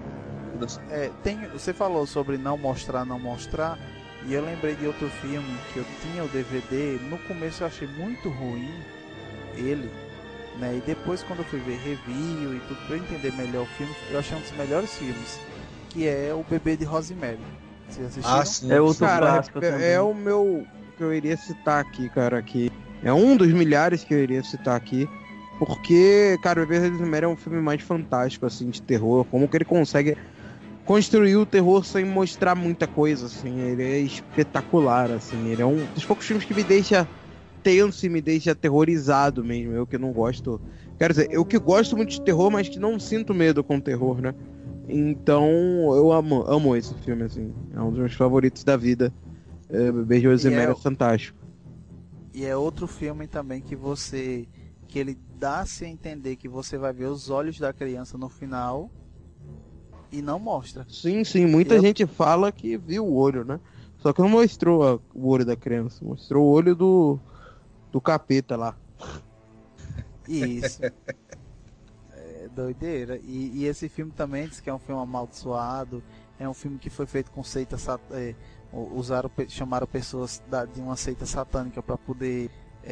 Você falou sobre não mostrar, e eu lembrei de outro filme que eu tinha o DVD. No começo eu achei muito ruim ele, né? E depois, quando eu fui ver review e tudo pra eu entender melhor o filme, eu achei um dos melhores filmes, que é O Bebê de Rosemary. Vocês assistiram? Ah, sim. É outro Cara, clássico também. é o meu que eu iria citar aqui, cara, que é um dos milhares que eu iria citar aqui, porque, cara, O Bebê de Rosemary é um filme mais fantástico, assim, de terror. Como que ele consegue construir o terror sem mostrar muita coisa, assim. Ele é espetacular, assim. Ele é um dos poucos filmes que me deixa tenso e me deixa aterrorizado mesmo. Eu que não gosto... Quero dizer, eu que gosto muito de terror, mas que não sinto medo com terror, né? Então, eu amo esse filme, assim. É um dos meus favoritos da vida. Bebê de Rosemary é fantástico. E é outro filme também que ele dá-se a entender que você vai ver os olhos da criança no final e não mostra. Sim, muita gente fala que viu o olho, né? Só que não mostrou o olho da criança, mostrou o olho do capeta lá. Isso. É doideira. E esse filme também diz que é um filme amaldiçoado, é um filme que foi feito com seita chamaram pessoas de uma seita satânica para poder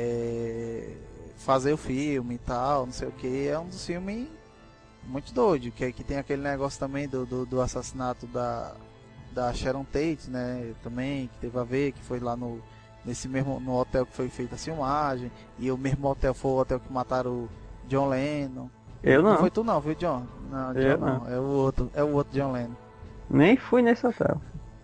fazer o filme e tal, não sei o que. É um dos filmes muito doido, que tem aquele negócio também do assassinato da Sharon Tate, né, também, que teve a ver, que foi lá no hotel que foi feita a filmagem, e o mesmo hotel foi o hotel que mataram o John Lennon. Não foi tu não, viu, John? Não, John não. É o outro John Lennon. Nem fui nesse hotel.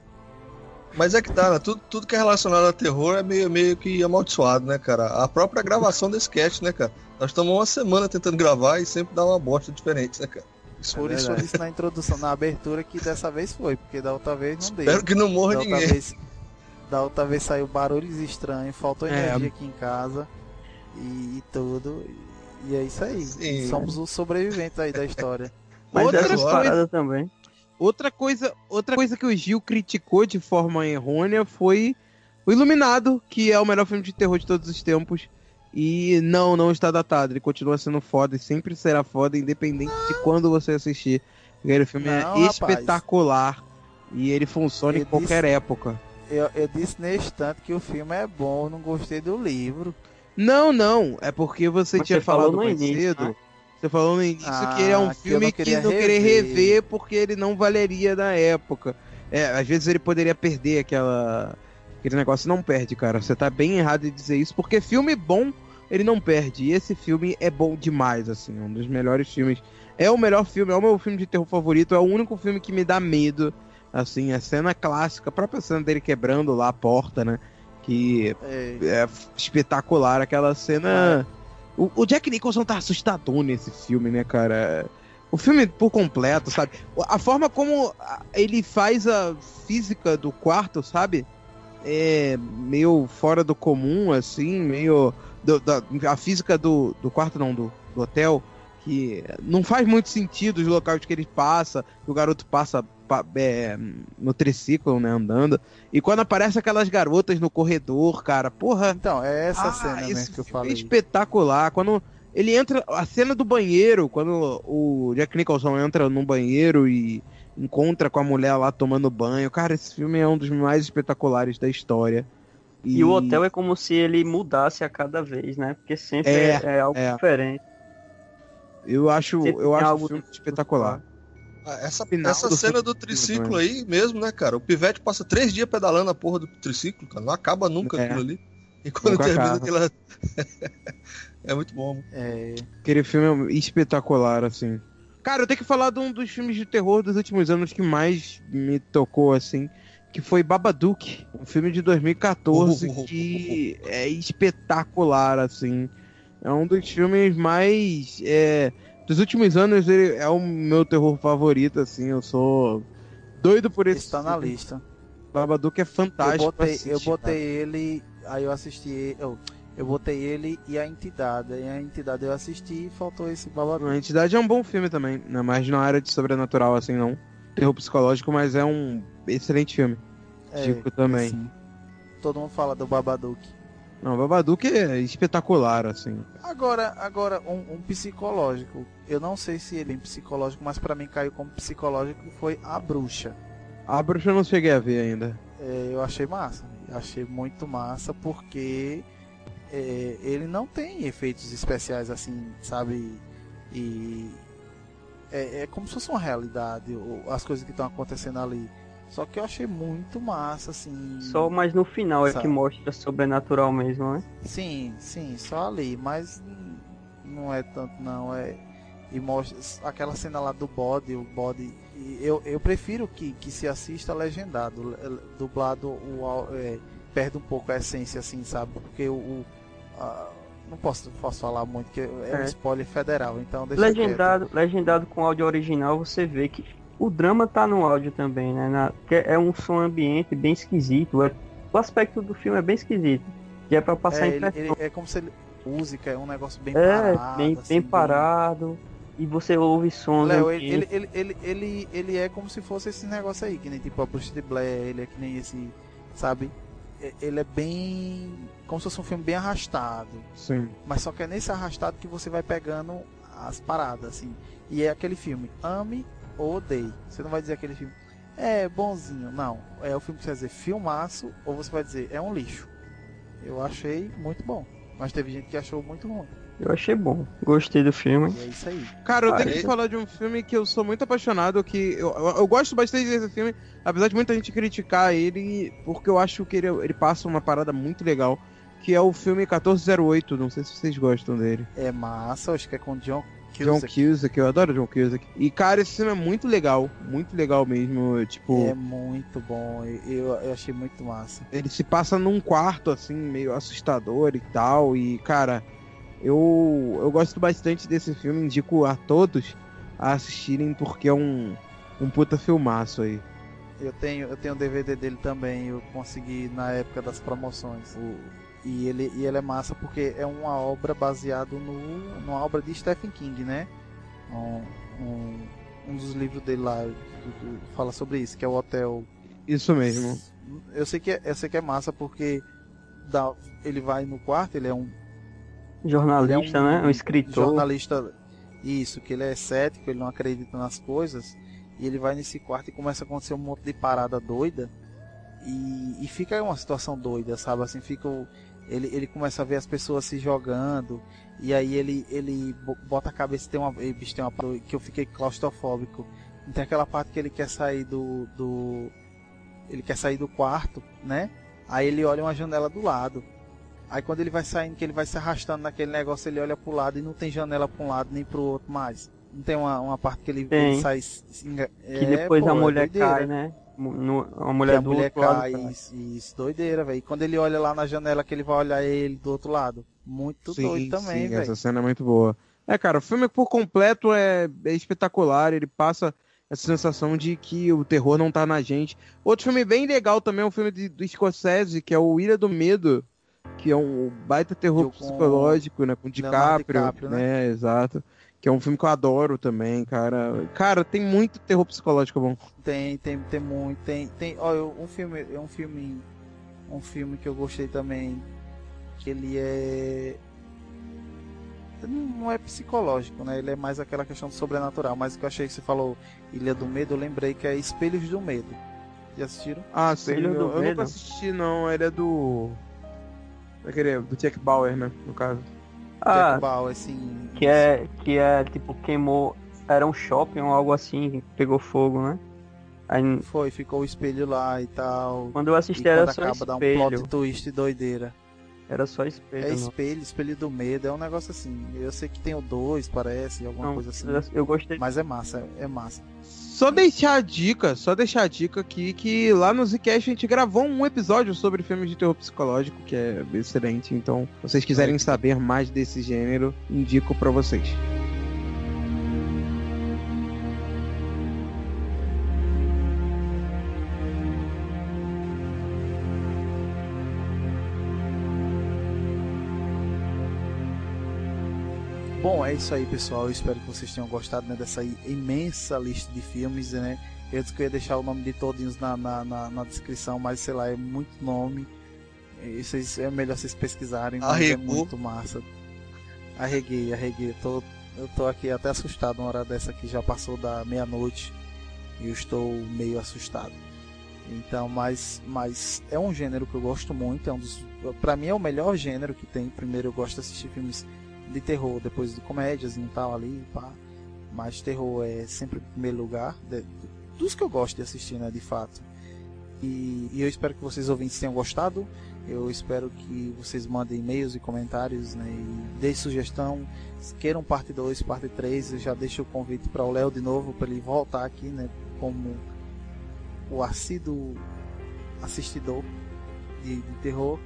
Mas é que tá, né? Tudo que é relacionado a terror é meio que amaldiçoado, né, cara? A própria gravação desse sketch, né, cara? Nós estamos uma semana tentando gravar e sempre dá uma bosta diferente, né, cara? Por isso eu disse na introdução, na abertura, que dessa vez foi, porque da outra vez não deu. Espero que não morra ninguém. Da outra vez saiu barulhos estranhos, faltou energia aqui em casa e tudo. E é isso aí. Sim. Somos os sobreviventes aí da história. Mas Outra essa coisa- parada também. Outra coisa que o Gil criticou de forma errônea foi o Iluminado, que é o melhor filme de terror de todos os tempos. E não está datado. Ele continua sendo foda e sempre será foda, independente de quando você assistir. Aquele filme é espetacular e ele funciona em qualquer época. Eu disse nesse instante que o filme é bom, eu não gostei do livro. Não, é porque você tinha falado falou no mais início, cedo. né? Você falou no início que ele é um que eu filme não que queria não querer rever rever porque ele não valeria na época. Às vezes ele poderia perder aquele negócio. Não perde, cara. Você tá bem errado em dizer isso, porque filme bom ele não perde. E esse filme é bom demais, assim. É um dos melhores filmes. É o melhor filme, é o meu filme de terror favorito. É o único filme que me dá medo. Assim, a cena clássica, a própria cena dele quebrando lá a porta, né? Que é espetacular. Aquela cena... O Jack Nicholson tá assustador nesse filme, né, cara? O filme por completo, sabe? A forma como ele faz a física do quarto, sabe? É meio fora do comum, assim, meio a física do quarto, não, do hotel, que não faz muito sentido os locais que ele passa, o garoto passa no triciclo, né, andando, e quando aparece aquelas garotas no corredor, cara, porra... Então, é essa cena mesmo que eu falei. É espetacular, quando ele entra, a cena do banheiro, quando o Jack Nicholson entra num banheiro e encontra com a mulher lá tomando banho, cara, esse filme é um dos mais espetaculares da história. E o hotel é como se ele mudasse a cada vez, né? Porque sempre é algo diferente. Eu acho o filme espetacular. Essa cena do triciclo aí mesmo, né, cara? O Pivete passa 3 dias pedalando a porra do triciclo, cara. Não acaba nunca aquilo ali. E quando Nunca termina acaba. aquela... É muito bom. Aquele filme é espetacular, assim. Cara, eu tenho que falar de um dos filmes de terror dos últimos anos que mais me tocou, assim, que foi Babadook, um filme de 2014 que é espetacular, assim. É um dos filmes mais... dos últimos anos, ele é o meu terror favorito, assim. Eu sou doido por esse Está na lista. Babadook é fantástico. Eu botei ele, aí eu assisti... Eu botei ele e a Entidade. E a Entidade eu assisti e faltou esse Babadook. A Entidade é um bom filme também, né? Mas não era de sobrenatural, assim, não. Terror psicológico, mas é um excelente filme. Digo também. Sim. Todo mundo fala do Babadook. Não, o Babadook é espetacular, assim. Agora um psicológico. Eu não sei se ele é psicológico, mas pra mim caiu como psicológico, foi A Bruxa. A Bruxa eu não cheguei a ver ainda. Eu achei massa. Achei muito massa porque ele não tem efeitos especiais assim, sabe? E é como se fosse uma realidade, as coisas que estão acontecendo ali. Só que eu achei muito massa, assim. Só mais no final sabe? É que mostra sobrenatural mesmo, né? Sim, só ali, mas não é tanto não, e mostra aquela cena lá do bode, o bode, e eu prefiro que se assista legendado, dublado perde um pouco a essência, assim, sabe? Porque não posso falar muito, porque é um spoiler federal, então deixa legendado com áudio original, você vê que o drama tá no áudio também, né? É um som ambiente bem esquisito. O aspecto do filme é bem esquisito. E é pra passar impressão. É como se música é um negócio bem parado. Bem parado. E você ouve sons. Léo, ele é como se fosse esse negócio aí, que nem tipo a Bruxa de Blair, ele é que nem esse, sabe? Ele é bem... como se fosse um filme bem arrastado. Sim. Mas só que é nesse arrastado que você vai pegando as paradas, assim. E é aquele filme, ame ou odeie. Você não vai dizer aquele filme, bonzinho. Não. É o filme que você vai dizer filmaço, ou você vai dizer, é um lixo. Eu achei muito bom. Mas teve gente que achou muito ruim. Eu achei bom. Gostei do filme. E é isso aí. Cara, eu tenho que falar de um filme que eu sou muito apaixonado, que eu gosto bastante desse filme, apesar de muita gente criticar ele, porque eu acho que ele passa uma parada muito legal, que é o filme 1408. Não sei se vocês gostam dele. É massa, acho que é com John Cusack, eu adoro John Cusack. E, cara, esse filme é muito legal mesmo, tipo... É muito bom, eu achei muito massa. Ele se passa num quarto, assim, meio assustador e tal, e, cara, eu gosto bastante desse filme, indico a todos a assistirem, porque é um puta filmaço aí. Eu tenho o DVD dele também, eu consegui na época das promoções. E ele é massa porque é uma obra baseada numa obra de Stephen King, né? Um dos livros dele lá fala sobre isso, que é o Hotel. Isso mesmo. Eu sei que é massa porque ele vai no quarto, ele é um jornalista, né? Um escritor. Jornalista, isso, que ele é cético, ele não acredita nas coisas, e ele vai nesse quarto e começa a acontecer um monte de parada doida, e fica uma situação doida, sabe? Assim, ele começa a ver as pessoas se jogando, e aí ele bota a cabeça, tem uma parte que eu fiquei claustrofóbico. Tem aquela parte que ele quer sair ele quer sair do quarto, né? Aí ele olha uma janela do lado. Aí quando ele vai saindo, que ele vai se arrastando naquele negócio, ele olha pro lado e não tem janela pra um lado nem pro outro mais. Não tem uma parte que ele sai... Que depois a mulher cai, né? A mulher do outro cai, lado. Isso, doideira, velho. E quando ele olha lá na janela, que ele vai olhar ele do outro lado. Muito doido também, velho. Essa cena é muito boa. Cara, o filme por completo é espetacular. Ele passa essa sensação de que o terror não tá na gente. Outro filme bem legal também é um filme do Scorsese, que é o Ilha do Medo, que é um baita terror Com psicológico, né? Com Leonardo DiCaprio, DiCaprio, né? Exato. Que é um filme que eu adoro também, cara. Cara, tem muito terror psicológico bom. Tem muito, olha, um filme que eu gostei também, que ele não é psicológico, né? Ele é mais aquela questão do sobrenatural, mas o que eu achei que você falou, Ilha do Medo, eu lembrei que é Espelhos do Medo. Já assistiram? Ah, sim. Espelho do Eu Medo. nunca assisti, não. Ele é do... do Jack Bauer, né? No caso. Ah, Jack Bauer, assim... que é tipo, queimou. Era um shopping ou algo assim, que pegou fogo, né? Aí, Ficou o espelho lá e tal. quando eu E assisti era quando só acaba dá um espelho. plot twist doideira. Era só espelho. É não. espelho do medo, é um negócio assim. Eu sei que tem o 2, parece, alguma Não, coisa assim. eu gostei. Mas é massa, é massa. Só deixar a dica aqui que lá no Zcast a gente gravou um episódio sobre filmes de terror psicológico, que é excelente. Então, se vocês quiserem saber mais desse gênero, indico pra vocês. Bom, é isso aí, pessoal. Eu espero que vocês tenham gostado, né, dessa imensa lista de filmes, né? Eu disse que eu ia deixar o nome de todinhos na descrição, mas sei lá, é muito nome. É melhor vocês pesquisarem, mas é Arregou. muito massa. Arreguei. Eu tô aqui até assustado uma hora dessa que já passou da meia-noite e eu estou meio assustado. Então, mas é um gênero que eu gosto muito, pra mim é o melhor gênero que tem. Primeiro eu gosto de assistir filmes de terror, depois de comédias e tal ali, pá. Mas terror é sempre em primeiro lugar, dos que eu gosto de assistir, né, de fato. E eu espero que vocês ouvintes tenham gostado. Eu espero que vocês mandem e-mails e comentários, né, e deem sugestão. Se queiram parte 2, parte 3, eu já deixo o convite para o Léo de novo, para ele voltar aqui, né, como o assíduo assistidor de terror.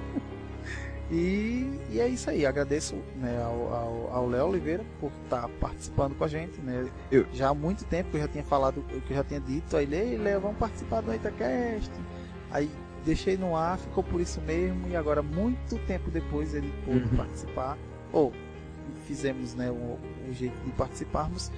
E é isso aí, agradeço, né, ao Léo Oliveira por estar participando com a gente, né? Já há muito tempo que eu já tinha falado, que eu já tinha dito a ele, ei Léo, vamos participar do Itacast. Aí deixei no ar, ficou por isso mesmo, e agora muito tempo depois ele pôde participar, ou fizemos, né, o jeito de participarmos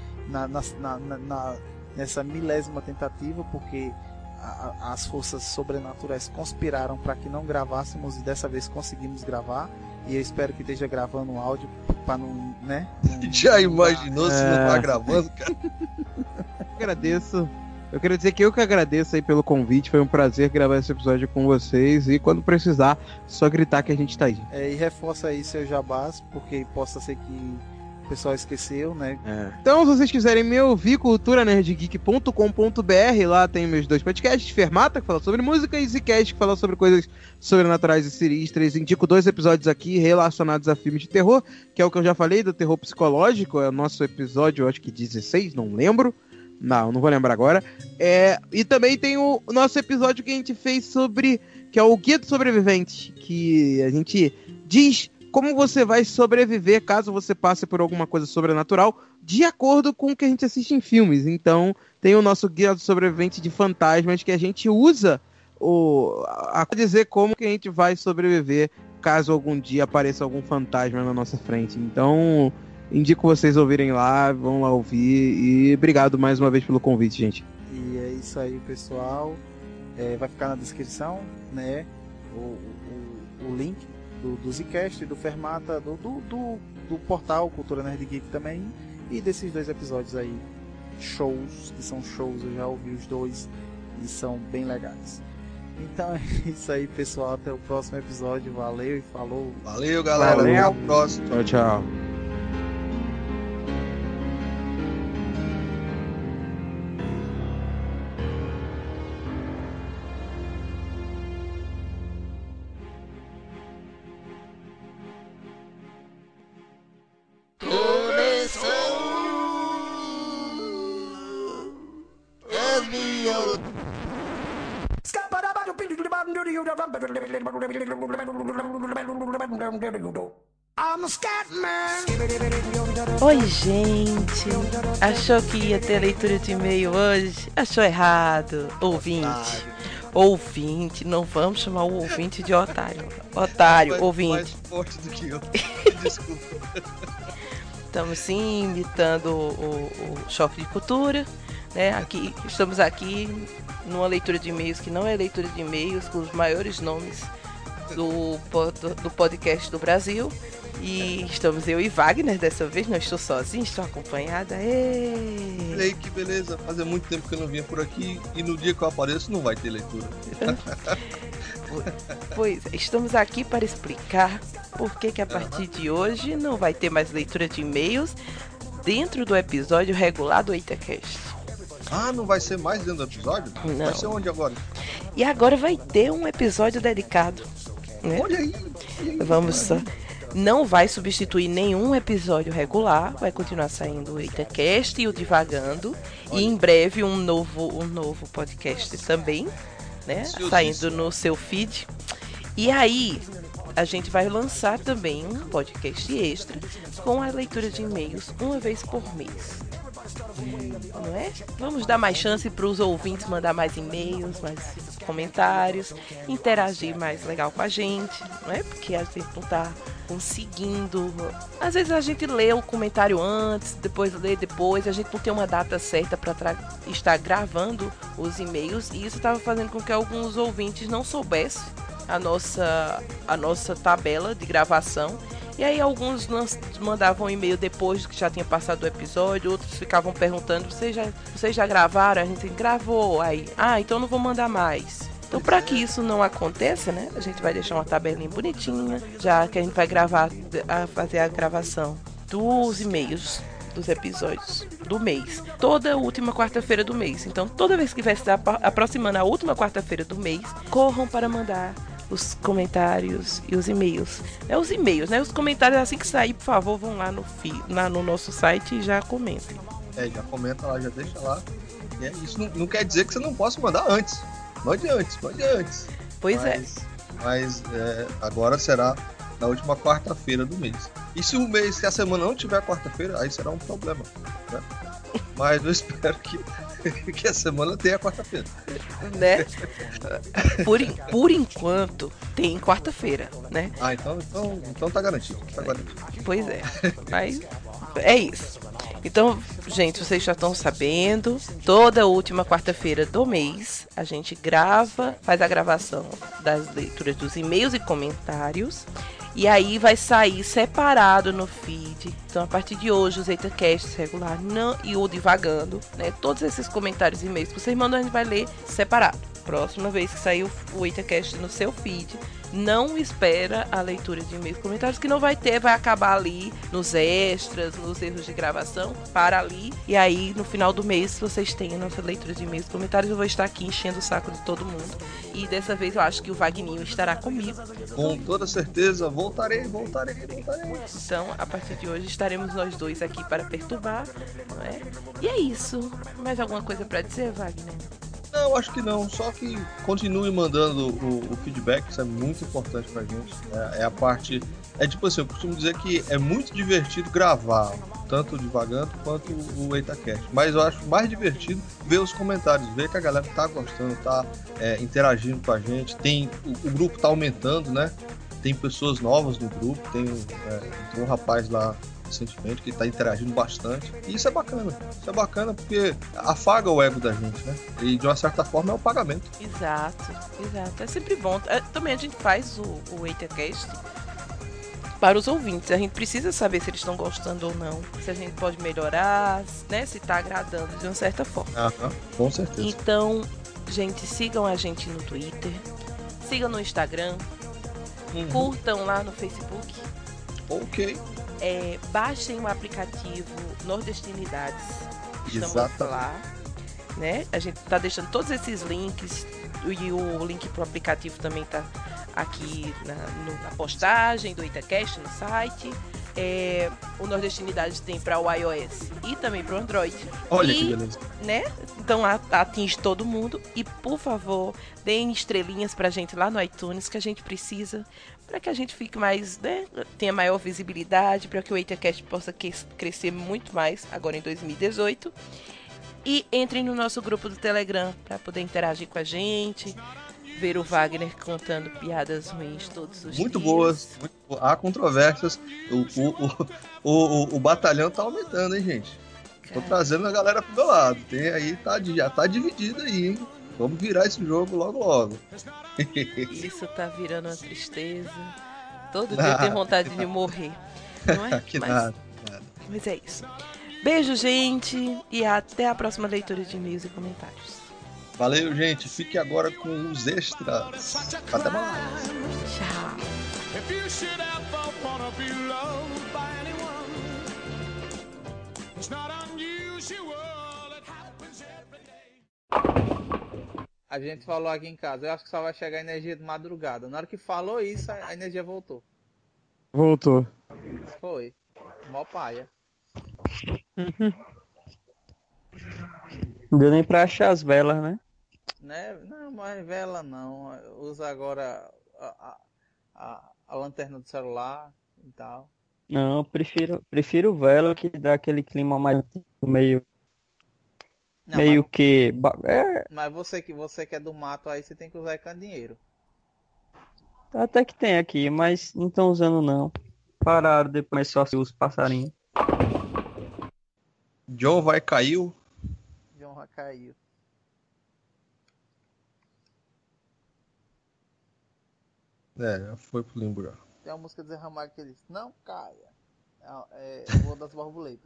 nessa milésima tentativa, porque as forças sobrenaturais conspiraram para que não gravássemos e dessa vez conseguimos gravar, e eu espero que esteja gravando um áudio para não, né? Já imaginou se não tá gravando, cara? Agradeço. Eu quero dizer que eu que agradeço aí pelo convite, foi um prazer gravar esse episódio com vocês, e quando precisar, só gritar que a gente tá aí. E reforça aí seu jabás, porque possa ser que o pessoal esqueceu, né? Então, se vocês quiserem me ouvir, culturanerdgeek.com.br, lá tem meus 2 podcasts, Fermata, que fala sobre música, e Zcast, que fala sobre coisas sobrenaturais e sinistras. Indico 2 episódios aqui relacionados a filmes de terror, que é o que eu já falei, do terror psicológico, é o nosso episódio, acho que 16, não lembro. Não vou lembrar agora. E também tem o nosso episódio que a gente fez sobre, que é o Guia do Sobrevivente, que a gente diz como você vai sobreviver caso você passe por alguma coisa sobrenatural, de acordo com o que a gente assiste em filmes. Então, tem o nosso Guia do Sobrevivente de Fantasmas, que a gente usa a dizer como que a gente vai sobreviver caso algum dia apareça algum fantasma na nossa frente. Então, indico vocês ouvirem lá, vão lá ouvir, e obrigado mais uma vez pelo convite, gente. E é isso aí, pessoal. Vai ficar na descrição, né, o link do Zcast, do Fermata, do portal Cultura Nerd Geek também, e desses 2 episódios aí, shows, que são shows, eu já ouvi os 2 e são bem legais. Então é isso aí, pessoal, até o próximo episódio, valeu e falou. Valeu, galera, Valeu. até a próxima. Tchau, tchau. Oi, gente. Achou que ia ter leitura de e-mail hoje? Achou errado, ouvinte. Ouvinte, não vamos chamar o ouvinte de otário. Otário, ouvinte. Mais forte do que eu. Desculpa. Estamos sim imitando o Choque de Cultura, né? Estamos aqui numa leitura de e-mails que não é leitura de e-mails, com os maiores nomes do podcast do Brasil. E estamos eu e Wagner dessa vez, não estou sozinha, estou acompanhada. E aí, que beleza, fazia muito tempo que eu não vinha por aqui e no dia que eu apareço não vai ter leitura. Pois, estamos aqui para explicar por que a partir de hoje não vai ter mais leitura de e-mails dentro do episódio regular do EitaCast. Ah, não vai ser mais dentro do episódio? Não. Vai ser onde agora? E agora vai ter um episódio dedicado, né? Olha aí. Vamos só. Não vai substituir nenhum episódio regular, vai continuar saindo o EitaCast e o Divagando. Olha. E em breve um novo podcast também, né? Saindo no seu feed. E aí, a gente vai lançar também um podcast extra com a leitura de e-mails uma vez por mês. Não é? Vamos dar mais chance para os ouvintes mandar mais e-mails, mais comentários, interagir mais legal com a gente, não é? Porque a gente não tá conseguindo. Às vezes a gente lê o comentário antes, depois lê depois, a gente não tem uma data certa para estar gravando os e-mails e isso estava fazendo com que alguns ouvintes não soubessem a nossa tabela de gravação. E aí alguns mandavam e-mail depois que já tinha passado o episódio, outros ficavam perguntando, vocês já gravaram? A gente gravou, aí, então não vou mandar mais. Então, para que isso não aconteça, né, a gente vai deixar uma tabelinha bonitinha, já que a gente vai fazer a gravação dos e-mails dos episódios do mês, toda última quarta-feira do mês. Então, toda vez que vai estar aproximando a última quarta-feira do mês, corram para mandar os comentários e os e-mails. Os e-mails, né? Os comentários, assim que sair, por favor, vão lá no nosso site e já comentem. Já comenta lá, já deixa lá. Isso não quer dizer que você não possa mandar antes. Mande antes. Pois Mas agora será na última quarta-feira do mês. E se a semana não tiver quarta-feira, aí será um problema, né? Mas eu espero que a semana tenha quarta-feira. Né? Por enquanto, tem quarta-feira, né? Então tá garantido. Pois é. Mas é isso. Então, gente, vocês já estão sabendo, toda última quarta-feira do mês, a gente faz a gravação das leituras dos e-mails e comentários. E aí vai sair separado no feed. Então, a partir de hoje, os EitaCasts regular e o Divagando, né? Todos esses comentários e e-mails que vocês mandam, a gente vai ler separado. Próxima vez que sair o EitaCast no seu feed, não espera a leitura de e-mails e comentários, que não vai ter, vai acabar ali nos extras, nos erros de gravação, para ali. E aí, no final do mês, vocês têm a nossa leitura de e-mails e comentários. Eu vou estar aqui enchendo o saco de todo mundo. E dessa vez eu acho que o Vagninho estará comigo. Com toda certeza, voltarei. Então, a partir de hoje, estaremos nós dois aqui para perturbar, não é? E é isso. Mais alguma coisa para dizer, Wagner? Não, acho que não. Só que continue mandando o feedback, isso é muito importante pra gente. É a parte... É tipo assim, eu costumo dizer que é muito divertido gravar, tanto o Divagando quanto o EitaCast. Mas eu acho mais divertido ver os comentários, ver que a galera tá gostando, tá interagindo com a gente. O grupo tá aumentando, né? Tem pessoas novas no grupo, tem um rapaz lá recentemente que está interagindo bastante, e isso é bacana porque afaga o ego da gente, né? E de uma certa forma é o pagamento. Exato, é sempre bom. Também a gente faz o EitaCast para os ouvintes, a gente precisa saber se eles estão gostando ou não, se a gente pode melhorar, né? Se está agradando de uma certa forma. Com certeza. Então, gente, sigam a gente no Twitter, sigam no Instagram, curtam lá no Facebook. Ok. Baixem o aplicativo Nordestinidades. Estamos lá, né? A gente tá deixando todos esses links e o link pro aplicativo também tá aqui na postagem do EitaCast no site. O Nordestinidades tem para o iOS e também para o Android. Olha que beleza. Né? Então atinge todo mundo. E por favor, deem estrelinhas pra gente lá no iTunes, que a gente precisa, para que a gente fique mais, né, tenha maior visibilidade, para que o EitaCast possa crescer muito mais agora em 2018. E entrem no nosso grupo do Telegram para poder interagir com a gente, ver o Wagner contando piadas ruins todos os Muito dias. boas. Há controvérsias. O batalhão tá aumentando, hein, gente? Tô trazendo a galera pro meu lado. Tem aí, já tá dividido aí, hein? Vamos virar esse jogo logo, logo. Isso tá virando uma tristeza. Todo dia eu tenho vontade de morrer. Não é? Que nada. Mas é isso. Beijo, gente. E até a próxima leitura de e-mails e comentários. Valeu, gente. Fique agora com os extras. Até mais. Tchau. If you should ever wanna be loved by anyone, it's not unusual, it happens every day. A gente falou aqui em casa, eu acho que só vai chegar a energia de madrugada. Na hora que falou isso, a energia voltou. Voltou. Foi. Mó paia. Não deu nem pra achar as velas, né? Né? Não, mas vela não. Usa agora a lanterna do celular e tal. Não, eu prefiro vela, que dá aquele clima mais meio Não, meio mas, que mas você que é do mato aí, você tem que usar candeeiro. até que tem aqui, mas não estão usando não. Pararam, depois só se usa passarinho. John vai caiu. John já caiu. Já foi pro limbo já. Tem uma música de Zé Ramalho que diz, não caia. É o voo das borboletas.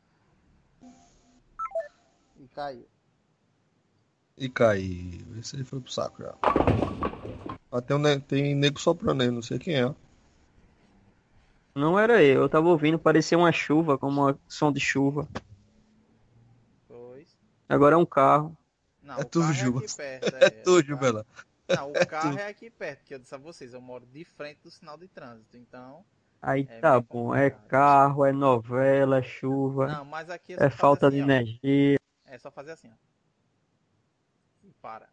E caiu. E caiu. Esse aí foi pro saco já. Tem nego soprando aí, não sei quem é. Não era eu tava ouvindo, parecia uma chuva, como um som de chuva. Pois. Agora é um carro. Não, É o tu, carro Juba. é aqui perto. É tu, o Jubela. Não, o carro é aqui perto, que eu disse a vocês, eu moro de frente do sinal de trânsito, então... Aí É tá meio bom, é complicado. carro, é novela, é chuva, Não, mas aqui é é só falta fazer de assim, ó. energia. É só fazer assim, ó. E para.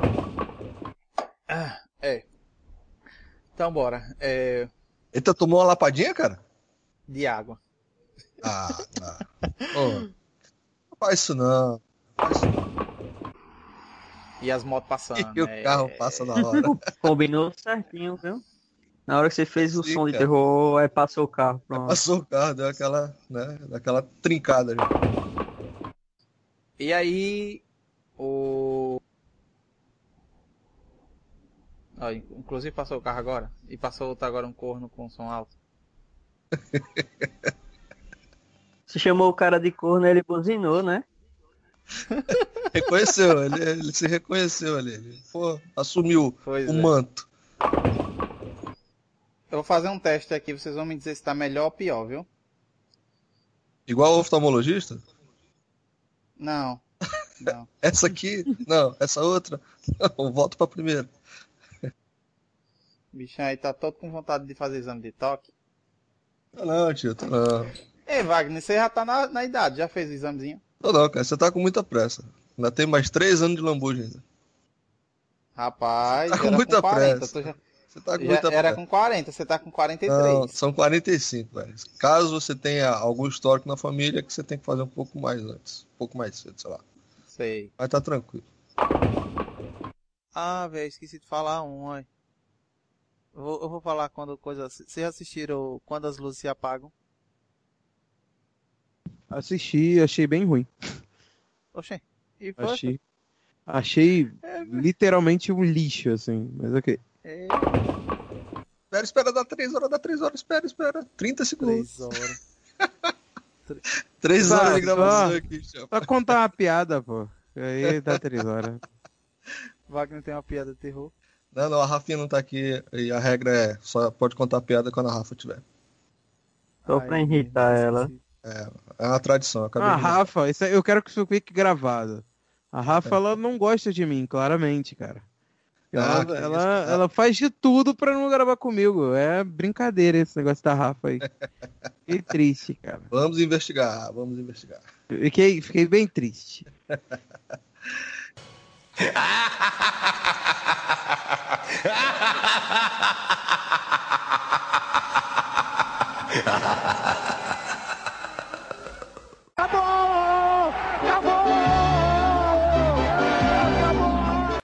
Então bora. Eita, tomou uma lapadinha, cara? De água. Ô, não faz isso não. E as motos passando. E o carro passa na hora. Combinou certinho, viu? Na hora que você fez o Sim, som de cara. terror, aí passou o carro, pronto. Passou o carro, deu aquela trincada já. E aí, inclusive passou o carro agora. E passou outro agora, um corno com som alto. Você chamou o cara de corno, ele buzinou, né? Reconheceu, ele se reconheceu ali. Ele, assumiu Pois o é. manto. Eu vou fazer um teste aqui, vocês vão me dizer se tá melhor ou pior, viu? Igual o oftalmologista? Não. Não. Essa aqui? Não. Essa outra? Não, volto pra primeira. O bichinho aí tá todo com vontade de fazer exame de toque. Não, tio, tô não. Ei, Wagner, você já tá na idade, já fez o examezinho? Tô não, cara, você tá com muita pressa. Ainda tem mais 3 anos de lambuja ainda. Rapaz, Tá com era muita com 40. pressa. Tu já, Você tá com já muita era pressa. com 40, você tá com 43. Não, são 45, velho. Caso você tenha algum histórico na família, que você tem que fazer um pouco mais antes. Um pouco mais cedo, sei lá. Sei. Mas tá tranquilo. Ah, velho, esqueci de falar um, ó. Eu vou falar quando coisa. Vocês assistiram Quando as Luzes Se Apagam? Assisti, achei bem ruim. Oxê. E foi? Achei literalmente um lixo, assim. Mas ok. Espera, dá 3 horas, espera. 30 segundos. 3 horas. 3 horas de Só- gravação aqui, chapa. Só contar uma piada, pô. Aí dá 3 horas. Wagner tem uma piada de terror. Não, a Rafinha não tá aqui e a regra é só pode contar piada quando a Rafa tiver. Só pra irritar ela. É uma tradição. Eu acabei Ah, de- Rafa, eu quero que isso fique gravado. A Rafa, ela não gosta de mim, claramente, cara. Ela, que ela, isso. ela faz de tudo pra não gravar comigo. É brincadeira esse negócio da Rafa aí. Fiquei triste, cara. Vamos investigar. Fiquei bem triste.